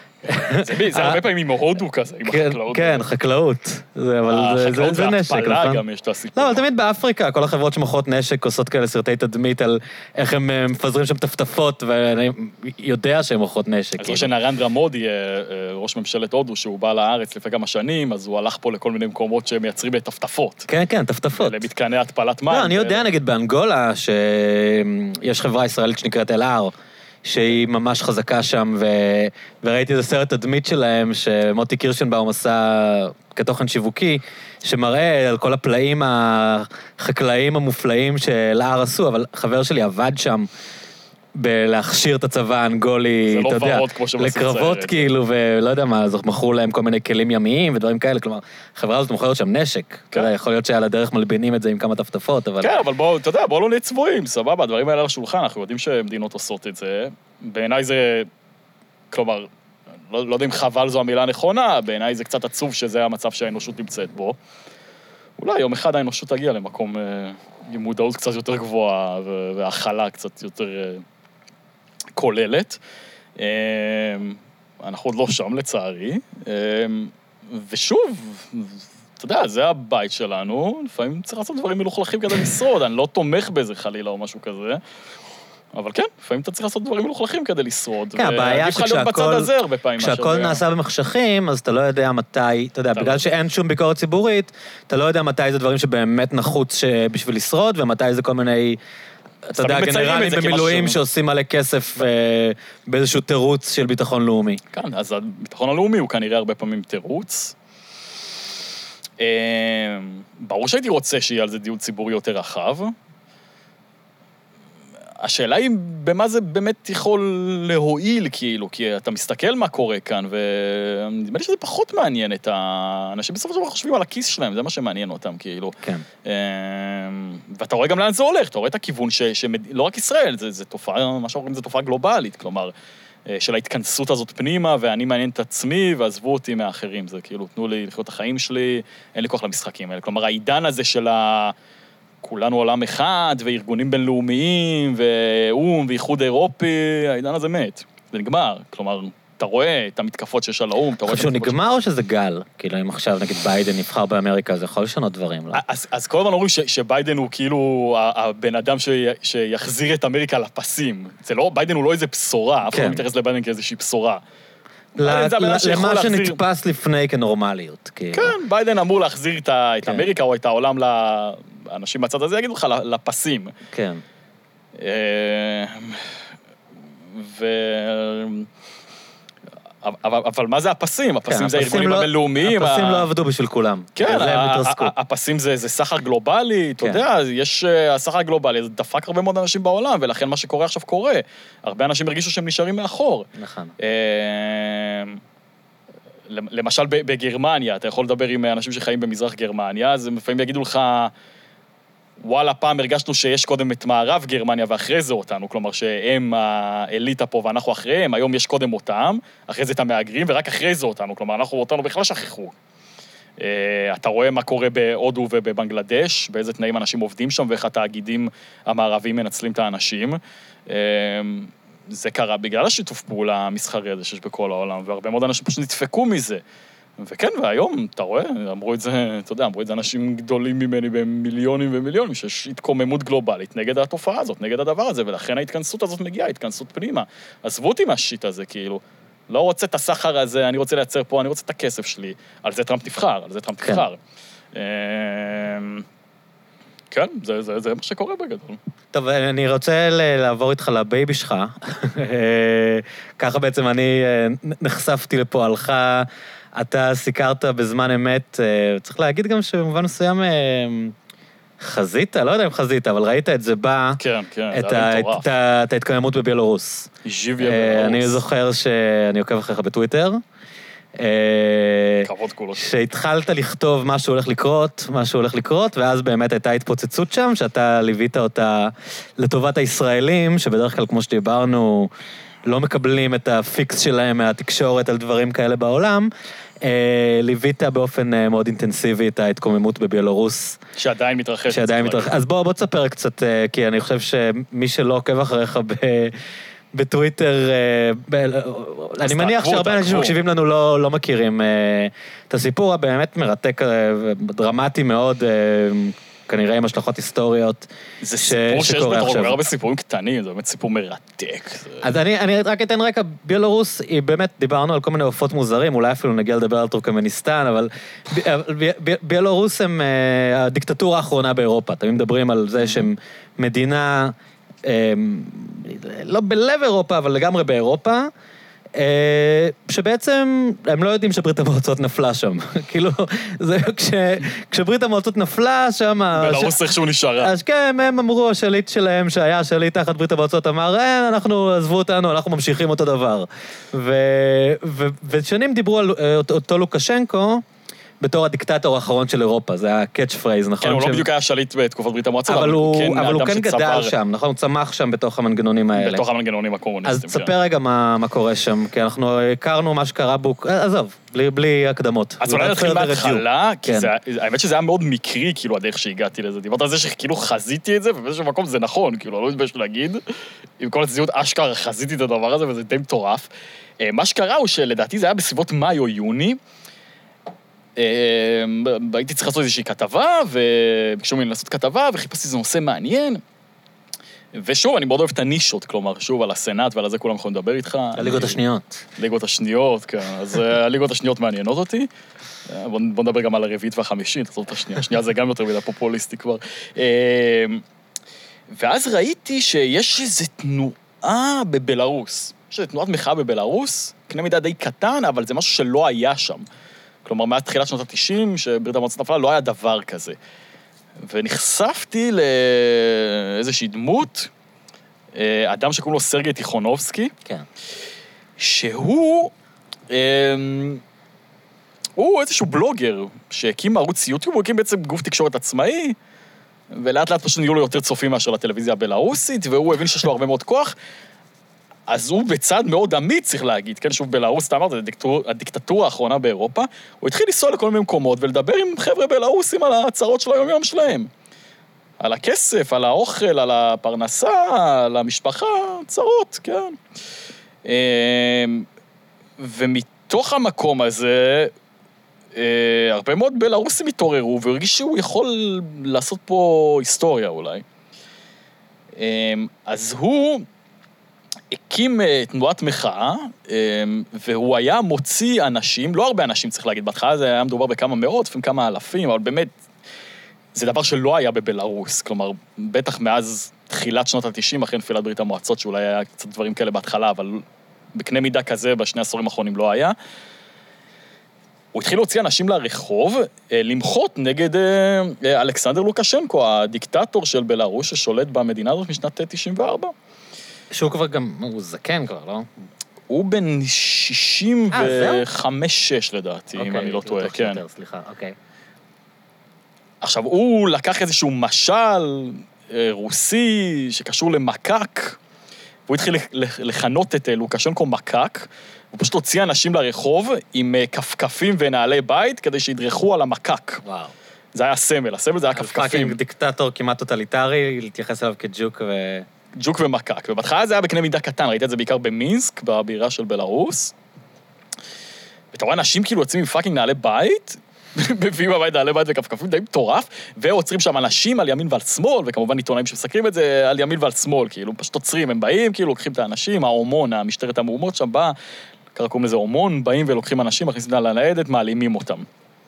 זה הרבה פעמים עם הודו כזה, עם החקלאות. כן, חקלאות. אבל זה נשק, נכון? וההתפלה גם יש את הסיפור. לא, אבל תמיד באפריקה, כל החברות שמוכרות נשק עושות כאלה סרטי תדמית על איך הם מפזרים שם טפטפות, ואני יודע שהם מוכרות נשק. אז שנרנדרה מודי, ראש ממשלת הודו, שהוא בא לארץ לפני כמה שנים, אז הוא הלך פה לכל מיני מקומות שמייצרים טפטפות. כן, כן, טפטפות. למתקני התפלת מים. לא, אני יודע, נגיד, באנגולה, שיש חברה ישראלית שנקראת אל-אר, שהיא ממש חזקה שם, ו... וראיתי איזה סרט תדמית שלהם, שמוטי קירשנבאום עשה כתוכן שיווקי, שמראה על כל הפלאים החקלאיים המופלאים שאל-אר עשו, אבל חבר שלי עבד שם, בלהכשיר את הצבא האנגולי, אתה יודע, לקרבות כאילו, ולא יודע מה, אז מכרו להם כל מיני כלים ימיים ודברים כאלה, כלומר, החברה הזאת מוכרת שם נשק, יכול להיות שעל הדרך מלבינים את זה עם כמה טפטפות, אבל... כן, אבל בואו, אתה יודע, בואו לא נהיה צבועים, סבבה, הדברים האלה על השולחן, אנחנו יודעים שמדינות עושות את זה, בעיניי זה, כלומר, לא, לא יודע אם חבל זו המילה הנכונה, בעיניי זה קצת עצוב שזה המצב שהאנושות נמצאת בו. אולי יום אחד האנושות תגיע למקום עם מודעות קצת יותר גבוהה, והחלה קצת יותר כוללת. אנחנו עוד לא שם לצערי. ושוב, אתה יודע, זה הבית שלנו, לפעמים צריך לעשות דברים מלוכלכים כדי לשרוד, אני לא תומך בזה חלילה או משהו כזה. אבל כן, לפעמים אתה צריך לעשות דברים מלוכלכים כדי לשרוד. כן, הבעיה שכשהכל נעשה במחשכים, אז אתה לא יודע מתי, אתה יודע, בגלל שאין שום ביקורת ציבורית, אתה לא יודע מתי זה דברים שבאמת נחוץ בשביל לשרוד, ומתי זה כל מיני, אתה יודע, גנרלים במילואים שעושים מלא כסף באיזשהו תירוץ של ביטחון לאומי. כן, אז הביטחון הלאומי הוא כנראה הרבה פעמים תירוץ. ברור שהייתי רוצה שיהיה על זה דיון ציבורי יותר רחב, השאלה היא במה זה באמת יכול להועיל, כאילו, כי אתה מסתכל מה קורה כאן, ונדמה לי שזה פחות מעניין את האנשים, בסופו של דבר חושבים על הכיס שלהם, זה מה שמעניין אותם, כאילו. כן. ואתה רואה גם לאן זה הולך, אתה רואה את הכיוון שלא רק ישראל, זה תופעה, מה שאומרים זה תופעה גלובלית, כלומר, של ההתכנסות הזאת פנימה, ואני מעניין את עצמי, ועזבו אותי מהאחרים, זה כאילו, תנו לי לחיות את החיים שלי, אין לי כוח למשחקים האלה. כלומר, העידן הזה של ה... כולנו עולם אחד, וארגונים בינלאומיים, ואום, ואיחוד אירופי, העידן הזה מת. זה נגמר. כלומר, אתה רואה את המתקפות שיש על האום, אתה רואה... חשוב, נגמר או שזה גל? כאילו, אם עכשיו, נגיד, ביידן נבחר באמריקה, זה יכול לשנות דברים, לא? אז, אז כל הזמן אומרים ש, שביידן הוא כאילו הבן אדם ש, שיחזיר את אמריקה לפסים. זה לא, ביידן הוא לא איזה בשורה, אף אחד לא מתייחס לביידן כאיזושהי בשורה. למה שנתפס לפני כנורמליות. כן, ביידן אמור להחזיר את אמריקה או את העולם לאנשים בצד הזה, יגידו לך, לפסים. כן. ו... אבל מה זה הפסים? הפסים זה הארגונים הבינלאומיים. הפסים לא עבדו בשביל כולם. כן, הפסים זה סחר גלובלי, אתה יודע, יש הסחר גלובלי, זה דפק הרבה מאוד אנשים בעולם, ולכן מה שקורה עכשיו קורה. הרבה אנשים הרגישו שהם נשארים מאחור. נכון. למשל בגרמניה, אתה יכול לדבר עם אנשים שחיים במזרח גרמניה, אז הם לפעמים יגידו לך, וואלה, פעם הרגשנו שיש קודם את מערב גרמניה ואחרי זה אותנו, כלומר שהם האליטה פה ואנחנו אחריהם, היום יש קודם אותם, אחרי זה את המהגרים, ורק אחרי זה אותנו, כלומר אנחנו אותנו בכלל שכחו. אתה רואה מה קורה בהודו ובבנגלדש, באיזה תנאים אנשים עובדים שם, ואיך התאגידים המערבים מנצלים את האנשים. זה קרה בגלל השיתוף פעולה המסחרי הזה שיש בכל העולם, והרבה מאוד אנשים פשוט נדפקו מזה. וכן, והיום, אתה רואה, אמרו את זה, אתה יודע, אמרו את זה אנשים גדולים ממני במיליונים ומיליונים, שיש התקוממות גלובלית נגד התופעה הזאת, נגד הדבר הזה, ולכן ההתכנסות הזאת מגיעה, התכנסות פנימה. עזבו אותי מהשיט הזה, כאילו, לא רוצה את הסחר הזה, אני רוצה לייצר פה, אני רוצה את הכסף שלי, על זה טראמפ תבחר, על זה טראמפ תבחר. כן, זה, זה, זה מה שקורה בגדול. טוב, אני רוצה לעבור איתך לבייבי שלך. ככה בעצם אני נחשפתי לפועלך, אתה סיקרת בזמן אמת, צריך להגיד גם שבמובן מסוים חזית? לא יודע אם חזית, אבל ראית את זה בא... כן, כן, את זה ה- היה מטורף. את ה- את ההתקיימות בבלרוס. ז'יביה אה, בלרוס. אני זוכר שאני עוקב אחריך בטוויטר. אה, כבוד כולו. שהתחלת לכתוב מה שהולך לקרות, מה שהולך לקרות, ואז באמת הייתה התפוצצות שם, שאתה ליווית אותה לטובת הישראלים, שבדרך כלל, כמו שדיברנו, לא מקבלים את הפיקס שלהם מהתקשורת על דברים כאלה בעולם. אה, ליווית באופן אה, מאוד אינטנסיבי את ההתקוממות בבלרוס. שעדיין מתרחש. שעדיין מתרחש. אז בוא, בוא תספר קצת, אה, כי אני חושב שמי שלא עוקב אחריך ב... בטוויטר, אני מניח שהרבה אנשים שמקשיבים לנו לא מכירים את הסיפור הבאמת מרתק ודרמטי מאוד, כנראה עם השלכות היסטוריות שקורה עכשיו. זה סיפור שיש בתור הרבה סיפורים קטנים, זה באמת סיפור מרתק. אז אני רק אתן רקע, בלרוס היא באמת, דיברנו על כל מיני עופות מוזרים, אולי אפילו נגיע לדבר על טורקמניסטן, אבל בלרוס הם הדיקטטורה האחרונה באירופה, תמיד מדברים על זה שהם מדינה... לא בלב אירופה, אבל לגמרי באירופה, שבעצם הם לא יודעים שברית המועצות נפלה שם. כאילו, כשברית המועצות נפלה שם... בלרוס איכשהו נשארה. אז כן, הם אמרו, השליט שלהם, שהיה השליט תחת ברית המועצות, אמר, אין, אנחנו עזבו אותנו, אנחנו ממשיכים אותו דבר. ושנים דיברו על אותו לוקשנקו, בתור הדיקטטור האחרון של אירופה, זה היה קאץ' פרייז, נכון? כן, הוא לא בדיוק היה שליט בתקופת ברית המועצות, אבל הוא כן גדל שם, נכון? הוא צמח שם בתוך המנגנונים האלה. בתוך המנגנונים הקומוניסטיים. אז תספר רגע מה קורה שם, כי אנחנו הכרנו מה שקרה בו, עזוב, בלי הקדמות. אז אולי נתחיל מההתחלה, כי האמת שזה היה מאוד מקרי, כאילו, הדרך שהגעתי לזה. דיברת על זה שכאילו חזיתי את זה, ובאיזשהו מקום זה נכון, כאילו, אני לא מתבייש להגיד. עם כל הצזיות אשכרה חזיתי את הדבר הזה, וזה די מטורף. מה שקרה הוא שלדעתי זה היה בסביבות מאי או יוני, הייתי צריך לעשות איזושהי כתבה, וביקשו ממני לעשות כתבה, וחיפשתי איזה נושא מעניין. ושוב, אני מאוד אוהב את הנישות, כלומר, שוב, על הסנאט ועל זה כולם יכולים לדבר איתך. הליגות השניות. הליגות השניות, כן. אז הליגות השניות מעניינות אותי. בוא נדבר גם על הרביעית והחמישית, תעזוב את השנייה. השנייה זה גם יותר מדי פופוליסטי כבר. ואז ראיתי שיש איזו תנועה בבלרוס. יש איזו תנועת מחאה בבלרוס, קנה מידה די קטן, אבל זה משהו שלא היה שם. כלומר, מאז תחילת שנות ה-תשעים, שברית המועצות נפלה, לא היה דבר כזה. ונחשפתי לאיזושהי דמות, אדם שקוראים לו סרגי טיכונובסקי, כן. שהוא, הוא איזשהו בלוגר, שהקים ערוץ יוטיוב, הוא הקים בעצם גוף תקשורת עצמאי, ולאט לאט פשוט נהיו לו יותר צופים מאשר לטלוויזיה הבלרוסית, והוא הבין שיש לו הרבה מאוד כוח, אז הוא בצד מאוד אמיץ, צריך להגיד, כן, שוב בלרוס, אתה אמרת, הדיקטטורה האחרונה באירופה, הוא התחיל לנסוע לכל מיני מקומות, ולדבר עם חבר'ה בלרוסים על הצרות של היום-יום שלהם. על הכסף, על האוכל, על הפרנסה, על המשפחה, צרות, כן. ומתוך המקום הזה, הרבה מאוד בלרוסים התעוררו, והרגיש שהוא יכול לעשות פה היסטוריה אולי. אז הוא... הקים תנועת מחאה, והוא היה מוציא אנשים, לא הרבה אנשים צריך להגיד, בהתחלה זה היה מדובר בכמה מאות, לפעמים כמה אלפים, אבל באמת, זה דבר שלא היה בבלרוס, כלומר, בטח מאז תחילת שנות ה-תשעים, אחרי נפילת ברית המועצות, שאולי היה קצת דברים כאלה בהתחלה, אבל בקנה מידה כזה, בשני עשורים האחרונים לא היה. הוא התחיל להוציא אנשים לרחוב, למחות נגד אלכסנדר לוקשנקו, הדיקטטור של בלרוס, ששולט במדינה הזאת משנת תשעים וארבע. שהוא כבר גם, הוא זקן כבר, לא? הוא בן שישים וחמש שש לדעתי, אם אני לא טועה, כן. סליחה, אוקיי. עכשיו, הוא לקח איזשהו משל רוסי שקשור למקק, והוא התחיל לכנות את לוקשנקו מקק, הוא פשוט הוציא אנשים לרחוב עם כפכפים ונעלי בית, כדי שידרכו על המקק. וואו. זה היה סמל, הסמל זה היה כפכפים. פאקינג דיקטטור כמעט טוטליטרי, להתייחס אליו כג'וק ו... ג'וק ומקק, ובהתחלה זה היה בקנה מידה קטן, ראית את זה בעיקר במינסק, בבירה של בלרוס, ואתה רואה אנשים כאילו יוצאים עם פאקינג נעלי בית, מביאים הבית נעלי בית וכפכפים די מטורף, ועוצרים שם אנשים על ימין ועל שמאל, וכמובן עיתונאים שמסקרים את זה על ימין ועל שמאל, כאילו פשוט עוצרים, הם באים, כאילו לוקחים את האנשים, ההומון, המשטרת המהומות שם בא, ככה קוראים לזה הומון, באים ולוקחים אנשים, מכניסים אותם לניידת, מעלימים אותם.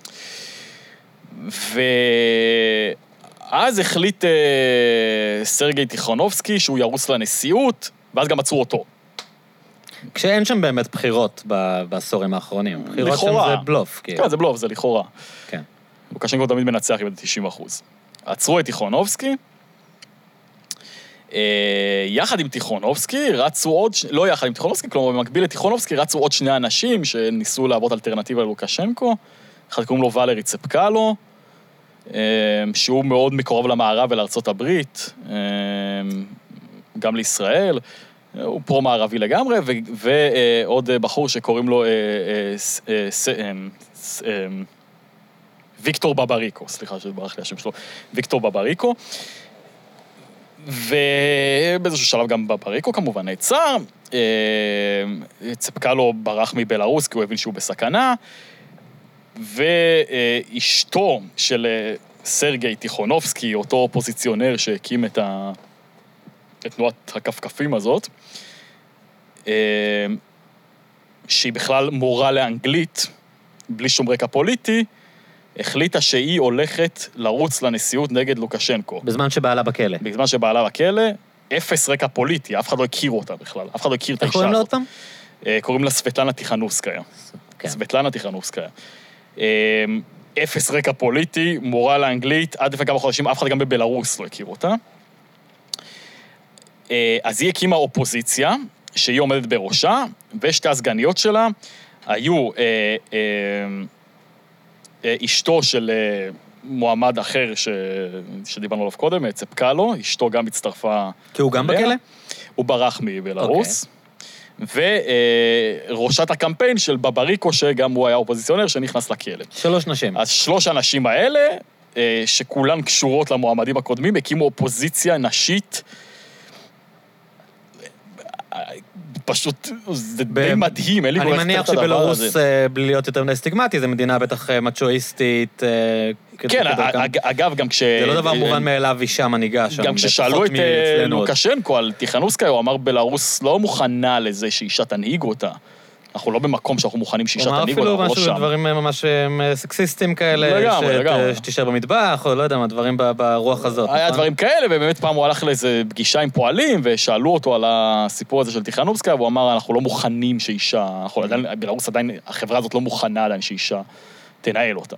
ו... אז החליט אה, סרגי טיכונובסקי שהוא ירוץ לנשיאות, ואז גם עצרו אותו. כשאין שם באמת בחירות בעשורים האחרונים. בחירות שם זה בלוף. כן, זה בלוף, זה לכאורה. כן. לוקשנקו תמיד מנצח עם תשעים אחוז. עצרו את טיכונובסקי, יחד עם טיכונובסקי רצו עוד, לא יחד עם טיכונובסקי, כלומר במקביל לטיכונובסקי רצו עוד שני אנשים שניסו להוות אלטרנטיבה ללוקשנקו, אחד קוראים לו ולרי צפקלו, שהוא מאוד מקורב למערב ולארצות הברית, גם לישראל, הוא פרו-מערבי לגמרי, ועוד בחור שקוראים לו ויקטור בבריקו, סליחה שברח לי השם שלו, ויקטור בבריקו, ובאיזשהו שלב גם בבריקו כמובן נעצר, צפקלו ברח מבלרוס כי הוא הבין שהוא בסכנה, ואשתו של סרגי טיכונובסקי, אותו אופוזיציונר שהקים את, ה... את תנועת הכפכפים הזאת, שהיא בכלל מורה לאנגלית, בלי שום רקע פוליטי, החליטה שהיא הולכת לרוץ לנשיאות נגד לוקשנקו. בזמן שבעלה בכלא. בזמן שבעלה בכלא, אפס רקע פוליטי, אף אחד לא הכיר אותה בכלל, אף אחד לא הכיר את האישה הזאת. איך קוראים לה אותם? קוראים לה סבטלנה טיכנובסקיה. כן. סבטלנה טיכנובסקיה. אפס רקע פוליטי, מורה לאנגלית, עד לפני כמה חודשים, אף אחד גם בבלרוס לא הכיר אותה. אז היא הקימה אופוזיציה, שהיא עומדת בראשה, ושתי הסגניות שלה היו אשתו של מועמד אחר ש... שדיברנו עליו קודם, צפקלו, אשתו גם הצטרפה... כי הוא גם בכלא? הוא ברח מבלרוס. וראשת הקמפיין של בבריקו, שגם הוא היה אופוזיציונר, שנכנס לכלא. שלוש נשים. אז שלוש הנשים האלה, שכולן קשורות למועמדים הקודמים, הקימו אופוזיציה נשית, פשוט, זה די מדהים, אין לי אני מניח שבלרוס, בלי להיות יותר מדי סטיגמטי, זו מדינה בטח מצ'ואיסטית. כן, אגב, גם כש... זה לא דבר מובן מאליו אישה מנהיגה שם. גם כששאלו את לוקשנקו על טיכנובסקיה, הוא אמר, בלרוס לא מוכנה לזה שאישה תנהיג אותה. אנחנו לא במקום שאנחנו מוכנים שאישה תנהיג אותה, אנחנו לא שם. אפילו דברים ממש סקסיסטים כאלה, שתישאר במטבח, או לא יודע מה, דברים ברוח הזאת. היה דברים כאלה, ובאמת פעם הוא הלך לאיזו פגישה עם פועלים, ושאלו אותו על הסיפור הזה של טיכנובסקיה, והוא אמר, אנחנו לא מוכנים שאישה, בלרוס עדיין, החברה הזאת לא מוכנה עדיין שאישה תנהל אותה.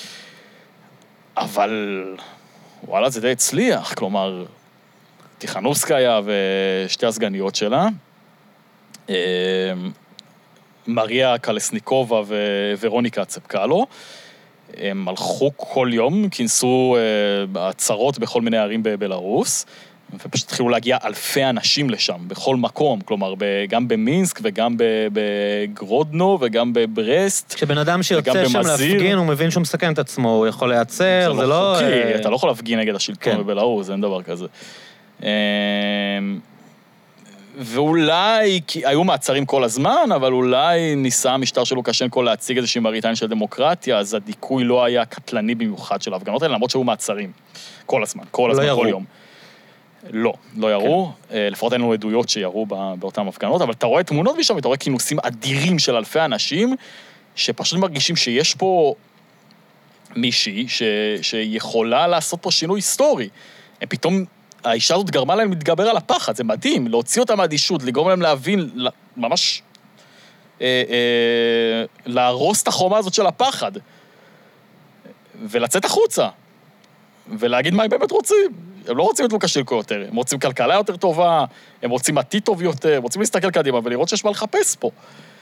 אבל, וואלה, זה די הצליח, כלומר, טיכנובסקיה ושתי הסגניות שלה, מריה קלסניקובה וורוניקה צפקלו, הם הלכו כל יום, כינסו הצהרות בכל מיני ערים בבלרוס, ופשוט התחילו להגיע אלפי אנשים לשם, בכל מקום, כלומר, גם במינסק וגם בגרודנו וגם בברסט. כשבן אדם שיוצא שם להפגין, הוא מבין שהוא מסכן את עצמו, הוא יכול להיעצר, זה לא... חוקי, אתה לא יכול להפגין נגד השלטון בבלרוס, אין דבר כזה. ואולי, היו מעצרים כל הזמן, אבל אולי ניסה המשטר של לוקשנקו להציג איזושהי מראית עין של דמוקרטיה, אז הדיכוי לא היה קטלני במיוחד של ההפגנות האלה, למרות שהיו מעצרים כל הזמן, כל הזמן, כל יום. לא, לא ירו, לפחות אין לנו עדויות שירו באותן הפגנות, אבל אתה רואה תמונות משם, ואתה רואה כינוסים אדירים של אלפי אנשים, שפשוט מרגישים שיש פה מישהי שיכולה לעשות פה שינוי היסטורי. הם פתאום... האישה הזאת גרמה להם להתגבר על הפחד, זה מדהים, להוציא אותם מהאדישות, לגרום להם להבין, ממש, אה, אה, להרוס את החומה הזאת של הפחד, ולצאת החוצה, ולהגיד מה הם באמת רוצים. הם לא רוצים את לוקשנקו יותר, הם רוצים כלכלה יותר טובה, הם רוצים עתיד טוב יותר, הם רוצים להסתכל קדימה ולראות שיש מה לחפש פה.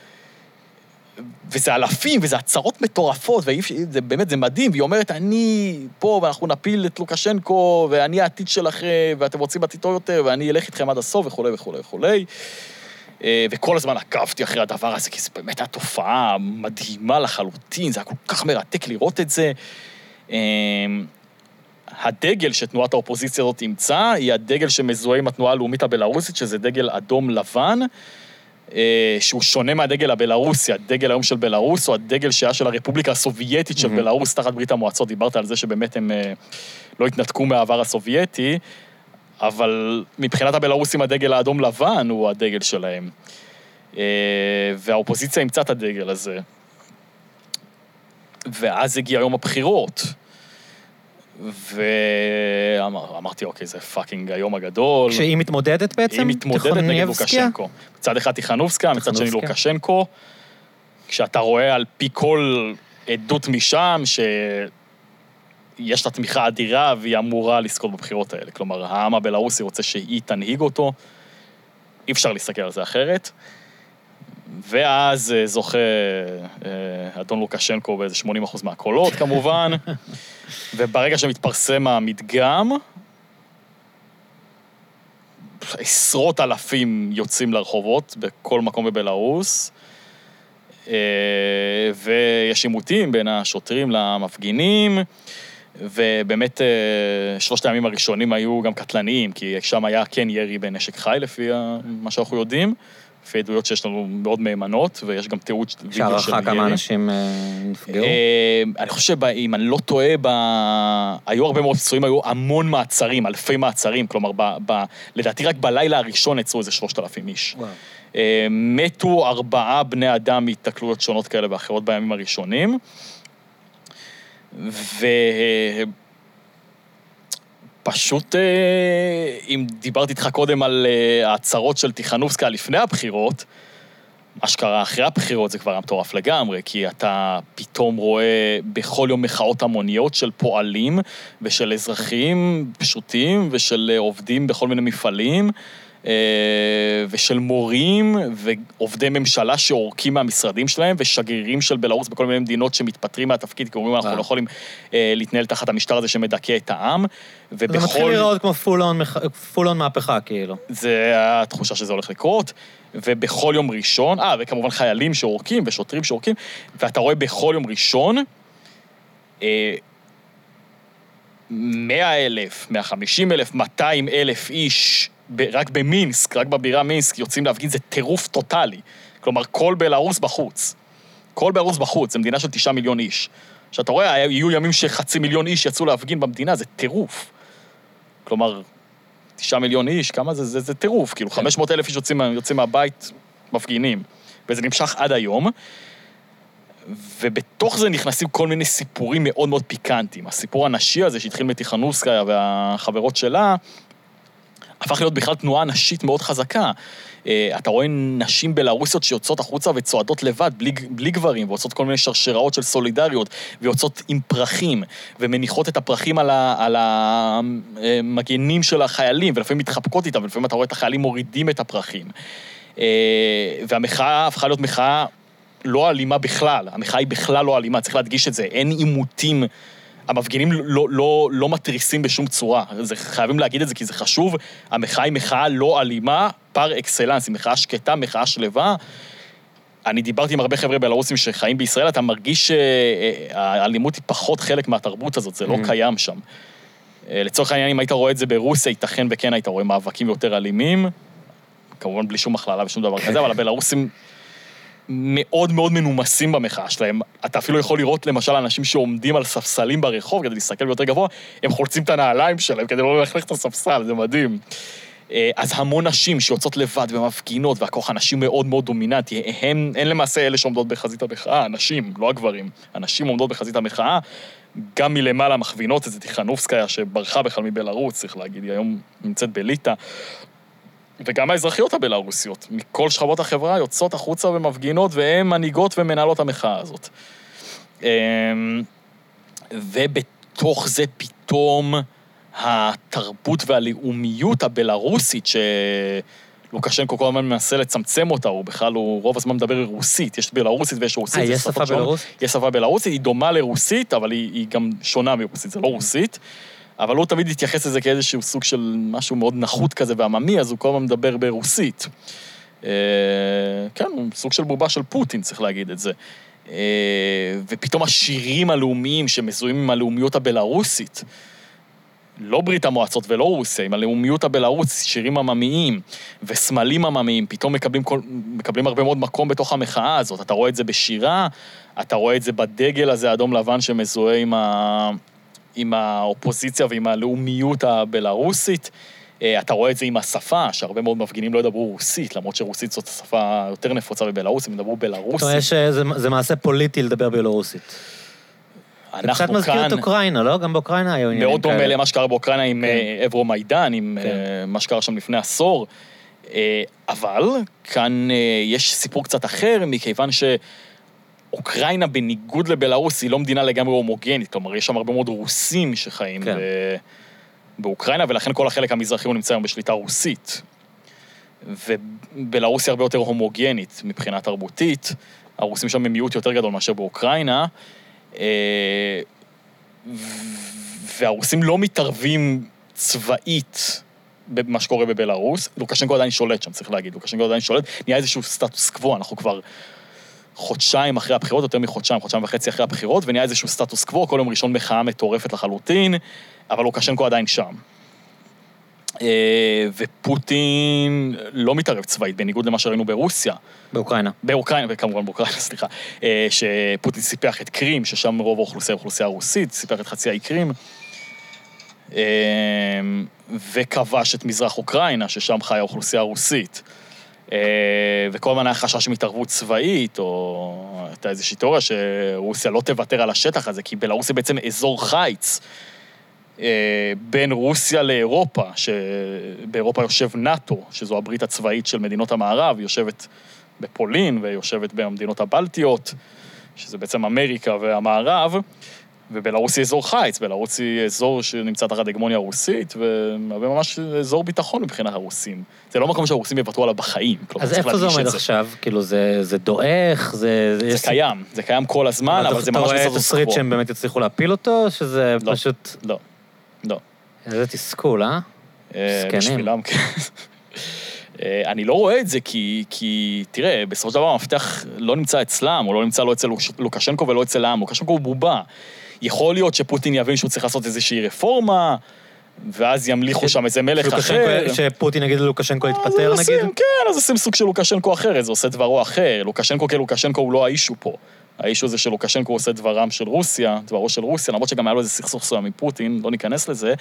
וזה אלפים, וזה הצהרות מטורפות, ובאמת זה מדהים, והיא אומרת, אני פה, ואנחנו נפיל את לוקשנקו, ואני העתיד שלכם, ואתם רוצים עתיד טוב יותר, ואני אלך איתכם עד הסוף, וכו' וכו' וכו'. וכל הזמן עקבתי אחרי הדבר הזה, כי זה באמת התופעה מדהימה לחלוטין, זה היה כל כך מרתק לראות את זה. הדגל שתנועת האופוזיציה הזאת תמצא, היא הדגל שמזוהה עם התנועה הלאומית הבלרוסית, שזה דגל אדום לבן, שהוא שונה מהדגל הבלרוסי, הדגל היום של בלרוס, או הדגל שהיה של הרפובליקה הסובייטית של בלרוס, תחת ברית המועצות, דיברת על זה שבאמת הם לא התנתקו מהעבר הסובייטי, אבל מבחינת הבלרוסים הדגל האדום לבן הוא הדגל שלהם. והאופוזיציה ימצא את הדגל הזה. ואז הגיע יום הבחירות. ואמרתי, אוקיי, זה פאקינג היום הגדול. כשהיא מתמודדת בעצם? היא מתמודדת נגד לוקשנקו. מצד אחד טיכנובסקיה, מצד שני לוקשנקו. כשאתה רואה על פי כל עדות משם, יש לה תמיכה אדירה, והיא אמורה לזכות בבחירות האלה. כלומר, העם הבלרוסי רוצה שהיא תנהיג אותו, אי אפשר להסתכל על זה אחרת. ואז זוכה אדון לוקשנקו באיזה שמונים אחוז מהקולות, כמובן. וברגע שמתפרסם המדגם, עשרות אלפים יוצאים לרחובות בכל מקום בבלרוס, ויש עימותים בין השוטרים למפגינים, ובאמת שלושת הימים הראשונים היו גם קטלניים, כי שם היה כן ירי בנשק חי לפי מה שאנחנו יודעים, לפי עדויות שיש לנו מאוד מהימנות, ויש גם תיעוד וידאו של ירי. שערכה כמה אנשים נפגעו? אני חושב שאם אני לא טועה, היו הרבה מאוד פצועים, היו המון מעצרים, אלפי מעצרים, כלומר, לדעתי רק בלילה הראשון יצאו איזה שלושת אלפים איש. מתו ארבעה בני אדם מהתקלויות שונות כאלה ואחרות בימים הראשונים, ופשוט, אם דיברתי איתך קודם על ההצהרות של טיכנובסקה לפני הבחירות, מה שקרה אחרי הבחירות זה כבר מטורף לגמרי, כי אתה פתאום רואה בכל יום מחאות המוניות של פועלים ושל אזרחים פשוטים ושל עובדים בכל מיני מפעלים, ושל מורים ועובדי ממשלה שעורקים מהמשרדים שלהם, ושגרירים של בלרוס בכל מיני מדינות שמתפטרים מהתפקיד, כי אומרים, אנחנו לא יכולים להתנהל תחת המשטר הזה שמדכא את העם, ובכל... זה מתחיל לראות כמו פול-און מהפכה, כאילו. זה התחושה שזה הולך לקרות, ובכל יום ראשון, אה, וכמובן חיילים שעורקים ושוטרים שעורקים, ואתה רואה בכל יום ראשון, מאה אלף, מאה וחמישים אלף, מאתיים אלף איש, רק במינסק, רק בבירה מינסק, יוצאים להפגין, זה טירוף טוטלי. כלומר, כל בלרוס בחוץ. כל בלרוס בחוץ, זה מדינה של תשעה מיליון איש. שאתה רואה, יהיו ימים שחצי מיליון איש יצאו להפגין במדינה, זה טירוף. כלומר, תשעה מיליון איש, כמה זה? זה, זה טירוף. כאילו, חמש מאות אלף איש יוצאים, יוצאים מהבית, מפגינים. וזה נמשך עד היום. ובתוך זה נכנסים כל מיני סיפורים מאוד מאוד פיקנטיים. הסיפור הנשי הזה שהתחיל מטיכנובסקיה והחברות שלה, הפך להיות בכלל תנועה נשית מאוד חזקה. אתה רואה נשים בלרוסיות שיוצאות החוצה וצועדות לבד, בלי, בלי גברים, ועושות כל מיני שרשראות של סולידריות, ויוצאות עם פרחים, ומניחות את הפרחים על, ה, על המגנים של החיילים, ולפעמים מתחבקות איתם, ולפעמים אתה רואה את החיילים מורידים את הפרחים. והמחאה הפכה להיות מחאה לא אלימה בכלל, המחאה היא בכלל לא אלימה, צריך להדגיש את זה, אין עימותים, המפגינים לא, לא, לא מטריסים בשום צורה, זה, חייבים להגיד את זה כי זה חשוב, המחאה היא מחאה לא אלימה, פר אקסלנס, היא מחאה שקטה, מחאה שלווה. אני דיברתי עם הרבה חבר'ה בלרוסים שחיים בישראל, אתה מרגיש שהאלימות היא פחות חלק מהתרבות הזאת, זה לא קיים שם. לצורך העניין, אם היית רואה את זה ברוסיה, ייתכן וכן היית רואה מאבקים יותר אלימים, כמובן בלי שום הכללה ושום דבר כזה, אבל הבלרוסים מאוד מאוד מנומסים במחאה שלהם. אתה אפילו יכול לראות למשל אנשים שעומדים על ספסלים ברחוב כדי להסתכל ביותר גבוה, הם חולצים את הנעליים שלהם כדי לא ללכלך את הספסל, זה מדהים. אז המון נשים שיוצאות לבד ומפגינות, והכוח הנשים מאוד מאוד דומיננטי, הם, אין למעשה אלה שעומדות בחזית המחאה, הנשים, לא הגברים. הנשים עומדות בחזית המחאה, גם מלמעלה מכווינות, איזה טיכנובסקיה שברחה בכלל מבלרוס, צריך להגיד, היא היום נמצאת בליטה. וגם האזרחיות הבלרוסיות, מכל שכבות החברה, יוצאות החוצה ומפגינות, והן מנהיגות ומנהלות המחאה הזאת. ובתוך זה פתאום התרבות והלאומיות הבלרוסית, שלוקשנקו כל הזמן מנסה לצמצם אותה, הוא בכלל, הוא רוב הזמן מדבר רוסית, יש בלרוסית ויש רוסית. אה, יש שפה בלרוסית? יש שפה בלרוסית, היא דומה לרוסית, אבל היא, היא גם שונה מרוסית, זה לא רוסית. אבל הוא תמיד התייחס לזה כאיזשהו סוג של משהו מאוד נחות כזה ועממי, אז הוא כל הזמן מדבר ברוסית. כן, הוא סוג של בובה של פוטין, צריך להגיד את זה. ופתאום השירים הלאומיים שמזוהים עם הלאומיות הבלרוסית, לא ברית המועצות ולא רוסיה, עם הלאומיות הבלרוסית, שירים עממיים וסמלים עממיים, פתאום מקבלים, כל, מקבלים הרבה מאוד מקום בתוך המחאה הזאת. אתה רואה את זה בשירה, אתה רואה את זה בדגל הזה, אדום לבן שמזוהה עם ה... עם האופוזיציה ועם הלאומיות הבלרוסית. אתה רואה את זה עם השפה, שהרבה מאוד מפגינים לא ידברו רוסית, למרות שרוסית זאת השפה יותר נפוצה בבלרוס, הם ידברו בלרוסית. זאת אומרת שזה מעשה פוליטי לדבר בלרוסית. זה קצת מזכיר את אוקראינה, לא? גם באוקראינה היו עניינים כאלה. מאוד דומה למה שקרה באוקראינה עם אברומיידן, עם מה שקרה שם לפני עשור. אבל כאן יש סיפור קצת אחר, מכיוון ש... אוקראינה, בניגוד לבלרוס, היא לא מדינה לגמרי הומוגנית, כלומר, יש שם הרבה מאוד רוסים שחיים כן. ב... באוקראינה, ולכן כל החלק המזרחי הוא נמצא היום בשליטה רוסית. ובלרוס היא הרבה יותר הומוגנית מבחינה תרבותית, הרוסים שם הם מיעוט יותר גדול מאשר באוקראינה, והרוסים לא מתערבים צבאית במה שקורה בבלרוס, לוקשנקו עדיין שולט שם, צריך להגיד, לוקשנקו עדיין שולט, נהיה איזשהו סטטוס קוו, אנחנו כבר חודשיים אחרי הבחירות, יותר מחודשיים, חודשיים וחצי אחרי הבחירות, ונהיה איזשהו סטטוס קוו, כל יום ראשון מחאה מטורפת לחלוטין, אבל לוקשנקו עדיין שם. ופוטין לא מתערב צבאית, בניגוד למה שראינו ברוסיה. באוקראינה. באוקראינה, וכמובן באוקראינה, סליחה. שפוטין סיפח את קרים, ששם רוב האוכלוסייה, האוכלוסייה הרוסית, סיפח את חצי האי קרים, וכבש את מזרח אוקראינה, ששם חיה האוכלוסייה הרוסית. וכל הזמן היה חשש מהתערבות צבאית, או הייתה איזושהי תיאוריה שרוסיה לא תוותר על השטח הזה, כי בלרוס זה בעצם אזור חיץ, בין רוסיה לאירופה, שבאירופה יושב נאטו, שזו הברית הצבאית של מדינות המערב, יושבת בפולין ויושבת במדינות הבלטיות, שזה בעצם אמריקה והמערב, ובלרוס היא אזור חיץ, בלרוס היא אזור שנמצא תחת הגמוניה הרוסית, וממש אזור ביטחון מבחינת הרוסים. זה לא מקום שהרוסים יוותרו עליו בחיים. אז איפה זה עומד עכשיו? כאילו זה דועך, זה... זה קיים, זה קיים כל הזמן, אבל זה ממש אתה רואה תסריט שהם באמת יצליחו להפיל אותו, שזה פשוט... לא, לא. איזה תסכול, אה? בשבילם, כן. אני לא רואה את זה, כי, כי, תראה, בסופו של דבר המפתח לא נמצא אצלם, או לא נמצא לא אצל לוקשנקו ולא אצל העם, לוקשנקו הוא בובה. יכול להיות שפוטין יבין שהוא צריך לעשות איזושהי רפורמה, ואז ימליכו שם איזה מלך אחר. שפוטין יגיד ללוקשנקו להתפטר, נגיד? כן, אז עושים סוג של לוקשנקו אחר, זה עושה דברו אחר. לוקשנקו כלוקשנקו הוא לא האישו פה. האישו זה שלוקשנקו עושה דברם של רוסיה, דברו של רוסיה, למרות שגם היה לו איזה סכסוך סוים מפוטין, לא ניכנס לזה,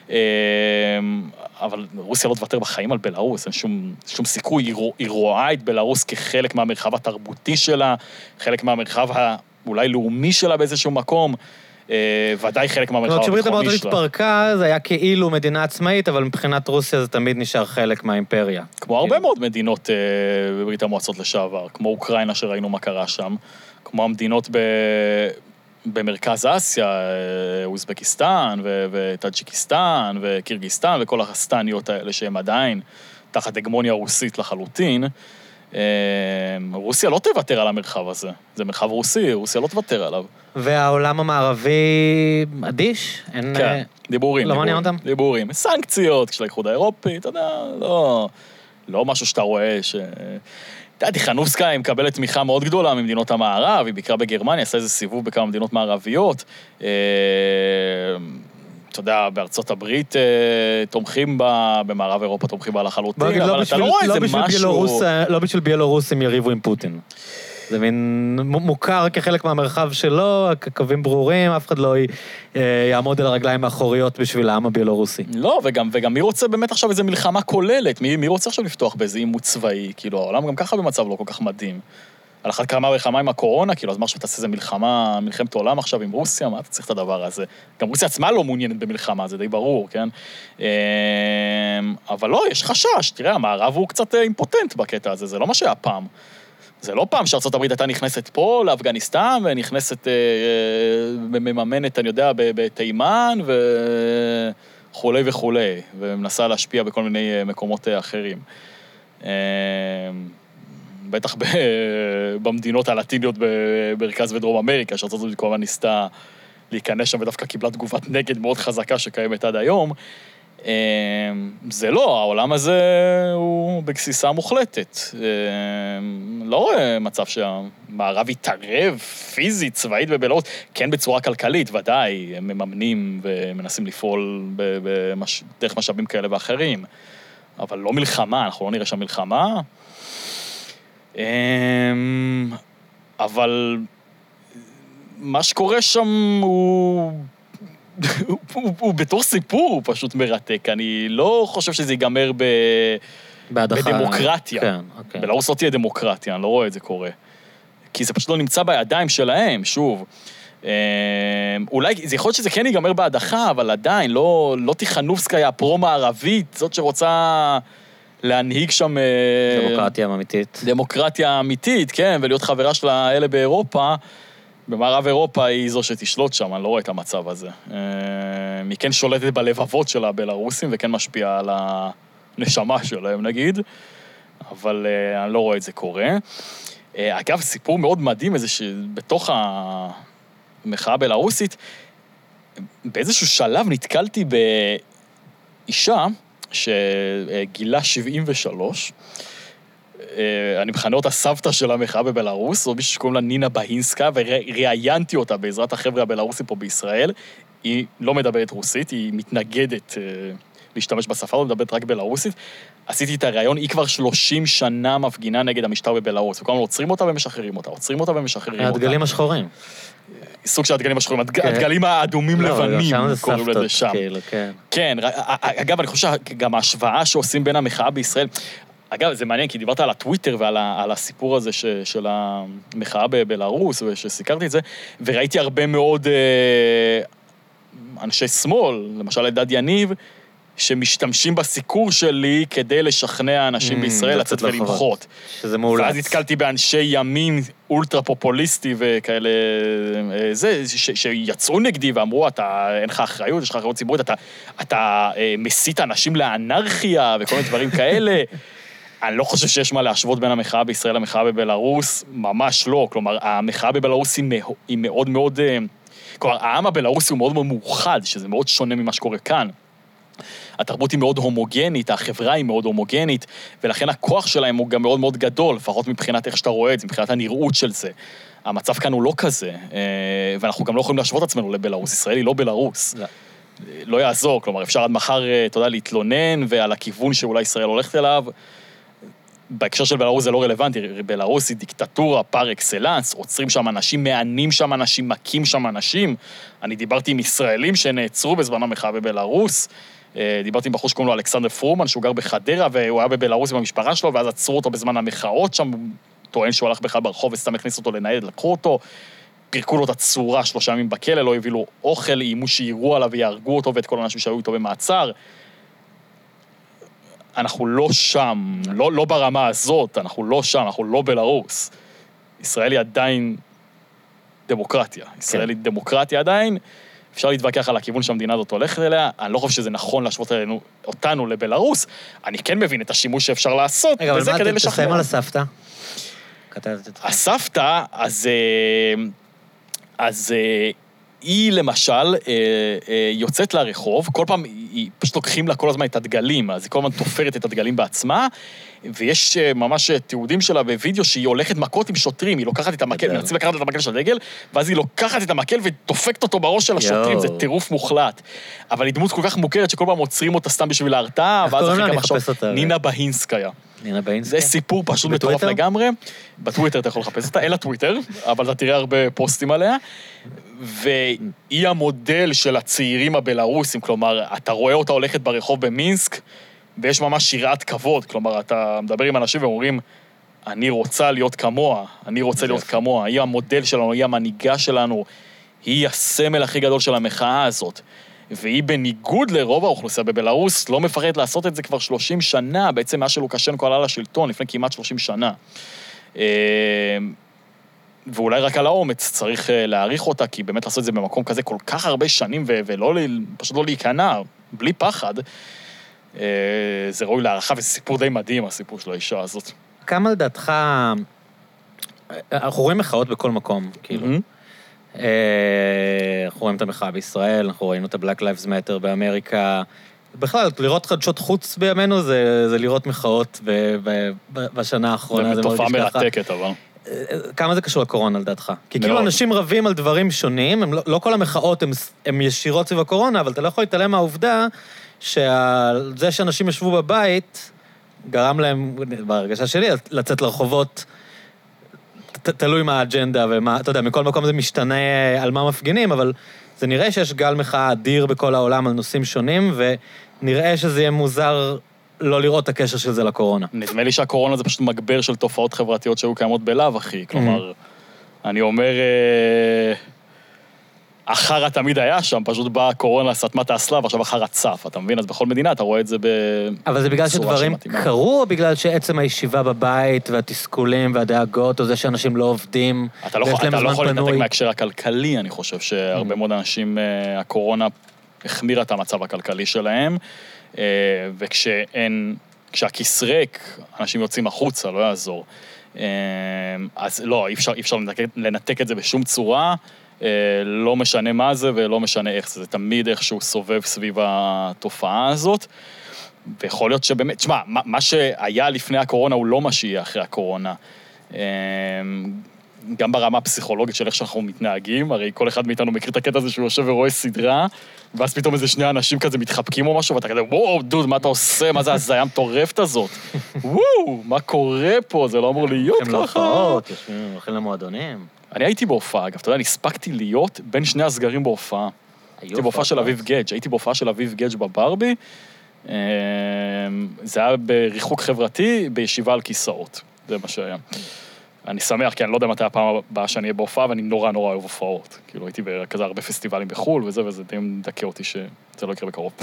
אבל רוסיה לא תוותר בחיים על בלרוס, אין שום, שום סיכוי, היא רואה את בלרוס כחלק מהמרחב התרבותי שלה, חלק מהמרחב האולי לאומי שלה באיזשהו מקום, ודאי חלק מהמרחב הביטחוני שלה. כשברית המועצות התפרקה, זה היה כאילו מדינה עצמאית, אבל מבחינת רוסיה זה תמיד נשאר חלק מהאימפריה. כמו הרבה מאוד מדינות בברית המועצות לשעבר, כמו אוקראינה שראינו מה קרה שם, כמו המדינות ב... במרכז אסיה, אוזבקיסטן וטאג'יקיסטן וקירגיסטן וכל הסטניות האלה שהם עדיין תחת הגמוניה רוסית לחלוטין, רוסיה לא תוותר על המרחב הזה. זה מרחב רוסי, רוסיה לא תוותר עליו. והעולם המערבי אדיש? כן, דיבורים. לא מעניין אותם? דיבורים. סנקציות, כשהאיחוד האירופי, אתה יודע, לא, לא משהו שאתה רואה ש... אתה יודע, טיכנובסקה היא מקבלת תמיכה מאוד גדולה ממדינות המערב, היא ביקרה בגרמניה, עשה איזה סיבוב בכמה מדינות מערביות. אתה יודע, בארצות הברית תומכים בה, במערב אירופה תומכים בה לחלוטין, אבל אתה לא רואה איזה משהו... לא בשביל ביילורוס הם יריבו עם פוטין. זה מין מוכר כחלק מהמרחב שלו, קווים ברורים, אף אחד לא יעמוד על הרגליים האחוריות בשביל העם הביולורוסי. לא, וגם, וגם מי רוצה באמת עכשיו איזו מלחמה כוללת? מי, מי רוצה עכשיו לפתוח באיזה עימות צבאי? כאילו, העולם גם ככה במצב לא כל כך מדהים. על אחת כמה מלחמה עם הקורונה, כאילו, אז מה שאתה עושה איזה מלחמה, מלחמת עולם עכשיו עם רוסיה, מה אתה צריך את הדבר הזה? גם רוסיה עצמה לא מעוניינת במלחמה, זה די ברור, כן? אבל לא, יש חשש, תראה, המערב הוא קצת אימפוטנט בקטע הזה, זה לא מה שהיה פעם. זה לא פעם שארצות הברית הייתה נכנסת פה לאפגניסטן, ונכנסת, מממנת, אני יודע, בתימן, וכולי וכולי, ומנסה להשפיע בכל מיני מקומות אחרים. בטח במדינות הלטיניות במרכז ודרום אמריקה, שארצות הברית כמובן ניסתה להיכנס שם, ודווקא קיבלה תגובת נגד מאוד חזקה שקיימת עד היום. זה לא, העולם הזה הוא בגסיסה מוחלטת. לא רואה מצב שהמערב יתערב פיזית, צבאית בבלרוס, כן בצורה כלכלית, ודאי, הם מממנים ומנסים לפעול דרך משאבים כאלה ואחרים, אבל לא מלחמה, אנחנו לא נראה שם מלחמה. אבל מה שקורה שם הוא... הוא, הוא, הוא בתור סיפור, הוא פשוט מרתק. אני לא חושב שזה ייגמר ב... בדמוקרטיה. כן, אוקיי. בלרוס לא תהיה דמוקרטיה, אני לא רואה את זה קורה. כי זה פשוט לא נמצא בידיים שלהם, שוב. אולי, זה יכול להיות שזה כן ייגמר בהדחה, אבל עדיין, לא, לא טיכנובסקיה הפרו-מערבית, זאת שרוצה להנהיג שם... דמוקרטיה אמיתית. דמוקרטיה אמיתית, כן, ולהיות חברה של האלה באירופה, במערב אירופה היא זו שתשלוט שם, אני לא רואה את המצב הזה. היא כן שולטת בלבבות של הבלרוסים, וכן משפיעה על הנשמה שלהם, נגיד, אבל אני לא רואה את זה קורה. אגב, סיפור מאוד מדהים, איזה שבתוך המחאה הבלרוסית, באיזשהו שלב נתקלתי באישה שגילה שבעים ושלוש, אני מכנה אותה סבתא של המחאה בבלרוס, או מישהו שקוראים לה נינה בהינסקה, וראיינתי אותה בעזרת החבר'ה הבלרוסים פה בישראל. היא לא מדברת רוסית, היא מתנגדת להשתמש בשפה, לא מדברת רק בלרוסית. עשיתי את הרעיון, היא כבר שלושים שנה מפגינה נגד המשטר בבלרוס, וכולם עוצרים אותה ומשחררים אותה, עוצרים אותה ומשחררים אותה. הדגלים השחורים. סוג של הדגלים השחורים, הדגלים האדומים לבנים, קוראים לזה שם. כן, אגב, אני חושב שגם ההשוואה שעושים בין המחאה בישראל, אגב, זה מעניין, כי דיברת על הטוויטר ועל על הסיפור הזה ש, של המחאה בבלרוס, ושסיקרתי את זה, וראיתי הרבה מאוד אה, אנשי שמאל, למשל אלדד יניב, שמשתמשים בסיקור שלי כדי לשכנע אנשים mm, בישראל לצאת ולמחות. שזה מעולץ. ואז התקלתי באנשי ימין אולטרה פופוליסטי וכאלה, זה, ש, שיצאו נגדי ואמרו, אתה, אין לך אחריות, יש לך אחריות ציבורית, אתה, אתה אה, מסית אנשים לאנרכיה וכל מיני דברים כאלה. אני לא חושב שיש מה להשוות בין המחאה בישראל למחאה בבלרוס, ממש לא. כלומר, המחאה בבלרוס היא מאוד מאוד... כלומר, העם הבלרוסי הוא מאוד מאוד מאוחד, שזה מאוד שונה ממה שקורה כאן. התרבות היא מאוד הומוגנית, החברה היא מאוד הומוגנית, ולכן הכוח שלהם הוא גם מאוד מאוד גדול, לפחות מבחינת איך שאתה רואה את זה, מבחינת הנראות של זה. המצב כאן הוא לא כזה, ואנחנו גם לא יכולים להשוות עצמנו לבלרוס. ישראל היא לא בלרוס. לא. לא יעזור, כלומר, אפשר עד מחר, אתה יודע, להתלונן, ועל הכיוון שאולי ישראל הולכת אליו. בהקשר של בלרוס זה לא רלוונטי, בלרוס היא דיקטטורה פר אקסלנס, עוצרים שם אנשים, מענים שם אנשים, מכים שם אנשים. אני דיברתי עם ישראלים שנעצרו בזמן המחאה בבלרוס, דיברתי עם בחור שקוראים לו אלכסנדר פרומן, שהוא גר בחדרה, והוא היה בבלרוס עם המשפחה שלו, ואז עצרו אותו בזמן המחאות שם, טוען שהוא הלך בכלל ברחוב וסתם הכניס אותו לניידת, לקחו אותו, פירקו לו את הצורה שלושה ימים בכלא, לא הביאו לו אוכל, איימו שיראו עליו ויהרגו אותו ואת כל האנשים שהיו איתו במעצר. אנחנו לא שם, לא, לא ברמה הזאת, אנחנו לא שם, אנחנו לא בלרוס. ישראל היא עדיין דמוקרטיה. ישראל היא דמוקרטיה עדיין, אפשר להתווכח על הכיוון שהמדינה הזאת הולכת אליה, אני לא חושב שזה נכון להשוות אלינו, אותנו לבלרוס, אני כן מבין את השימוש שאפשר לעשות, וזה כדי לשכנע. תסיים על הסבתא. הסבתא, אז... אז היא למשל יוצאת לרחוב, כל פעם היא פשוט לוקחים לה כל הזמן את הדגלים, אז היא כל הזמן תופרת את הדגלים בעצמה, ויש ממש תיעודים שלה בווידאו שהיא הולכת מכות עם שוטרים, היא לוקחת את המקל, מנסים לקחת את המקל של הדגל, ואז היא לוקחת את המקל ותופקת אותו בראש של השוטרים, זה טירוף מוחלט. אבל היא דמות כל כך מוכרת שכל פעם עוצרים אותה סתם בשביל ההרתעה, ואז אחרי כמה שעות, נינה בהינסקיה. נינה בהינסקיה? זה סיפור פשוט מטורף לגמרי. בטוויטר אתה יכול לחפש אותה, אין לה טוויטר, אבל אתה תראה הרבה פוסטים עליה. והיא המודל של הצעירים הבלרוסים, כלומר, אתה רואה אותה הולכת ברחוב במינסק, ויש ממש שירת כבוד, כלומר, אתה מדבר עם אנשים ואומרים, אני רוצה להיות כמוה, אני רוצה להיות כמוה, היא המודל שלנו, היא המנהיגה שלנו, היא הסמל הכי גדול של המחאה הזאת. והיא בניגוד לרוב האוכלוסייה בבלרוס, לא מפחדת לעשות את זה כבר שלושים שנה, בעצם מה שלוקשנקו עלה לשלטון, לפני כמעט שלושים שנה. ואולי רק על האומץ צריך להעריך אותה, כי באמת לעשות את זה במקום כזה כל כך הרבה שנים, ולא, פשוט לא להיכנע, בלי פחד, זה ראוי להערכה, וזה סיפור די מדהים, הסיפור של האישה הזאת. כמה לדעתך, אנחנו רואים מחאות בכל מקום, כאילו. אנחנו רואים את המחאה בישראל, אנחנו ראינו את ה-Black Lives Matter באמריקה, בכלל, לראות חדשות חוץ בימינו, זה, זה לראות מחאות בשנה האחרונה. זה תופעה מרתקת, אבל... כמה זה קשור לקורונה, לדעתך? כי כאילו אנשים רבים על דברים שונים, הם לא, לא כל המחאות הם, הם ישירות סביב הקורונה, אבל אתה לא יכול להתעלם מהעובדה שזה שאנשים ישבו בבית, גרם להם, בהרגשה שלי, לצאת לרחובות, ת, תלוי מה האג'נדה ומה, אתה יודע, מכל מקום זה משתנה על מה מפגינים, אבל זה נראה שיש גל מחאה אדיר בכל העולם על נושאים שונים, ונראה שזה יהיה מוזר לא לראות את הקשר של זה לקורונה. נדמה לי שהקורונה זה פשוט מגבר של תופעות חברתיות שהיו קיימות בלאו, אחי. כלומר, אני אומר, החרה תמיד היה שם, פשוט באה הקורונה, סתמה את האסלה, ועכשיו החרה צף, אתה מבין? אז בכל מדינה אתה רואה את זה ב... אבל זה בגלל שדברים קרו, או בגלל שעצם הישיבה בבית, והתסכולים והדאגות, או זה שאנשים לא עובדים, אתה לא יכול להתנתק מההקשר הכלכלי, אני חושב שהרבה מאוד אנשים, הקורונה החמירה את המצב הכלכלי שלהם, וכשאין, כשהכיס ריק, אנשים יוצאים החוצה, לא יעזור. אז לא, אי אפשר, אי אפשר לנתק, לנתק את זה בשום צורה, לא משנה מה זה ולא משנה איך זה, זה תמיד איכשהו סובב סביב התופעה הזאת, ויכול להיות שבאמת, תשמע, מה שהיה לפני הקורונה הוא לא מה שיהיה אחרי הקורונה, גם ברמה הפסיכולוגית של איך שאנחנו מתנהגים, הרי כל אחד מאיתנו מכיר את הקטע הזה שהוא יושב ורואה סדרה, ואז פתאום איזה שני אנשים כזה מתחבקים או משהו, ואתה כזה, וואו, דוד, מה אתה עושה? מה זה הזיה מטורפת הזאת? וואו, מה קורה פה? זה לא אמור להיות ככה. הם להופעות, יושבים, הולכים למועדונים. אני הייתי בהופעה, אגב, אתה יודע, אני הספקתי להיות בין שני הסגרים בהופעה. הייתי בהופעה של אביב גדג', הייתי בהופעה של אביב גדג' בברבי, זה היה בריחוק חברתי, בישיבה על כיסאות. זה מה שהיה. אני שמח, כי אני לא יודע מתי הפעם הבאה שאני אהיה בהופעה, ואני נורא נורא אוהב הופעות. כאילו, הייתי בכזה הרבה פסטיבלים בחול וזה, וזה די מדכא אותי שזה לא יקרה בקרוב.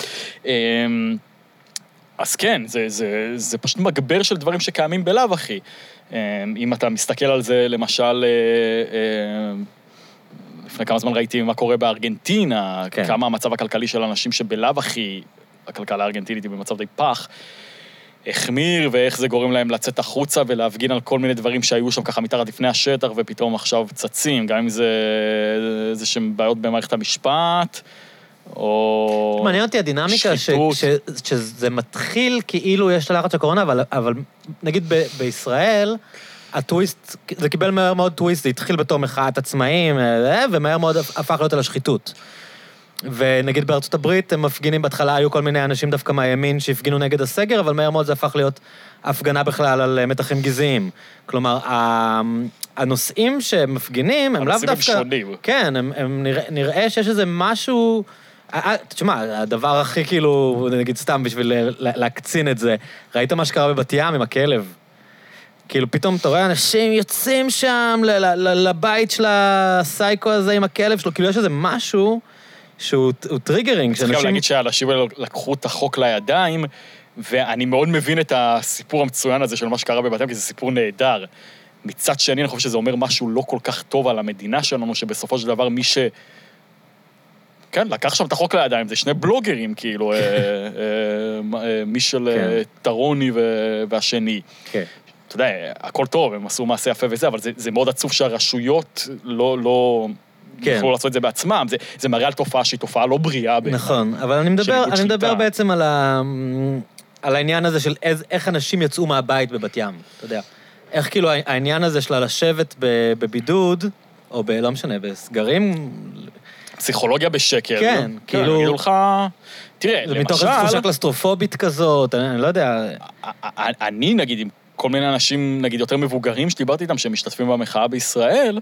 אז כן, זה, זה, זה פשוט מגבר של דברים שקיימים בלב, אחי. אם אתה מסתכל על זה, למשל, לפני כמה זמן ראיתי מה קורה בארגנטינה, כן. כמה המצב הכלכלי של אנשים שבלב, אחי, הכלכלה הארגנטינית היא במצב די פח, החמיר, ואיך זה גורם להם לצאת החוצה ולהפגין על כל מיני דברים שהיו שם ככה מתחת לפני השטח, ופתאום עכשיו צצים, גם אם זה איזה שהם בעיות במערכת המשפט, או... מעניין אותי הדינמיקה, שזה מתחיל כאילו יש לחץ של קורונה, אבל נגיד בישראל, הטוויסט, זה קיבל מהר מאוד טוויסט, זה התחיל בתור מחאת עצמאים, ומהר מאוד הפך להיות על השחיתות. ונגיד בארצות הברית, הם מפגינים בהתחלה, היו כל מיני אנשים דווקא מהימין שהפגינו נגד הסגר, אבל מהר מאוד זה הפך להיות הפגנה בכלל על מתחים גזעיים. כלומר, הנושאים שמפגינים, הם לאו דווקא... הנושאים הם שונים. כן, הם נראה שיש איזה משהו... תשמע, הדבר הכי כאילו, נגיד סתם בשביל להקצין את זה, ראית מה שקרה בבת ים עם הכלב? כאילו פתאום אתה רואה אנשים יוצאים שם לבית של הסייקו הזה עם הכלב שלו, כאילו יש איזה משהו... שהוא טריגרינג. צריך גם להגיד שהאנשים האלה לקחו את החוק לידיים, ואני מאוד מבין את הסיפור המצוין הזה של מה שקרה בבת ים, כי זה סיפור נהדר. מצד שני, אני חושב שזה אומר משהו לא כל כך טוב על המדינה שלנו, שבסופו של דבר מי ש... כן, לקח שם את החוק לידיים, זה שני בלוגרים, כאילו, מי של טרוני והשני. כן. אתה יודע, הכל טוב, הם עשו מעשה יפה וזה, אבל זה מאוד עצוב שהרשויות לא... כן. יכולו לעשות את זה בעצמם, זה, זה מראה על תופעה שהיא תופעה לא בריאה. נכון, אבל אני מדבר, אני מדבר בעצם על, ה, על העניין הזה של איז, איך אנשים יצאו מהבית בבת ים, אתה יודע. איך כאילו העניין הזה של לשבת בבידוד, או ב, לא משנה, בסגרים... פסיכולוגיה בשקר. כן, לא? כאילו... יגידו לך... תראה, זה למשל... מתוך איזו תחושה קלסטרופובית כזאת, אני, אני לא יודע... אני, נגיד, עם כל מיני אנשים, נגיד, יותר מבוגרים שדיברתי איתם, שהם משתתפים במחאה בישראל,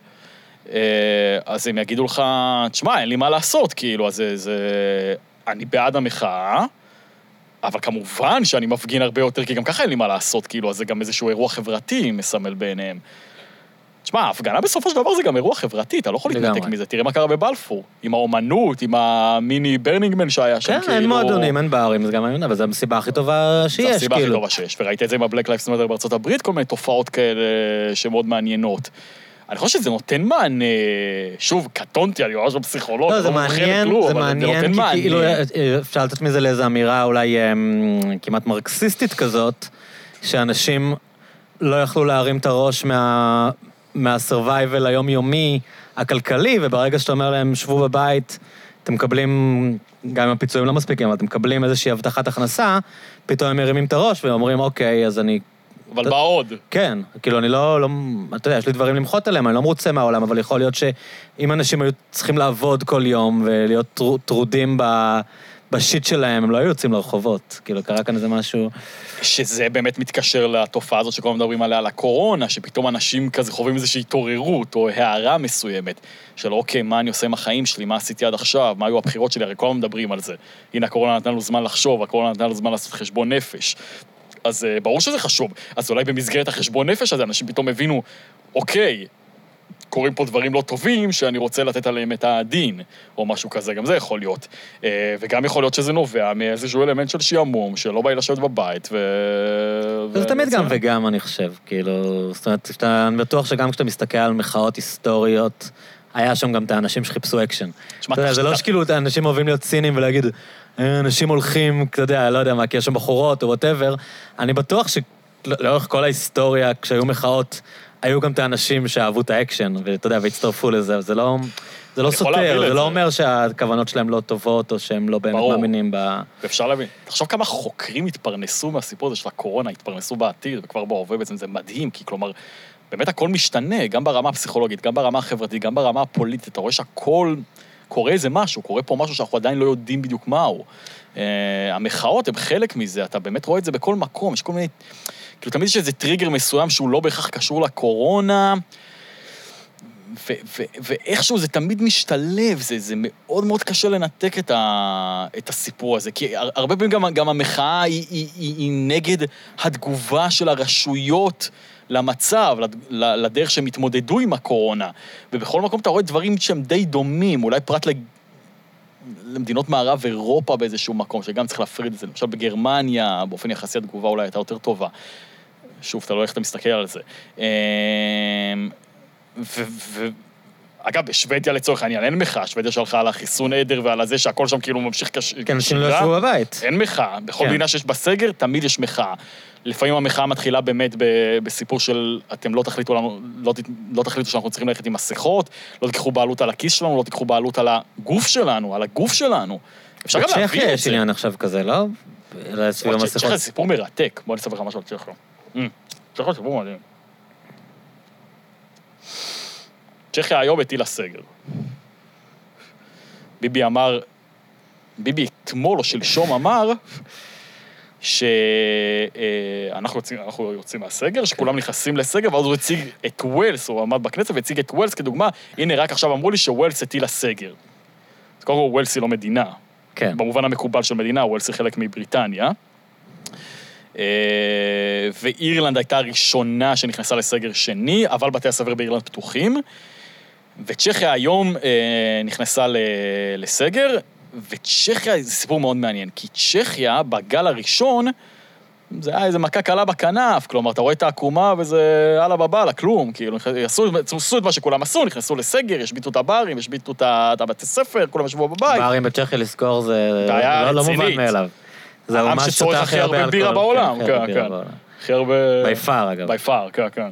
אז הם יגידו לך, תשמע, אין לי מה לעשות, כאילו, אז זה, זה... אני בעד המחאה, אבל כמובן שאני מפגין הרבה יותר, כי גם ככה אין לי מה לעשות, כאילו, אז זה גם איזשהו אירוע חברתי מסמל בעיניהם. תשמע, ההפגנה בסופו של דבר זה גם אירוע חברתי, אתה לא יכול להתנתק מזה, תראה מה קרה בבלפור, עם האומנות, עם המיני ברנינגמן שהיה שם, כאילו... כן, אין מועדונים, אין בערים, זה גם אבל זו המסיבה הכי טובה שיש, כאילו. זו המסיבה הכי טובה שיש, וראית את זה עם ה-Black Lives Matter בארצות הברית, כל מיני תופעות כאלה שמאוד מעניינות. אני חושב שזה נותן מענה, שוב, קטונתי, אני ממש בפסיכולוג, לא, זה מעניין, זה מעניין, כי כאילו אפשר לתת מזה לאיזו אמירה אולי כמעט מרקסיסטית כזאת, שאנשים לא יכלו להרים את הראש מה... מהסרווייבל היומיומי הכלכלי, וברגע שאתה אומר להם, שבו בבית, אתם מקבלים, גם אם הפיצויים לא מספיקים, אבל אתם מקבלים איזושהי הבטחת הכנסה, פתאום הם מרימים את הראש ואומרים, אוקיי, אז אני... אבל מה עוד? כן, כאילו אני לא, לא, אתה יודע, יש לי דברים למחות עליהם, אני לא מרוצה מהעולם, אבל יכול להיות שאם אנשים היו צריכים לעבוד כל יום, ולהיות טרודים ב... בשיט שלהם, הם לא היו יוצאים לרחובות, כאילו קרה כאן איזה משהו... שזה באמת מתקשר לתופעה הזאת שכל מדברים עליה, על הקורונה, שפתאום אנשים כזה חווים איזושהי התעוררות, או הערה מסוימת, של אוקיי, מה אני עושה עם החיים שלי, מה עשיתי עד עכשיו, מה היו הבחירות שלי, הרי כל מדברים על זה. הנה, הקורונה נתנה לנו זמן לחשוב, הקורונה נתנה לנו זמן לעשות חשבון נפש. אז ברור שזה חשוב. אז אולי במסגרת החשבון נפש הזה, אנשים פתאום הבינו, אוקיי, קוראים פה דברים לא טובים, שאני רוצה לתת עליהם את הדין, או משהו כזה, גם זה יכול להיות. וגם יכול להיות שזה נובע מאיזשהו אלמנט של שיעמום, שלא בא לשבת בבית, ו... זה תמיד גם וגם, אני חושב, כאילו, זאת אומרת, אני בטוח שגם כשאתה מסתכל על מחאות היסטוריות, היה שם גם את האנשים שחיפשו אקשן. זה לא שכאילו, האנשים אוהבים להיות סינים ולהגיד, אנשים הולכים, אתה יודע, לא יודע מה, כי יש שם בחורות או whatever, אני בטוח שלאורך כל ההיסטוריה, כשהיו מחאות, היו גם את האנשים שאהבו את האקשן, ואתה יודע, והצטרפו לזה, זה לא, זה לא סותר, זה לא אומר שהכוונות שלהם לא טובות, או שהם לא באמת מאמינים ב... ואפשר להבין. תחשוב כמה חוקרים התפרנסו מהסיפור הזה של הקורונה, התפרנסו בעתיד, וכבר בהווה בעצם זה מדהים, כי כלומר, באמת הכל משתנה, גם ברמה הפסיכולוגית, גם ברמה החברתית, גם ברמה הפוליטית, אתה רואה שהכל קורה איזה משהו, קורה פה משהו שאנחנו עדיין לא יודעים בדיוק מהו. המחאות הם חלק מזה, אתה באמת רואה את זה בכל מקום, יש כל מיני... כאילו, תמיד יש איזה טריגר מסוים שהוא לא בהכרח קשור לקורונה, ו- ו- ואיכשהו זה תמיד משתלב, זה, זה מאוד מאוד קשה לנתק את, ה- את הסיפור הזה, כי הרבה פעמים גם, גם המחאה היא, היא, היא, היא נגד התגובה של הרשויות למצב, לדרך שהם התמודדו עם הקורונה, ובכל מקום אתה רואה דברים שהם די דומים, אולי פרט לג... למדינות מערב אירופה באיזשהו מקום, שגם צריך להפריד את זה, למשל בגרמניה, באופן יחסי התגובה אולי הייתה יותר טובה. שוב, אתה לא איך אתה מסתכל על זה. אגב, בשוודיה לצורך העניין, אין מחאה, שוודיה שהלכה על החיסון עדר ועל הזה שהכל שם כאילו ממשיך כשגרה. כן, אנשים לא ישבו בבית. אין מחאה. בכל מדינה שיש בסגר, תמיד יש מחאה. לפעמים המחאה מתחילה באמת בסיפור של, אתם לא תחליטו לנו, לא תחליטו שאנחנו צריכים ללכת עם מסכות, לא תיקחו בעלות על הכיס שלנו, לא תיקחו בעלות על הגוף שלנו, על הגוף שלנו. אפשר גם להבין את זה. צ'כיה יש עניין עכשיו כזה, לא? סביב המסכות. צ'כיה זה סיפור מרתק. בוא נספר לך משהו על צ'כיה. צ'כיה זה סיפור מדהים. צ'כיה היום הטילה סגר. ביבי אמר, ביבי אתמול או שלשום אמר, שאנחנו יוצאים, אנחנו יוצאים מהסגר, שכולם נכנסים לסגר, ואז הוא הציג את ווילס, הוא עמד בכנסת והציג את ווילס כדוגמה, הנה רק עכשיו אמרו לי שווילס הטילה סגר. אז קודם כל ווילס היא לא מדינה. כן. במובן המקובל של מדינה, ווילס היא חלק מבריטניה. ואירלנד הייתה הראשונה שנכנסה לסגר שני, אבל בתי הספר באירלנד פתוחים. וצ'כיה היום אה, נכנסה ל- לסגר, וצ'כיה זה סיפור מאוד מעניין, כי צ'כיה בגל הראשון, זה היה איזה מכה קלה בכנף, כלומר, אתה רואה את העקומה וזה הלאה בבעלה, כלום, כאילו, עשו, עשו את מה שכולם עשו, נכנסו לסגר, השביטו את הברים, השביטו את הבתי ספר, כולם ישבו בבית. ברים בצ'כיה לזכור זה לא, לא מובן מאליו. זה העם שצורך הכי הרבה בירה בעולם, כן, כן. הכי הרבה... ביפר, אגב. ביפר, כן, כן.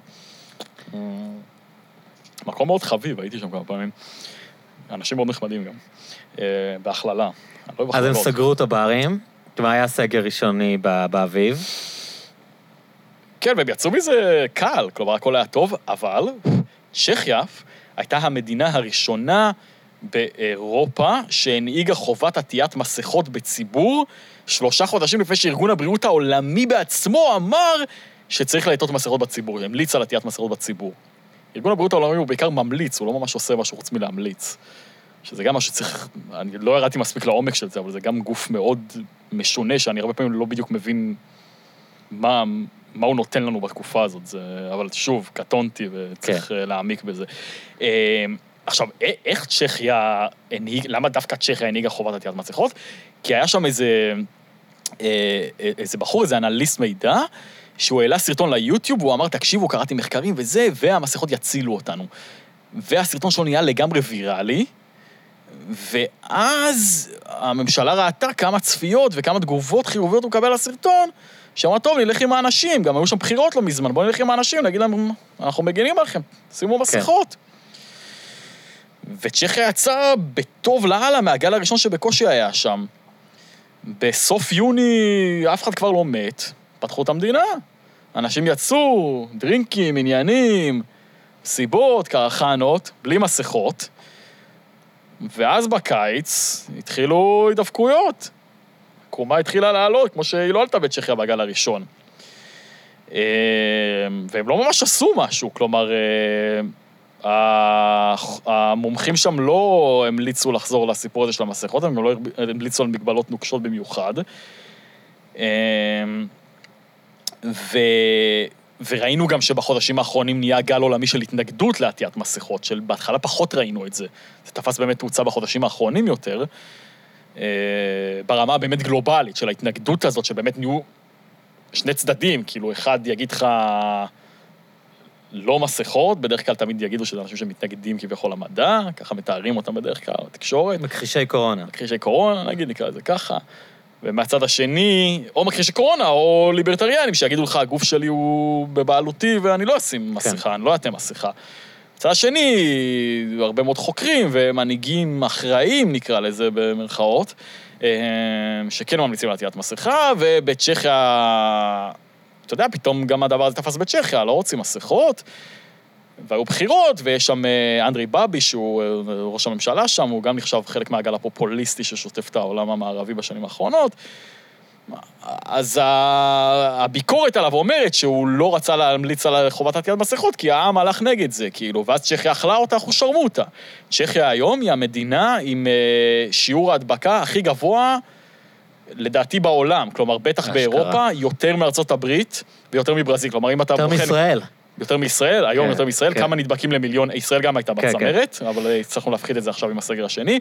מקום מאוד חביב, הייתי שם כמה פעמים. אנשים מאוד נחמדים גם. בהכללה. אז הם סגרו את הברים, כלומר היה סגר ראשוני באביב. כן, והם יצאו מזה קל, כלומר הכל היה טוב, אבל צ'כיה הייתה המדינה הראשונה באירופה שהנהיגה חובת עטיית מסכות בציבור, שלושה חודשים לפני שארגון הבריאות העולמי בעצמו אמר שצריך לעטות מסכות בציבור, המליץ על עטיית מסכות בציבור. ארגון הבריאות העולמי הוא בעיקר ממליץ, הוא לא ממש עושה משהו חוץ מלהמליץ. שזה גם משהו שצריך, אני לא הראיתי מספיק לעומק של זה, אבל זה גם גוף מאוד משונה, שאני הרבה פעמים לא בדיוק מבין מה, מה הוא נותן לנו בתקופה הזאת. זה, אבל שוב, קטונתי וצריך כן. להעמיק בזה. עכשיו, איך צ'כיה הנהיג, למה דווקא צ'כיה הנהיגה חובת עטיית מסכות? כי היה שם איזה, איזה בחור, איזה אנליסט מידע, שהוא העלה סרטון ליוטיוב, והוא אמר, תקשיבו, קראתי מחקרים וזה, והמסכות יצילו אותנו. והסרטון שלו נהיה לגמרי ויראלי, ואז הממשלה ראתה כמה צפיות וכמה תגובות חיוביות הוא מקבל לסרטון, שאמרה, טוב, נלך עם האנשים, גם היו שם בחירות לא מזמן, בואו נלך עם האנשים, נגיד להם, אנחנו מגנים עליכם, שימו מסכות. כן. וצ'כיה יצא בטוב לעלה מהגל הראשון שבקושי היה שם. בסוף יוני אף אחד כבר לא מת, פתחו את המדינה, אנשים יצאו, דרינקים, עניינים, סיבות, קרחנות, בלי מסכות, ואז בקיץ התחילו הדפקויות. הקומה התחילה לעלות, כמו שהיא לא עלתה בצ'כיה בגל הראשון. והם לא ממש עשו משהו, כלומר, המומחים שם לא המליצו לחזור לסיפור הזה של המסכות, הם לא המליצו על מגבלות נוקשות במיוחד. וראינו גם שבחודשים האחרונים נהיה גל עולמי של התנגדות לעטיית מסכות, של בהתחלה פחות ראינו את זה. זה תפס באמת תאוצה בחודשים האחרונים יותר, ברמה באמת גלובלית של ההתנגדות הזאת, שבאמת נהיו שני צדדים, כאילו אחד יגיד לך לא מסכות, בדרך כלל תמיד יגידו שזה אנשים שמתנגדים כביכול למדע, ככה מתארים אותם בדרך כלל, בתקשורת. מכחישי קורונה. מכחישי קורונה, נגיד, נקרא את זה ככה. ומהצד השני, או מכחישי קורונה, או ליברטריאנים, שיגידו לך, הגוף שלי הוא בבעלותי, ואני לא אשים מסכה, כן. אני לא אתם מסכה. בצד השני, הרבה מאוד חוקרים ומנהיגים אחראיים, נקרא לזה במרכאות, שכן ממליצים לעטיית מסכה, ובצ'כיה, אתה יודע, פתאום גם הדבר הזה תפס בצ'כיה, לא רוצים מסכות, והיו בחירות, ויש שם אנדרי בבי, שהוא ראש הממשלה שם, הוא גם נחשב חלק מהגל הפופוליסטי ששוטף את העולם המערבי בשנים האחרונות, אז הביקורת עליו אומרת שהוא לא רצה להמליץ על חובת עטיית מסכות, כי העם הלך נגד זה, כאילו, ואז צ'כיה אכלה אותה, אנחנו שרמו אותה. צ'כיה היום היא המדינה עם שיעור ההדבקה הכי גבוה, לדעתי בעולם, כלומר, בטח באירופה, יותר מארצות הברית, ויותר מברזיל, כלומר, אם אתה... יותר מישראל. יותר מישראל, היום יותר מישראל, כמה נדבקים למיליון, ישראל גם הייתה בצמרת, אבל צריכנו להפחיד את זה עכשיו עם הסגר השני.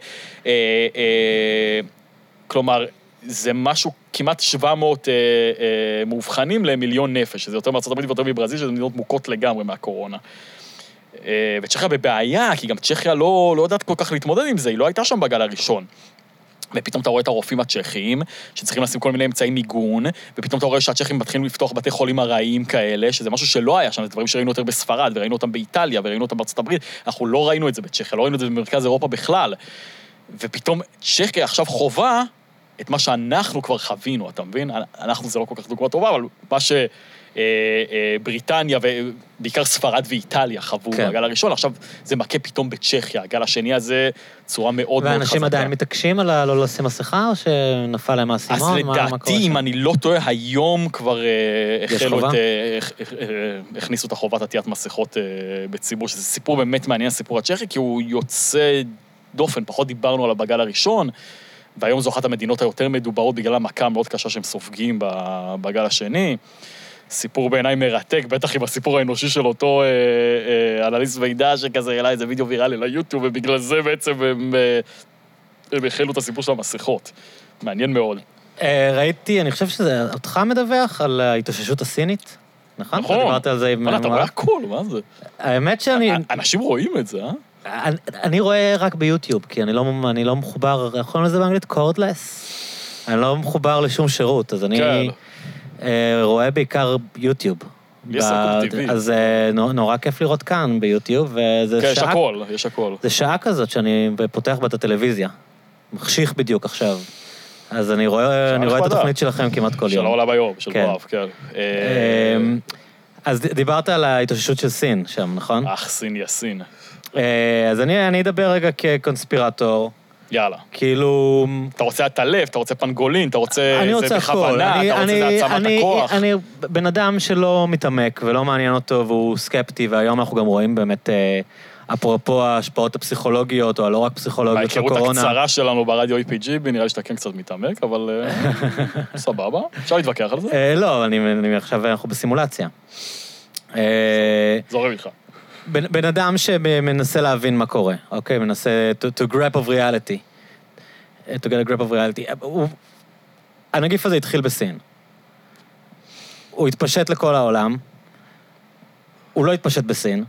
כלומר, זה משהו כמעט שבע מאות אה, אה, מאובחנים למיליון נפש, שזה יותר מארצות הברית ויותר מברזיל, שזה מדינות מוכות לגמרי מהקורונה. אה, וצ'כיה בבעיה, כי גם צ'כיה לא, לא יודעת כל כך להתמודד עם זה, היא לא הייתה שם בגל הראשון. ופתאום אתה רואה את הרופאים הצ'כים, שצריכים לשים כל מיני אמצעי מיגון, ופתאום אתה רואה שהצ'כים מתחילים לפתוח בתי חולים הרעיים כאלה, שזה משהו שלא היה שם, זה דברים שראינו יותר בספרד, וראינו אותם באיטליה, וראינו אותם בארצות הברית, אנחנו לא ראינו את זה בצ'כיה, לא ראינו את זה במרכז אירופה בכלל. ופתאום צ'כיה עכשיו חובה את מה שאנחנו כבר חווינו, אתה מבין? אנחנו זה לא כל כך דוגמה טובה, אבל מה שבריטניה ובעיקר ספרד ואיטליה חוו כן. בגל הראשון, עכשיו זה מכה פתאום בצ'כיה, הגל השני הזה צורה מאוד מאוד חזקה. ואנשים עדיין מתעקשים על לא לשים מסכה, או שנפל להם האסימון? אז לדעתי, אם אני לא טועה, היום כבר החלו את... הכניסו את החובת עטיית מסכות בציבור, שזה סיפור באמת מעניין, סיפור הצ'כי, כי הוא יוצא דופן, פחות דיברנו עליו בגל הראשון, והיום זו אחת המדינות היותר מדוברות בגלל המכה המאוד קשה שהם סופגים בגל השני. סיפור בעיניי מרתק, בטח עם הסיפור האנושי של אותו אה, אה, אנליסט מידע שכזה העלה איזה וידאו ויראלי ליוטיוב, ובגלל זה בעצם הם, הם החלו את הסיפור של המסכות. מעניין מאוד. אה, ראיתי, אני חושב שזה אותך מדווח על ההתאוששות הסינית, נכון? נכון. דיברת על זה עם... אתה רואה הכל, מה זה? האמת שאני... אנשים רואים את זה, אה? אני, אני רואה רק ביוטיוב, כי אני לא, אני לא מחובר, איך קוראים לזה באנגלית? קורדלס? אני לא מחובר לשום שירות, אז אני כן. אה, רואה בעיקר יוטיוב. יש סרטון טבעי. אז אה, נורא כיף לראות כאן ביוטיוב, וזה כן, שעה... יש הכל, יש הכל. זה שעה כזאת שאני פותח בה את הטלוויזיה. מחשיך בדיוק עכשיו. אז אני רואה, אני רואה את התוכנית שלכם כמעט כל של יום. של העולה ביום, של כן. בואב, כן. אז דיברת על ההתאוששות של סין שם, נכון? אך, סין יסין. אז אני, אני אדבר רגע כקונספירטור. יאללה. כאילו... אתה רוצה את הלב, אתה רוצה פנגולין, אתה רוצה זה בכוונה, אתה רוצה זה עצמת הכוח. אני בן אדם שלא מתעמק ולא מעניין אותו, והוא סקפטי, והיום אנחנו גם רואים באמת, אפרופו ההשפעות הפסיכולוגיות, או לא רק פסיכולוגיות של קורונה. ההיכרות הקצרה שלנו ברדיו אי פי ג'י, נראה לי שאתה כן קצת מתעמק, אבל סבבה. אפשר להתווכח על זה? לא, אני עכשיו אנחנו בסימולציה. זורם איתך. בן, בן אדם שמנסה להבין מה קורה, אוקיי? מנסה to, to grab of reality. To get a grab of reality. הוא, הנגיף הזה התחיל בסין. הוא התפשט לכל העולם. הוא לא התפשט בסין.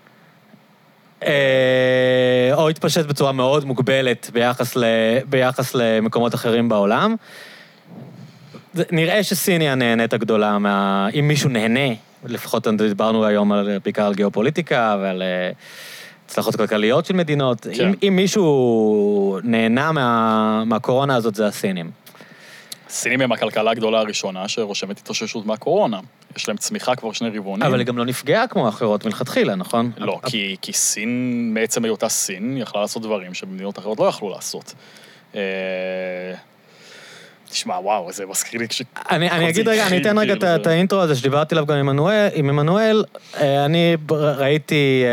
או התפשט בצורה מאוד מוגבלת ביחס, ל, ביחס למקומות אחרים בעולם. נראה שסין היא הנהנית הגדולה, מה, אם מישהו נהנה, לפחות דיברנו היום על, בעיקר על גיאופוליטיקה ועל הצלחות כלכליות של מדינות. כן. אם, אם מישהו נהנה מה, מהקורונה הזאת, זה הסינים. הסינים הם הכלכלה הגדולה הראשונה שרושמת התאוששות מהקורונה. יש להם צמיחה כבר שני רבעונים. אבל היא גם לא נפגעה כמו אחרות מלכתחילה, נכון? לא, כי, כי סין, מעצם היותה סין, יכלה לעשות דברים שבמדינות אחרות לא יכלו לעשות. תשמע, וואו, זה מזכיר לי כש... אני, אני אגיד רגע, אני אתן רגע את, את האינטרו הזה שדיברתי עליו גם עם עמנואל, עם עמנואל, אני ראיתי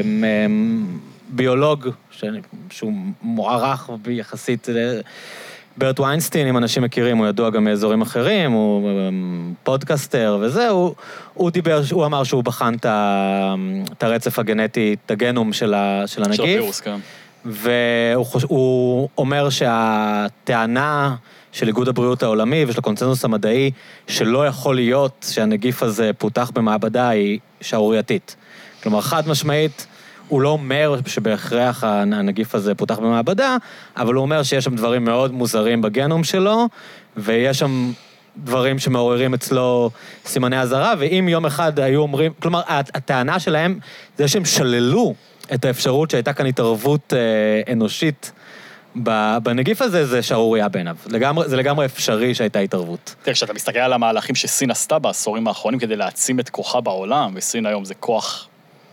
ביולוג שהוא מוערך ביחסית ברט ויינסטיין, אם אנשים מכירים, הוא ידוע גם מאזורים אחרים, הוא פודקאסטר וזה, הוא, הוא דיבר, הוא אמר שהוא בחן את הרצף הגנטי, את הגנום של, ה, של הנגיף. של הווירוס, כן. והוא חוש, הוא אומר שהטענה של איגוד הבריאות העולמי ושל הקונצנזוס המדעי, שלא יכול להיות שהנגיף הזה פותח במעבדה, היא שערורייתית. כלומר, חד משמעית, הוא לא אומר שבהכרח הנגיף הזה פותח במעבדה, אבל הוא אומר שיש שם דברים מאוד מוזרים בגנום שלו, ויש שם דברים שמעוררים אצלו סימני הזרה, ואם יום אחד היו אומרים, כלומר, הטענה שלהם זה שהם שללו את האפשרות שהייתה כאן התערבות אה, אנושית בנגיף הזה, זה שערוריה בעיניו. לגמרי, זה לגמרי אפשרי שהייתה התערבות. תראה, כשאתה מסתכל על המהלכים שסין עשתה בעשורים האחרונים כדי להעצים את כוחה בעולם, וסין היום זה כוח...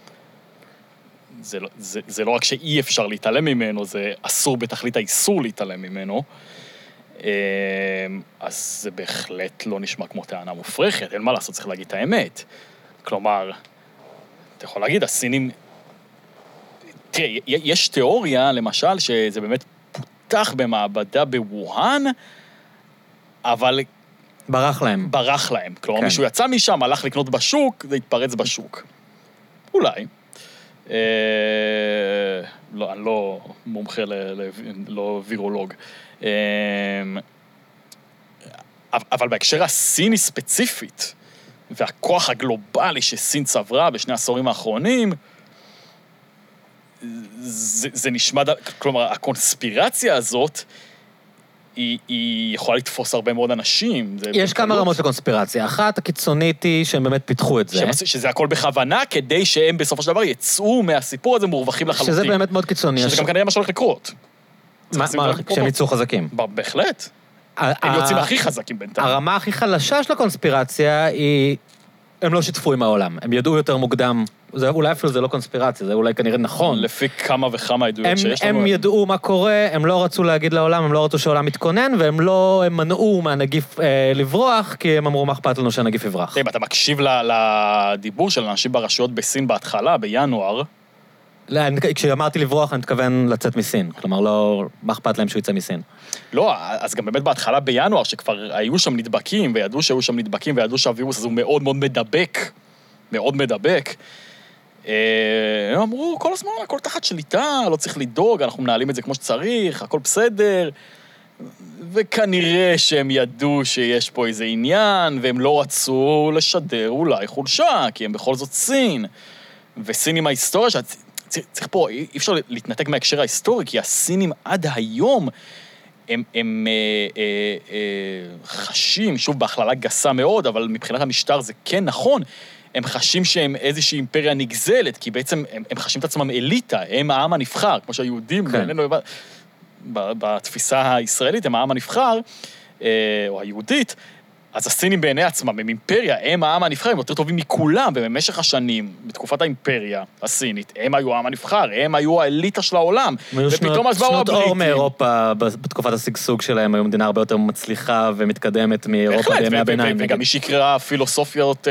זה, זה, זה לא רק שאי אפשר להתעלם ממנו, זה אסור בתכלית האיסור להתעלם ממנו, אז זה בהחלט לא נשמע כמו טענה מופרכת, אין מה לעשות, צריך להגיד את האמת. כלומר, אתה יכול להגיד, הסינים... תראה, יש תיאוריה, למשל, שזה באמת פותח במעבדה בווהאן, אבל... ברח להם. ברח להם. כלומר, כן. מישהו יצא משם, הלך לקנות בשוק, זה התפרץ בשוק. אולי. אה, לא, אני לא מומחה, ל, ל, לא וירולוג. אה, אבל בהקשר הסיני ספציפית, והכוח הגלובלי שסין צברה בשני העשורים האחרונים, זה, זה נשמע, כלומר, הקונספירציה הזאת, היא, היא יכולה לתפוס הרבה מאוד אנשים. יש כמה רמות של קונספירציה. אחת הקיצונית היא שהם באמת פיתחו את זה. שהם, שזה הכל בכוונה, כדי שהם בסופו של דבר יצאו מהסיפור הזה מורווחים לחלוטין. שזה באמת מאוד קיצוני. שזה גם כנראה מה שהולך לקרות. מה, מה, שהם יצאו חזקים? בהחלט. הם יוצאים הכי חזקים בינתיים. הרמה הכי חלשה של הקונספירציה היא... הם לא שיתפו עם העולם, הם ידעו יותר מוקדם, זה, אולי אפילו זה לא קונספירציה, זה אולי כנראה נכון. לפי כמה וכמה עדויות הם, שיש הם לנו. הם ידעו מה קורה, הם לא רצו להגיד לעולם, הם לא רצו שהעולם מתכונן, והם לא, הם מנעו מהנגיף אה, לברוח, כי הם אמרו מה אכפת לנו שהנגיף יברח. אם אתה מקשיב לדיבור של אנשים ברשויות בסין בהתחלה, בינואר, לא, כשאמרתי לברוח, אני מתכוון לצאת מסין, כלומר לא, מה אכפת להם שהוא יצא מסין. לא, אז גם באמת בהתחלה בינואר, שכבר היו שם נדבקים, וידעו שהיו שם נדבקים, וידעו שהווירוס הזה הוא מאוד מאוד מדבק, מאוד מדבק. הם אמרו, כל הזמן, הכל תחת שליטה, לא צריך לדאוג, אנחנו מנהלים את זה כמו שצריך, הכל בסדר, וכנראה שהם ידעו שיש פה איזה עניין, והם לא רצו לשדר אולי חולשה, כי הם בכל זאת סין, וסין עם ההיסטוריה, צריך פה, אי אפשר להתנתק מההקשר ההיסטורי, כי הסינים עד היום, הם, הם אה, אה, אה, חשים, שוב בהכללה גסה מאוד, אבל מבחינת המשטר זה כן נכון, הם חשים שהם איזושהי אימפריה נגזלת, כי בעצם הם, הם חשים את עצמם אליטה, הם העם הנבחר, כמו שהיהודים, כן. בתפיסה הישראלית, הם העם הנבחר, אה, או היהודית, אז הסינים בעיני עצמם, הם אימפריה, הם העם הנבחר, הם יותר טובים מכולם, ובמשך השנים, בתקופת האימפריה הסינית, הם היו העם הנבחר, הם היו האליטה של העולם, ופתאום אז באו הבריטים. שנות אור מאירופה, בתקופת הסגסוג שלהם, היו מדינה הרבה יותר מצליחה ומתקדמת מאירופה בימי הביניים. וגם מי שקרא פילוסופיות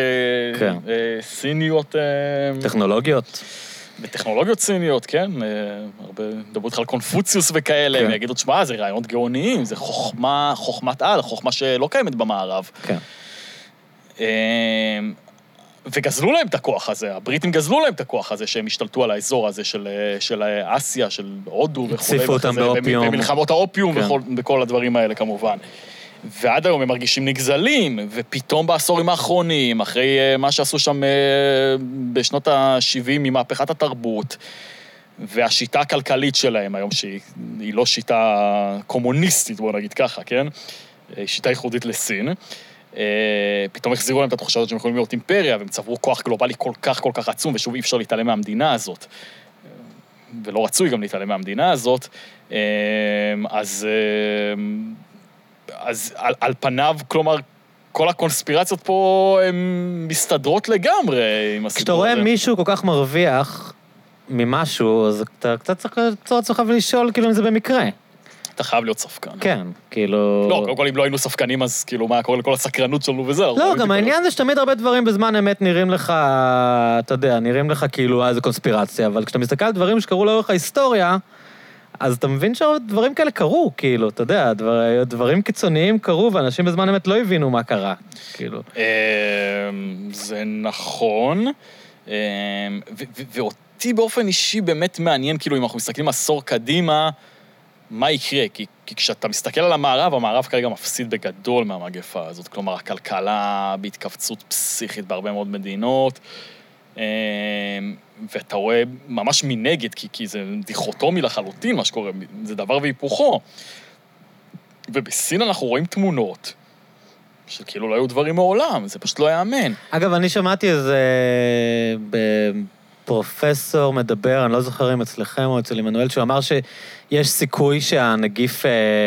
סיניות. טכנולוגיות. בטכנולוגיות סיניות, כן, הרבה דברו איתך על קונפוציוס וכאלה, הם יגידו, תשמע, זה רעיונות גאוניים, זה חוכמה, חוכמת על, חוכמה שלא קיימת במערב. כן. וגזלו להם את הכוח הזה, הבריטים גזלו להם את הכוח הזה, שהם השתלטו על האזור הזה של, של אסיה, של הודו וכו'. הציפו אותם באופיום. במלחמות האופיום ובכל הדברים האלה כמובן. ועד היום הם מרגישים נגזלים, ופתאום בעשורים האחרונים, אחרי מה שעשו שם בשנות ה-שבעים ממהפכת התרבות, והשיטה הכלכלית שלהם היום, שהיא לא שיטה קומוניסטית, בוא נגיד ככה, כן? היא שיטה ייחודית לסין, פתאום החזירו להם את התחושה הזאת שהם יכולים להיות אימפריה, והם צברו כוח גלובלי כל כך כל כך עצום, ושוב אי אפשר להתעלם מהמדינה הזאת, ולא רצוי גם להתעלם מהמדינה הזאת, אז... אז על, על פניו, כלומר, כל הקונספירציות פה הן מסתדרות לגמרי עם הסיפור הזה. כשאתה רואה מישהו כל כך מרוויח ממשהו, אז אתה קצת צריך לעצור עצמך ולשאול כאילו אם זה במקרה. אתה חייב להיות ספקן. כן, כאילו... לא, קודם כל, אם לא היינו ספקנים, אז כאילו, מה קורה לכל הסקרנות שלנו וזה? לא, גם העניין זה שתמיד הרבה דברים בזמן אמת נראים לך, אתה יודע, נראים לך כאילו איזה קונספירציה, אבל כשאתה מסתכל על דברים שקרו לאורך ההיסטוריה, אז אתה מבין שדברים כאלה קרו, כאילו, אתה יודע, דבר, דברים קיצוניים קרו, ואנשים בזמן אמת לא הבינו מה קרה, כאילו. זה נכון, ואותי באופן אישי באמת מעניין, כאילו, אם אנחנו מסתכלים עשור קדימה, מה יקרה? כי, כי כשאתה מסתכל על המערב, המערב כרגע מפסיד בגדול מהמגפה הזאת, כלומר, הכלכלה בהתכווצות פסיכית בהרבה מאוד מדינות, ואתה רואה ממש מנגד, כי, כי זה דיכוטומי לחלוטין מה שקורה, זה דבר והיפוכו. ובסין אנחנו רואים תמונות, שכאילו לא היו דברים מעולם, זה פשוט לא יאמן. אגב, אני שמעתי איזה פרופסור מדבר, אני לא זוכר אם אצלכם או אצל עמנואל, שהוא אמר שיש סיכוי שהנגיף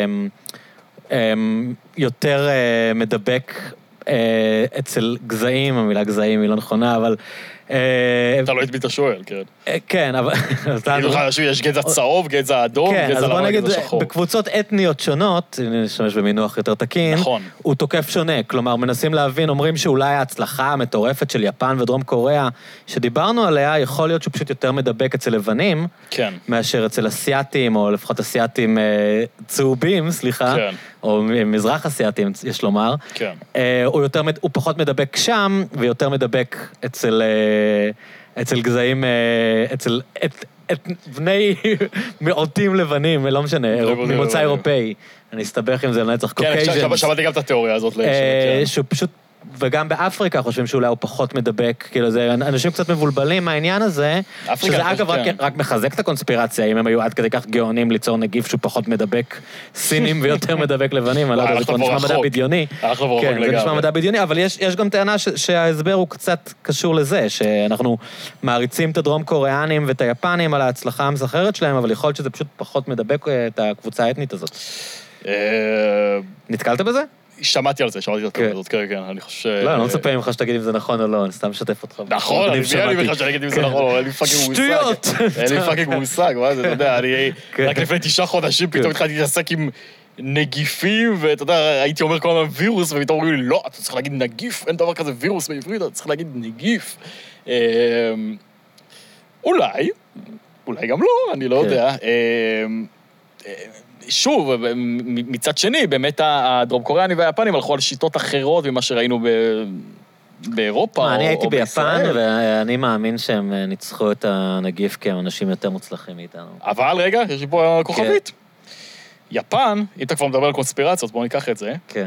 יותר מדבק אצל גזעים, המילה גזעים היא לא נכונה, אבל... אתה לא התביט השואל, כן. כן, אבל... כאילו לך יש גזע צהוב, גזע אדום, גזע לבן, גזע שחור. בקבוצות אתניות שונות, אני נשתמש במינוח יותר תקין, הוא תוקף שונה, כלומר, מנסים להבין, אומרים שאולי ההצלחה המטורפת של יפן ודרום קוריאה, שדיברנו עליה, יכול להיות שהוא פשוט יותר מדבק אצל לבנים, מאשר אצל אסיאטים, או לפחות אסיאטים צהובים, סליחה, או מזרח אסיאטים, יש לומר. כן. הוא יותר, הוא פחות מדבק שם, ויותר מדבק אצל... אצל גזעים, אצל את בני מיעוטים לבנים, לא משנה, ממוצא אירופאי. אני אסתבך עם זה לנצח קוקייז'נס. כן, שמעתי גם את התיאוריה הזאת. שהוא פשוט, וגם באפריקה חושבים שאולי הוא פחות מדבק, כאילו זה, אנשים קצת מבולבלים מהעניין הזה, שזה אגב רק מחזק את הקונספירציה, אם הם היו עד כדי כך גאונים ליצור נגיף שהוא פחות מדבק סינים ויותר מדבק לבנים, אני לא יודע, זה כבר נשמע מדע בדיוני. כן, זה נשמע מדע בדיוני, אבל יש גם טענה שההסבר הוא קצת קשור לזה, שאנחנו מעריצים את הדרום קוריאנים ואת היפנים על ההצלחה המסחררת שלהם, אבל יכול להיות שזה פשוט פחות מדבק את הקבוצה האתנית הזאת. נתקלת בזה? שמעתי על זה, שמעתי על התיאוריה הזאת, כן, כן, אני חושב... לא, אני לא מצפה ממך שתגיד אם זה נכון או לא, אני סתם משתף אותך. נכון, אני מביאה לי בכלל שאני אגיד אם זה נכון, אין לי פאקינג מושג. שטויות! אין לי פאקינג מושג, מה זה, אתה יודע, אני רק לפני תשעה חודשים פתאום התחלתי להתעסק עם נגיפים, ואתה יודע, הייתי אומר כל הזמן וירוס, ופתאום אומרים לי, לא, אתה צריך להגיד נגיף, אין דבר כזה וירוס בעברית, אתה צריך להגיד נגיף. אולי, אולי גם לא, אני לא יודע. שוב, מצד שני, באמת הדרום קוריאנים והיפנים הלכו על שיטות אחרות ממה שראינו באירופה או בישראל. אני הייתי ביפן, ואני מאמין שהם ניצחו את הנגיף כי הם אנשים יותר מוצלחים מאיתנו. אבל רגע, יש לי פה כוכבית. יפן, אם אתה כבר מדבר על קונספירציות, בואו ניקח את זה. כן.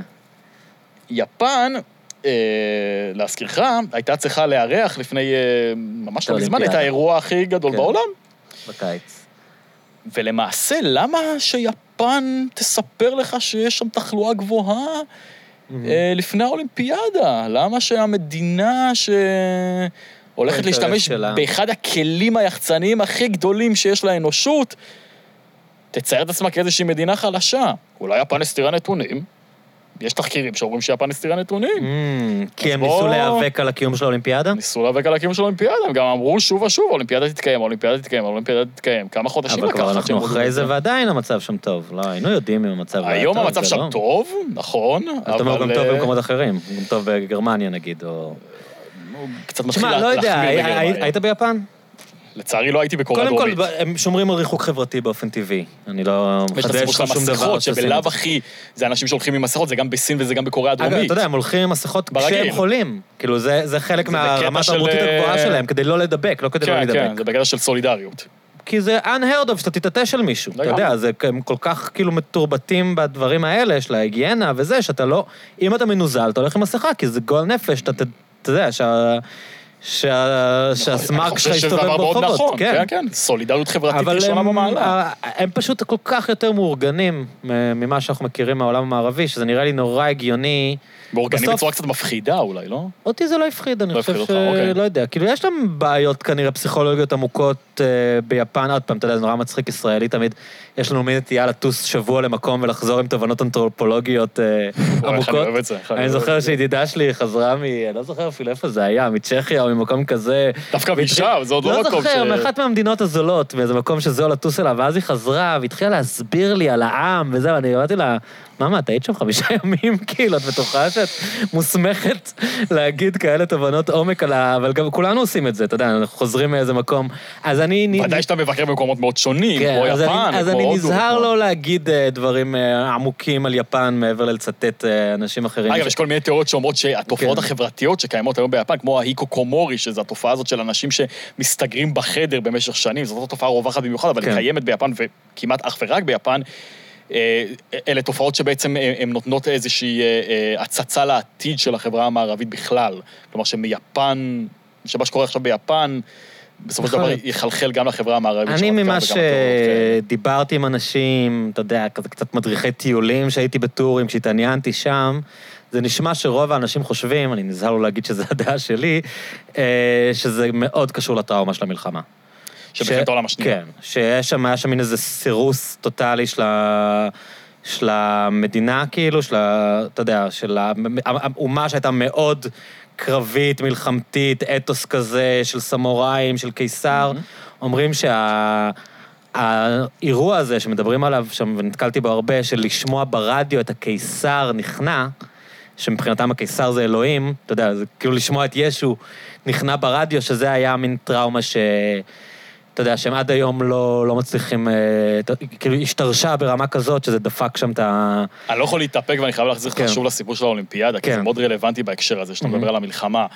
יפן, להזכירך, הייתה צריכה לארח לפני ממש לא מזמן את האירוע הכי גדול בעולם. בקיץ. ולמעשה, למה שיפן תספר לך שיש שם תחלואה גבוהה לפני האולימפיאדה? למה שהמדינה שהולכת להשתמש באחד הכלים היחצניים הכי גדולים שיש לאנושות, תצייר את עצמה כאיזושהי מדינה חלשה? אולי יפן הסתירה נתונים? יש תחקירים שאומרים שיפן הסתירה נתונים. כי הם ניסו להיאבק על הקיום של האולימפיאדה? ניסו להיאבק על הקיום של האולימפיאדה, הם גם אמרו שוב ושוב, האולימפיאדה תתקיים, האולימפיאדה תתקיים, האולימפיאדה תתקיים, כמה חודשים לקח. אבל כבר אנחנו אחרי זה ועדיין המצב שם טוב, לא, היינו יודעים אם המצב היה טוב. היום המצב שם טוב, נכון, אבל... אתה אומר גם טוב במקומות אחרים, גם טוב בגרמניה נגיד, או... קצת מתחיל להחמיר בגרמניה. היית ביפן? לצערי לא הייתי בקוריאה דרומית. קודם כל, הם שומרים על ריחוק חברתי באופן טבעי. אני לא מחדש לך שום דבר. שבלאו הכי, זה אנשים שהולכים עם מסכות, זה גם בסין וזה גם בקוריאה הדרומית. אגב, אתה יודע, הם הולכים עם מסכות כשהם חולים. כאילו, זה חלק מהרמה התרבותית הגבוהה שלהם, כדי לא לדבק, לא כדי לא לדבק. כן, זה בקטע של סולידריות. כי זה unheard of, שאתה תתעטה של מישהו. אתה יודע, הם כל כך כאילו מתורבתים בדברים האלה, של ההיגיינה וזה, שאתה לא... אם אתה מנוזל, אתה הולך עם מסכה, כי זה גועל נפש, אתה יודע, שה... שהסמארק שלך יסתובב ברחובות. כן, כן, סולידריות חברתית ראשונה במעלה. הם פשוט כל כך יותר מאורגנים ממה שאנחנו מכירים מהעולם המערבי, שזה נראה לי נורא הגיוני. מאורגנים בצורה קצת מפחידה אולי, לא? אותי זה לא הפחיד, אני חושב שלא יודע. כאילו יש להם בעיות כנראה פסיכולוגיות עמוקות ביפן, עוד פעם, אתה יודע, זה נורא מצחיק ישראלי תמיד, יש לנו מין נטייה לטוס שבוע למקום ולחזור עם תובנות אנתרופולוגיות עמוקות. אני זוכר שידידה שלי חזרה מ... אני לא זוכר אפילו איפה זה היה, מצ'כיה או ממקום כזה. דווקא משם, זה עוד לא מקום ש... לא זוכר, מאחת מהמדינות הזולות, באיזה מקום שזו לטוס אליו, ואז היא חזרה והתחילה להסביר לי על העם וזה, ואני אמרתי לה, מאמא, אתה היית שם חמישה ימים, כאילו, את בטוחה שאת מוסמכת להגיד כאלה תובנות עומק על ה... אבל גם כולנו עושים את זה, אתה יודע, אנחנו חוזרים מאיזה מקום. אז אני... ודאי שאתה מבקר במקומות מאוד שונים, כמו יפן, כמו הודו. אז אני נזהר לא להגיד דברים עמוקים על יפן, מעבר לצטט אנשים אחרים. אגב, יש כל מיני תיאוריות שאומרות שהתופעות החברתיות שקיימות היום ביפן, כמו ההיקוקומורי, שזו התופעה הזאת של אנשים שמסתגרים בחדר במשך שנים, זאת תופעה רווחת במיוחד, אבל היא קיימת ביפן וכמעט אך ורק ביפן. אלה תופעות שבעצם הן נותנות איזושהי הצצה לעתיד של החברה המערבית בכלל. כלומר שמיפן, שמה שקורה עכשיו ביפן, בסופו של דבר יחלחל גם לחברה המערבית. אני ממה שדיברתי עם אנשים, אתה יודע, קצת מדריכי טיולים שהייתי בטורים, כשהתעניינתי שם, זה נשמע שרוב האנשים חושבים, אני נזהר לו להגיד שזה הדעה שלי, שזה מאוד קשור לטראומה של המלחמה. שבחמת העולם השנייה. כן, שיש שם, היה שם מין איזה סירוס טוטלי של, ה... של המדינה, כאילו, של ה... אתה יודע, של האומה שהייתה מאוד קרבית, מלחמתית, אתוס כזה, של סמוראים, של קיסר. Mm-hmm. אומרים שהאירוע שה... הזה שמדברים עליו שם, ונתקלתי בו הרבה, של לשמוע ברדיו את הקיסר נכנע, שמבחינתם הקיסר זה אלוהים, אתה יודע, זה כאילו לשמוע את ישו נכנע ברדיו, שזה היה מין טראומה ש... אתה יודע, שהם עד היום לא, לא מצליחים, כאילו, השתרשה ברמה כזאת, שזה דפק שם את ה... אני לא יכול להתאפק, ואני חייב להחזיר כן. חשוב לסיפור של האולימפיאדה, כן. כי זה מאוד רלוונטי בהקשר הזה, שאתה mm-hmm. מדבר על המלחמה,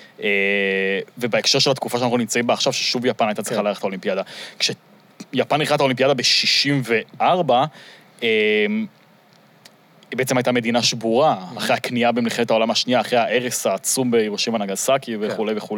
ובהקשר של התקופה שאנחנו נמצאים בה עכשיו, ששוב יפן הייתה צריכה כן. ללכת לאולימפיאדה. כשיפן נכנסת לאולימפיאדה ב-שישים וארבע, היא בעצם הייתה מדינה שבורה, אחרי הקנייה במלחמת העולם השנייה, אחרי ההרס העצום בהירושימה נגסקי וכו' וכו'.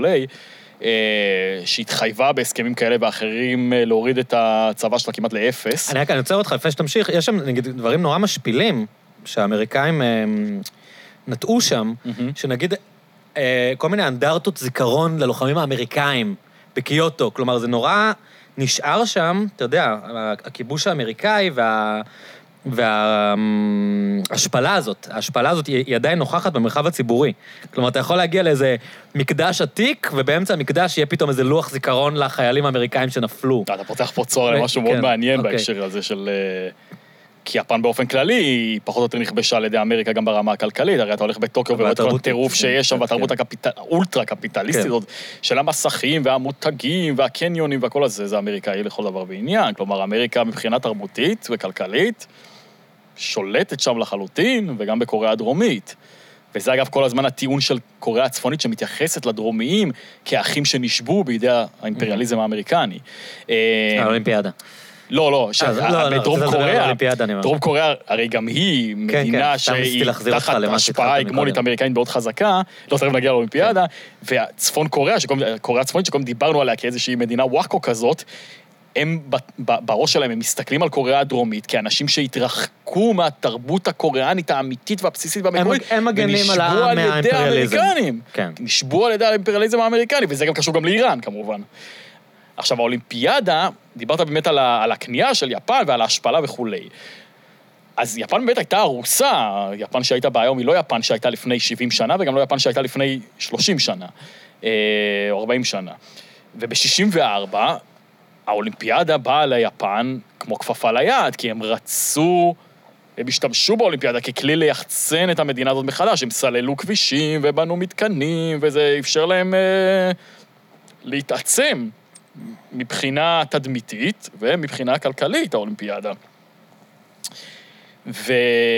שהתחייבה בהסכמים כאלה ואחרים להוריד את הצבא שלה כמעט לאפס. אני רק, אני רוצה אותך, לפני שתמשיך, יש שם, נגיד, דברים נורא משפילים, שהאמריקאים נטעו שם, שנגיד, כל מיני אנדרטות זיכרון ללוחמים האמריקאים בקיוטו, כלומר, זה נורא נשאר שם, אתה יודע, הכיבוש האמריקאי וה... וההשפלה הזאת, ההשפלה הזאת היא עדיין נוכחת במרחב הציבורי. כלומר, אתה יכול להגיע לאיזה מקדש עתיק, ובאמצע המקדש יהיה פתאום איזה לוח זיכרון לחיילים האמריקאים שנפלו. אתה פותח פה צור למשהו מאוד מעניין בהקשר הזה של... כי יפן באופן כללי היא פחות או יותר נכבשה על ידי אמריקה גם ברמה הכלכלית, הרי אתה הולך בטוקיו ורואה את כל הטירוף שיש שם, והתרבות האולטרה קפיטליסטית, של המסכים והמותגים והקניונים והכל הזה, זה אמריקאי לכל דבר בעניין. כלומר, אמריקה מבחינה תרבותית וכלכלית, שולטת שם לחלוטין, וגם בקוריאה הדרומית. וזה אגב כל הזמן הטיעון של קוריאה הצפונית, שמתייחסת לדרומיים כאחים שנשבו בידי האימפריאליזם האמריקני. האולימפיאדה. לא, לא, בדרום קוריאה, דרום קוריאה, הרי גם היא מדינה שהיא תחת השפעה הגמונית אמריקאית מאוד חזקה, לא צריכים להגיע לאולימפיאדה, והצפון קוריאה, קוריאה הצפונית, שקודם דיברנו עליה כאיזושהי מדינה וואקו כזאת, הם בראש שלהם, הם מסתכלים על קוריאה הדרומית, כאנשים שהתרחקו מהתרבות הקוריאנית האמיתית והבסיסית והמקורית, הם מגנים על האמריקנים. נשבו על ידי האימפריאליזם האמריקני, וזה גם קשור גם לאיראן, כמובן. עכשיו, האולימפיאדה, דיברת באמת על, על הקנייה של יפן ועל ההשפלה וכו'. אז יפן באמת הייתה הרוסה, יפן שהייתה בהיום היא לא יפן שהייתה לפני שבעים שנה, וגם לא יפן שהייתה לפני שלושים שנה, או ארבעים שנה. וב-שישים וארבע, האולימפיאדה באה ליפן כמו כפפה ליד, כי הם רצו, הם השתמשו באולימפיאדה ככלי ליחצן את המדינה הזאת מחדש, הם סללו כבישים ובנו מתקנים, וזה אפשר להם אה, להתעצם. מבחינה תדמיתית ומבחינה כלכלית, האולימפיאדה. ו...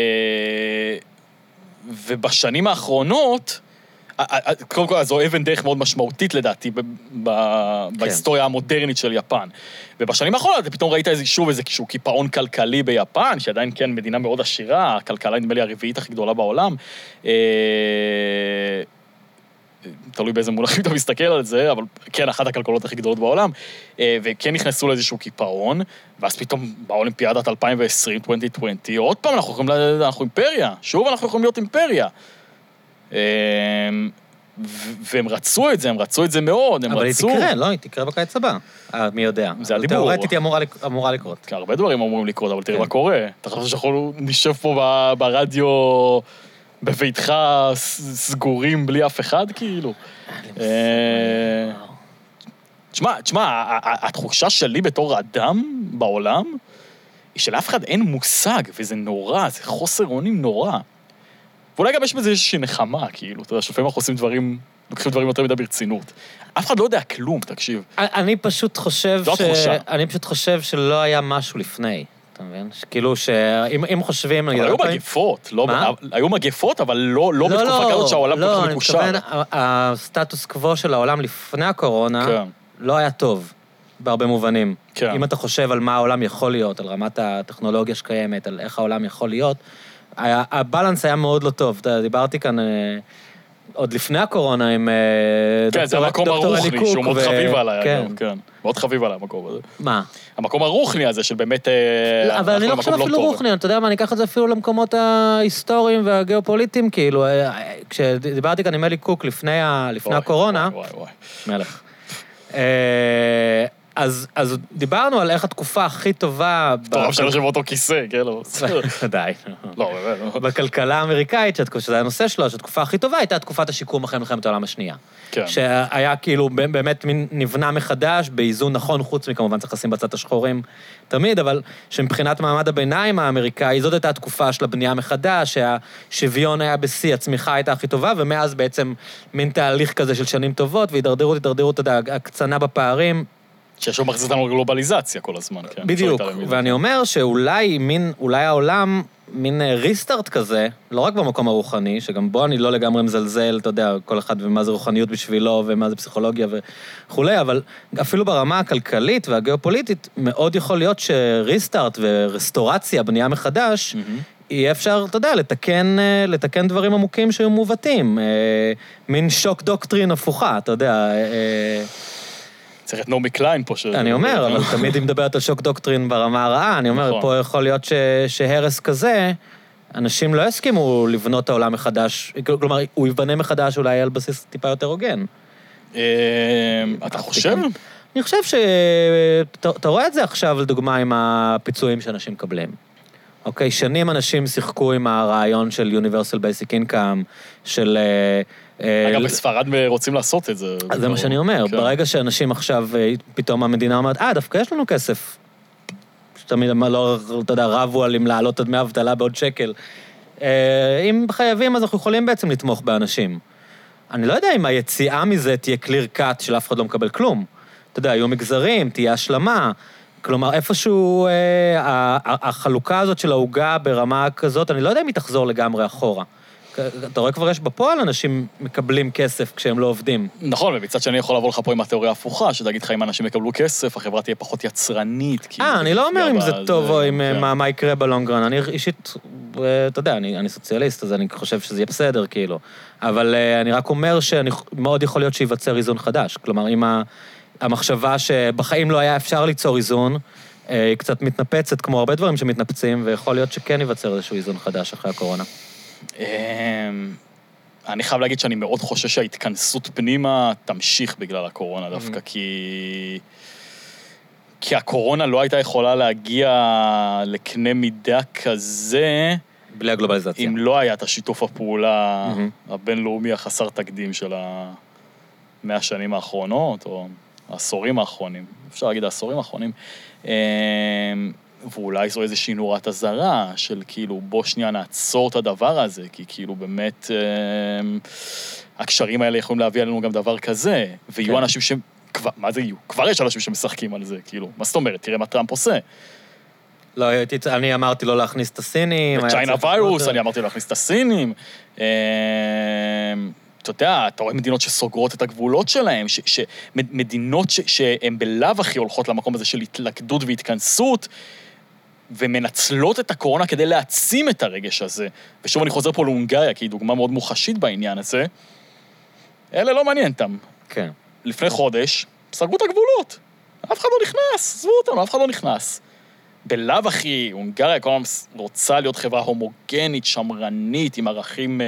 ובשנים האחרונות, קודם כל, זו אבן דרך מאוד משמעותית לדעתי, ב... ב... בהיסטוריה המודרנית של יפן. ובשנים האחרונות, פתאום ראית איזה, שוב איזשהו קיפאון כלכלי ביפן, שעדיין כן מדינה מאוד עשירה, הכלכלה נדמה לי הרביעית הכי גדולה בעולם. תלוי באיזה מונחים אתה מסתכל על זה, אבל כן, אחת הכלכלות הכי גדולות בעולם, וכן נכנסו לאיזשהו קיפאון, ואז פתאום באולימפיאדת אלפיים ועשרים, אלפיים ועשרים, עוד פעם אנחנו יכולים, אנחנו אימפריה, שוב אנחנו יכולים להיות אימפריה. והם רצו את זה, הם רצו את זה מאוד, הם אבל רצו... היא תקרה, לא, היא תקרה בקיץ הבא, מי יודע. זה הדיבור. תיאורטית היא אמורה לקרות. כי הרבה דברים אמורים לקרות, אבל תראה מה קורה. אתה חושב שאנחנו נשב פה ברדיו... בביתך סגורים בלי אף אחד, כאילו. תשמע, תשמע, התחושה שלי בתור אדם בעולם, היא שלאף אחד אין מושג, וזה נורא, זה חוסר אונים נורא. ואולי גם יש בזה איזושהי נחמה, כאילו, אתה יודע, שופעים אנחנו עושים דברים לוקחים דברים יותר מדי ברצינות. אף אחד לא יודע כלום, תקשיב. אני פשוט חושב ש... אני פשוט חושב שלא היה משהו לפני. אתה מבין? כאילו שאם חושבים... אבל היו מגפות, היו מגפות, אבל לא בתקופה כזאת שהעולם פתאום מקושר. לא, אני מתכוון, הסטטוס קוו של העולם לפני הקורונה לא היה טוב, בהרבה מובנים. אם אתה חושב על מה העולם יכול להיות, על רמת הטכנולוגיה שקיימת, על איך העולם יכול להיות, הבלנס היה מאוד לא טוב. דיברתי כאן עוד לפני הקורונה עם כן, זה המקום הרוחני, שהוא מאוד חביב עליי, כן. מאוד חביב עליי המקום הזה. מה? המקום הרוחני הזה, של באמת... אבל אני לא חושב אפילו רוחני, אתה יודע מה, אני אקח את זה אפילו למקומות ההיסטוריים והגיאופוליטיים, כאילו, כשדיברתי כאן עם אלי קוק לפני הקורונה, וואי, וואי. מלך. אז, אז דיברנו על איך התקופה הכי טובה... טוב, אפשר לשב באותו כיסא, כן, לא. די. לא, באמת. בכלכלה האמריקאית, שזה הנושא שלו, שהתקופה הכי טובה הייתה תקופת השיקום אחרי מלחמת העולם השנייה. כן. שהיה כאילו באמת נבנה מחדש, באיזון נכון, חוץ מכמובן צריך לשים בצד השחורים תמיד, אבל שמבחינת מעמד הביניים האמריקאי, זאת הייתה התקופה של הבנייה מחדש, שהשוויון היה בשיא, הצמיחה הייתה הכי טובה, ומאז בעצם מין תהליך כזה של שנים טובות, והידרדרות, הידרדרות, הקצנה בפערים, שיש לו מחזיר אותנו גלובליזציה כל הזמן, כן. בדיוק, ואני אומר שאולי מין, אולי העולם, מין ריסטארט כזה, לא רק במקום הרוחני, שגם בו אני לא לגמרי מזלזל, אתה יודע, כל אחד ומה זה רוחניות בשבילו, ומה זה פסיכולוגיה וכולי, אבל אפילו ברמה הכלכלית והגיאופוליטית, מאוד יכול להיות שריסטארט ורסטורציה, בנייה מחדש, יהיה אפשר, אתה יודע, לתקן, לתקן דברים עמוקים שהיו מובטים, מין שוק דוקטרין הפוכה, אתה יודע, צריך את נעמי קליין פה. אני אומר, אבל תמיד היא מדברת על שוק דוקטרין ברמה הרעה, אני אומר, פה יכול להיות שהרס כזה, אנשים לא הסכימו לבנות את העולם מחדש, כלומר, הוא יבנה מחדש אולי על בסיס טיפה יותר הוגן. אתה חושב? אני חושב שאתה רואה את זה עכשיו, לדוגמה, עם הפיצויים שאנשים מקבלים. אוקיי, שנים אנשים שיחקו עם הרעיון של Universal Basic Income, של... אגב, בספרד רוצים לעשות את זה. אז זה מה שאני אומר, ברגע שאנשים עכשיו, פתאום המדינה אומרת, אה, דווקא יש לנו כסף. שתמיד לא, אתה יודע, רבו על אם לעלות דמי אבטלה בעוד שקל. אם חייבים, אז אנחנו יכולים בעצם לתמוך באנשים. אני לא יודע אם היציאה מזה תהיה clear cut של אף אחד לא מקבל כלום. אתה יודע, יהיו מגזרים, תהיה השלמה. כלומר, איפשהו החלוקה הזאת של ההוגה ברמה כזאת, אני לא יודע אם היא תחזור לגמרי אחורה. אתה רואה כבר יש בפועל, אנשים מקבלים כסף כשהם לא עובדים. נכון, ומצד שאני יכול לבוא לך פה עם התיאוריה ההפוכה, שתגיד לך אם אנשים יקבלו כסף, החברה תהיה פחות יצרנית. אה, אני לא אומר אם זה טוב או מה יקרה בלונגרן. אני אישית, אתה יודע, אני סוציאליסט, אז אני חושב שזה יהיה בסדר, כאילו. אבל אני רק אומר שאני מאוד יכול להיות שיווצר איזון חדש. כלומר, אם המחשבה שבחיים לא היה אפשר ליצור איזון, היא קצת מתנפצת, כמו הרבה דברים שמתנפצים, ויכול להיות שכן ייווצר איזשהו איזון חדש אחרי הקורונה. אני חייב להגיד שאני מאוד חושש שההתכנסות פנימה תמשיך בגלל הקורונה דווקא, כי... כי הקורונה לא הייתה יכולה להגיע לקנה מידה כזה... בלי הגלובליזציה. אם לא היה את השיתוף הפעולה הבינלאומי החסר תקדים של המאה השנים האחרונות, או העשורים האחרונים. אפשר להגיד העשורים האחרונים. ואולי זו איזושהי נורת הזרה של כאילו, בוא שנייה נעצור את הדבר הזה, כי כאילו באמת הקשרים האלה יכולים להביא עלינו גם דבר כזה, ויהיו אנשים ש... מה זה יהיו? כבר יש אנשים שמשחקים על זה, כאילו, מה זאת אומרת? תראה מה טראמפ עושה. לא, אני אמרתי לא להכניס את הסינים. צ'יינה ויירוס, אני אמרתי לא להכניס את הסינים. אתה יודע, אתה רואה מדינות שסוגרות את הגבולות שלהם, מדינות שהן בלאו הכי הולכות למקום הזה של התלכדות והתכנסות, ומנצלות את הקורונה כדי להעצים את הרגש הזה. ושוב אני חוזר פה להונגריה, כי היא דוגמה מאוד מוחשית בעניין הזה. אלה לא מעניין אותם. כן. לפני חודש, סגרו את הגבולות. אף אחד לא נכנס, עזבו אותנו, אף אחד לא נכנס. בלאו הכי, הונגריה כל הזמן רוצה להיות חברה הומוגנית, שמרנית, עם ערכים...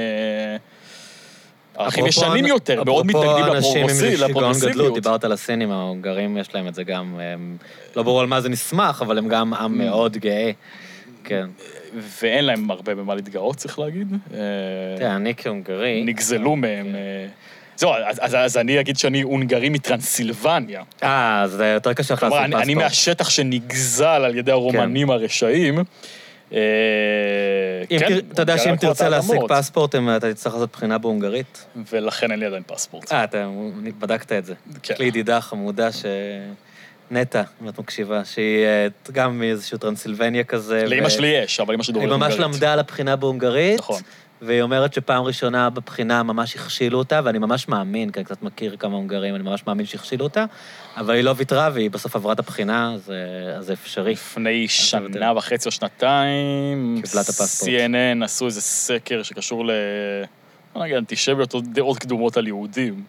ערכים ישנים יותר, מאוד מתנגדים לפרוגרסיביות. דיברת על הסינים, ההונגרים יש להם את זה גם, לא ברור על מה זה נשמח, אבל הם גם עם מאוד גאה. כן. ואין להם הרבה במה להתגאות, צריך להגיד. תראה, אני כהונגרי... נגזלו מהם... זהו, אז אני אגיד שאני הונגרי מטרנסילבניה. אה, אז זה יותר קשה לך לעשות פספורט. אני מהשטח שנגזל על ידי הרומנים הרשעים, אתה יודע שאם תרצה להשיג פספורט, אתה תצטרך לעשות בחינה בהונגרית? ולכן אין לי עדיין פספורט. אה, אתה בדקת את זה. יש לי ידידה חמודה שנטע, אם את מקשיבה, שהיא גם מאיזשהו טרנסילבניה כזה. לאמא שלי יש, אבל אמא שלי דוברת הונגרית. היא ממש למדה על הבחינה בהונגרית. נכון. והיא אומרת שפעם ראשונה בבחינה ממש הכשילו אותה, ואני ממש מאמין, כי אני קצת מכיר כמה הונגרים, אני ממש מאמין שהכשילו אותה, אבל היא לא ויתרה, והיא בסוף עברה את הבחינה, אז זה אפשרי. לפני שנה וחצי או שנתיים, קיבלה את הפספורט. סי אן אן עשו איזה סקר שקשור ל... אני אגיד, אנטישמיות או דעות קדומות על יהודים.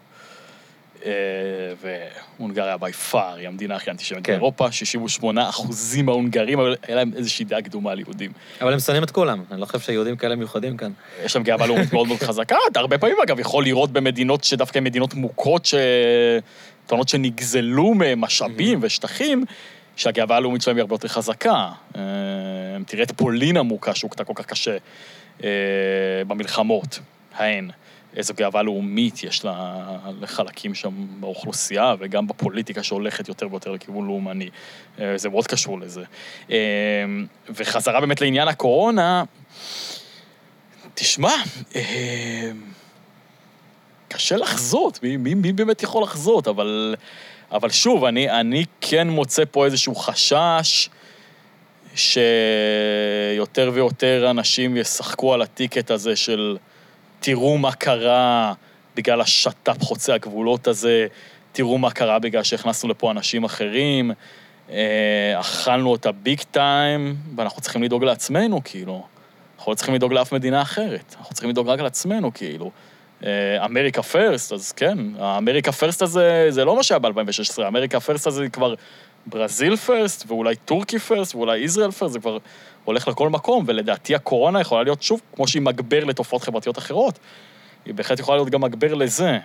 והונגריה בי פאר, היא המדינה הכי אנטישמית באירופה, שישים ושמונה אחוזים מההונגרים, אבל היה להם איזושהי דעה קדומה על יהודים. אבל הם שונאים את כולם, אני לא חושב שהיהודים כאלה מיוחדים כאן. יש להם גאווה לאומית מאוד מאוד חזקה, הרבה פעמים אגב יכול לראות במדינות שדווקא הן מדינות מוכות, טענות שנגזלו ממשאבים ושטחים, שהגאווה הלאומית שלהם היא הרבה יותר חזקה. תראה את פולין המוכה שהוקטה כל כך קשה במלחמות, ההן. איזו גאווה לאומית יש לה לחלקים שם באוכלוסייה, וגם בפוליטיקה שהולכת יותר ויותר לכיוון לאומני. זה מאוד קשור לזה. וחזרה באמת לעניין הקורונה, תשמע, קשה לחזות, מי, מי, מי באמת יכול לחזות, אבל, אבל שוב, אני, אני כן מוצא פה איזשהו חשש, שיותר ויותר אנשים ישחקו על הטיקט הזה של... תראו מה קרה בגלל השטף חוצה הגבולות הזה, תראו מה קרה בגלל שהכנסנו לפה אנשים אחרים, אכלנו אותה ביג טיים, ואנחנו צריכים לדאוג לעצמנו, כאילו. אנחנו לא צריכים לדאוג לאף מדינה אחרת, אנחנו צריכים לדאוג רק לעצמנו, כאילו. אמריקה פרסט, אז כן, האמריקה פרסט הזה, זה לא מה שהיה ב-אלפיים ושש עשרה, האמריקה פרסט הזה כבר ברזיל פרסט, ואולי טורקי פרסט, ואולי ישראל פרסט, זה כבר... הולך לכל מקום, ולדעתי הקורונה יכולה להיות שוב, כמו שהיא מגבר לתופעות חברתיות אחרות, היא בהחלט יכולה להיות גם מגבר לזה.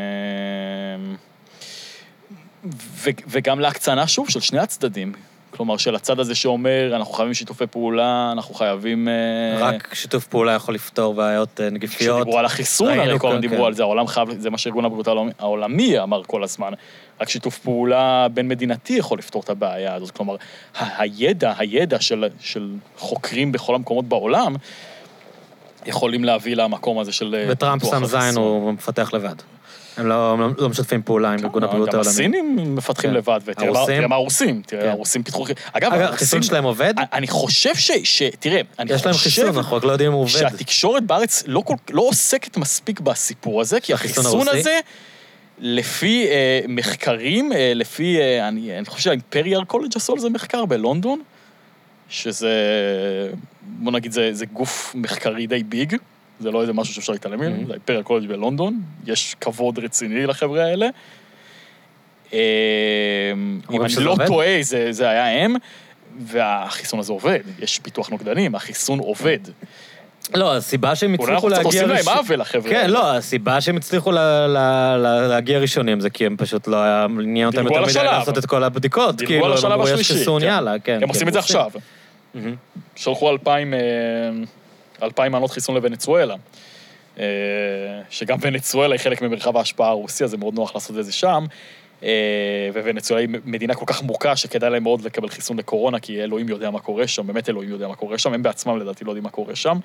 וגם להקצנה שוב של שני הצדדים, כלומר של הצד הזה שאומר, אנחנו חייבים שיתופי פעולה, אנחנו חייבים... רק שיתוף פעולה יכול לפתור בעיות נגיפיות. כשדיברו על החיסון, הרי כל הזמן דיברו על זה, העולם חייב, זה מה שארגון הבריאות העולמי אמר כל הזמן, רק שיתוף פעולה בין מדינתי יכול לפתור את הבעיה הזאת, כלומר, הידע, הידע של, של חוקרים בכל המקומות בעולם, יכולים להביא למקום הזה של... וטראמפ שם זין הוא מפתח לבד. הם לא, לא משתפים פעולה עם ארגון הבריאות העולמי. גם הסינים מפתחים לבד, ותראה מה הרוסים, תראה, הרוסים פיתחו... אגב, החיסון שלהם עובד? אני חושב ש... תראה, אני יש להם חיסון, אנחנו רק לא יודעים אם הוא עובד. שהתקשורת בארץ לא עוסקת מספיק בסיפור הזה, כי החיסון הזה, לפי מחקרים, לפי... אני חושב שהאימפריאל קולג' עשו על זה מחקר בלונדון, שזה... בוא נגיד, זה גוף מחקרי די ביג, זה לא איזה משהו שאפשר להתעלם ממנו, זה האימפריאל קולג' בלונדון, יש כבוד רציני לחבר'ה האלה. אם אני לא טועה, זה היה הם, והחיסון הזה עובד, יש פיתוח נוגדנים, החיסון עובד. לא, הסיבה שהם הצליחו להגיע... עושים להם עוול, החבר'ה. כן, לא, הסיבה שהם הצליחו להגיע ראשונים, זה כי הם פשוט לא היה עניין אותם יותר מדי לעשות את כל הבדיקות. דיברו על השלב השלישי. הם עושים את זה עכשיו. שלחו אלפיים... אלפיים מנות חיסון לוונצואלה, שגם ונצואלה היא חלק ממרחב ההשפעה הרוסי, אז זה מאוד נוח לעשות את זה שם, וונצואלה היא מדינה כל כך מוכה, שכדאי להם מאוד לקבל חיסון לקורונה, כי אלוהים יודע מה קורה שם, באמת אלוהים יודע מה קורה שם, הם בעצמם לדעתי לא יודעים מה קורה שם,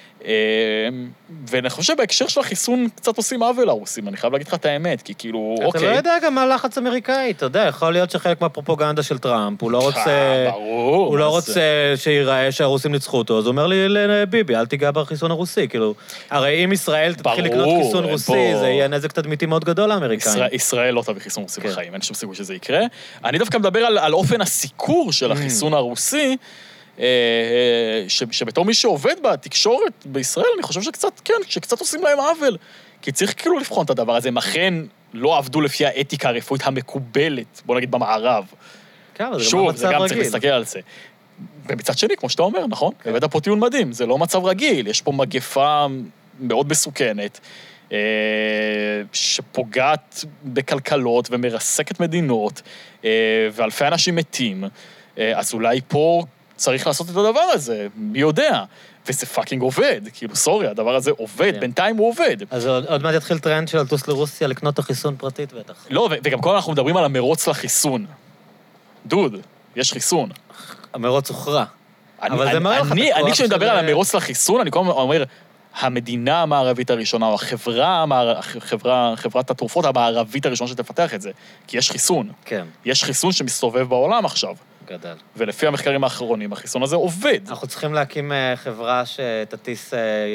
ואני חושב שבהקשר של החיסון קצת עושים עוול הרוסים, אני חייב להגיד לך את האמת, כי כאילו, אוקיי. אתה לא יודע גם מה לחץ אמריקאי, אתה יודע, יכול להיות שחלק מהפרופוגנדה של טראמפ, הוא לא רוצה, הוא לא רוצה שיראה שהרוסים ניצחו אותו, אז הוא אומר לי לביבי, אל תיגע בחיסון הרוסי, כאילו, הרי אם ישראל תתחיל לקנות חיסון רוסי, זה יהיה נזק תדמיתי מאוד גדול לאמריקאים. ישראל לא תביא חיסון רוסי בחיים, אין שום סיכוי שזה יקרה. אני דווקא מדבר על אופן הסיקור של החיסון הרוסי, שבתור מי שעובד בתקשורת בישראל, אני חושב שקצת, כן, שקצת עושים להם עוול. כי צריך כאילו לבחון את הדבר הזה, הם אכן לא עבדו לפי האתיקה הרפואית המקובלת, בוא נגיד במערב. שוב, זה גם צריך להסתכל על זה. ומצד שני, כמו שאתה אומר, נכון? הבאת פה טיעון מדהים, זה לא מצב רגיל, יש פה מגפה מאוד מסוכנת, שפוגעת בכלכלות ומרסקת מדינות, ואלפי אנשים מתים, אז אולי פה צריך לעשות את הדבר הזה, מי יודע? וזה פאקינג עובד, כאילו, סורי, הדבר הזה עובד, בינתיים הוא עובד. אז עוד מעט יתחיל טרנד של לטוס לרוסיה, לקנות את החיסון פרטית בטח. לא, וגם כל אנחנו מדברים על המרוץ לחיסון. דוד, יש חיסון. המרוץ הוכרע. אבל זה מראה לך... אני כשאני מדבר על המרוץ לחיסון, אני כל הזמן אומר, המדינה המערבית הראשונה, או החברה, החברה, חברת התרופות המערבית הראשונה שתפתח את זה. כי יש חיסון. כן. יש חיסון שמסתובב בעולם עכשיו. גדל. ולפי המחקרים האחרונים, החיסון הזה עובד. אנחנו צריכים להקים חברה שתטיס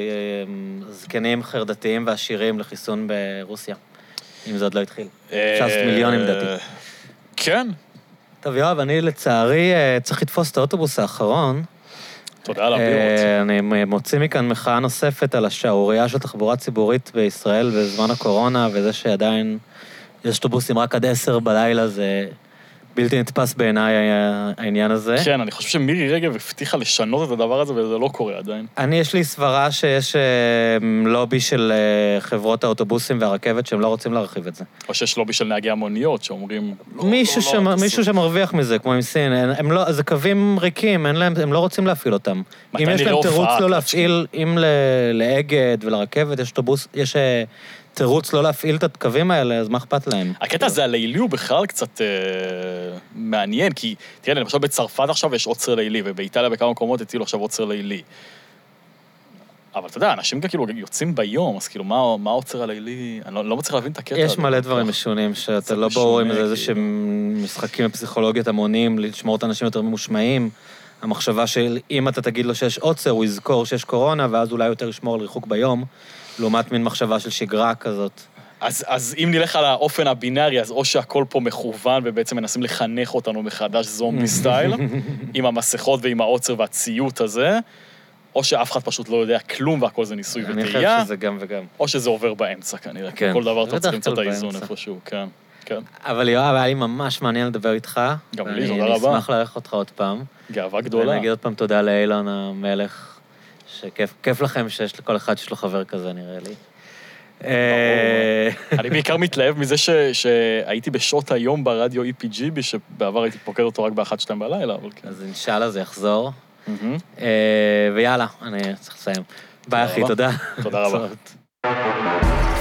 זקנים חרדתיים ועשירים לחיסון ברוסיה. אם זה עוד לא התחיל. אפשר לעשות מיליונים דתי. כן. טוב, יואב, אני לצערי צריך לתפוס את האוטובוס האחרון. תודה על הבירות. אני מוציא מכאן מחאה נוספת על השערורייה של תחבורה ציבורית בישראל בזמן הקורונה, וזה שעדיין יש אוטובוסים רק עד עשר בלילה, זה בלתי נתפס בעיניי העניין הזה. כן, אני חושב שמירי רגב הבטיחה לשנות את הדבר הזה, וזה לא קורה עדיין. אני, יש לי סברה שיש לובי של חברות האוטובוסים והרכבת שהם לא רוצים להרחיב את זה. או שיש לובי של נהגי המוניות שאומרים... מישהו שמרוויח מזה, כמו עם סין, זה קווים ריקים, הם לא רוצים להפעיל אותם. אם יש להם תירוץ לא להפעיל, אם לאגד ולרכבת יש תירוץ לא להפעיל את הקווים האלה, אז מה אכפת להם? הקטע הזה, הלילי הוא בכלל קצת מעניין, כי תראה, למשל בצרפת עכשיו יש עוצר לילי, ובאיטליה בכמה מקומות הטילו עכשיו עוצר לילי. אבל אתה יודע, אנשים כאילו יוצאים ביום, אז כאילו, מה העוצר הלילי? אני לא מצליח להבין את הקטע הזה. יש מלא דברים משונים, שאתה לא ברור עם איזה שהם משחקים בפסיכולוגיית המונים, לשמור את האנשים יותר ממושמעים. המחשבה של אם אתה תגיד לו שיש עוצר, הוא יזכור שיש קורונה, ואז אולי יותר ישמור על ריחוק ביום, לעומת מין מחשבה של שגרה כזאת. אז, אז אם נלך על האופן הבינארי, אז או שהכל פה מכוון, ובעצם מנסים לחנך אותנו מחדש זומבי סטייל, עם המסכות ועם העוצר והציות הזה, או שאף אחד פשוט לא יודע כלום, והכל זה ניסוי וטעייה. אני חושב שזה גם וגם. או שזה עובר באמצע כנראה, כן. כל דבר אתה צריך למצוא את האיזון איפשהו, כן, כן. אבל יואב, היה לי ממש מעניין לדבר איתך. גם לי, תודה רבה. אני אשמח לארח אותך עוד פעם. גאווה גדולה. ואני אגיד עוד פעם תודה לאילון המלך, שכיף לכם שיש לכל אחד שיש לו חבר כזה, נראה לי. אני בעיקר מתלהב מזה שהייתי בשעות היום ברדיו אי פי ג'י בי, שבעבר הייתי פוקד אותו רק באחת שתיים בלילה, אבל כן. אז אינשאללה זה יחזור. ויאללה, אני צריך לסיים. ביי אחי, תודה. תודה רבה.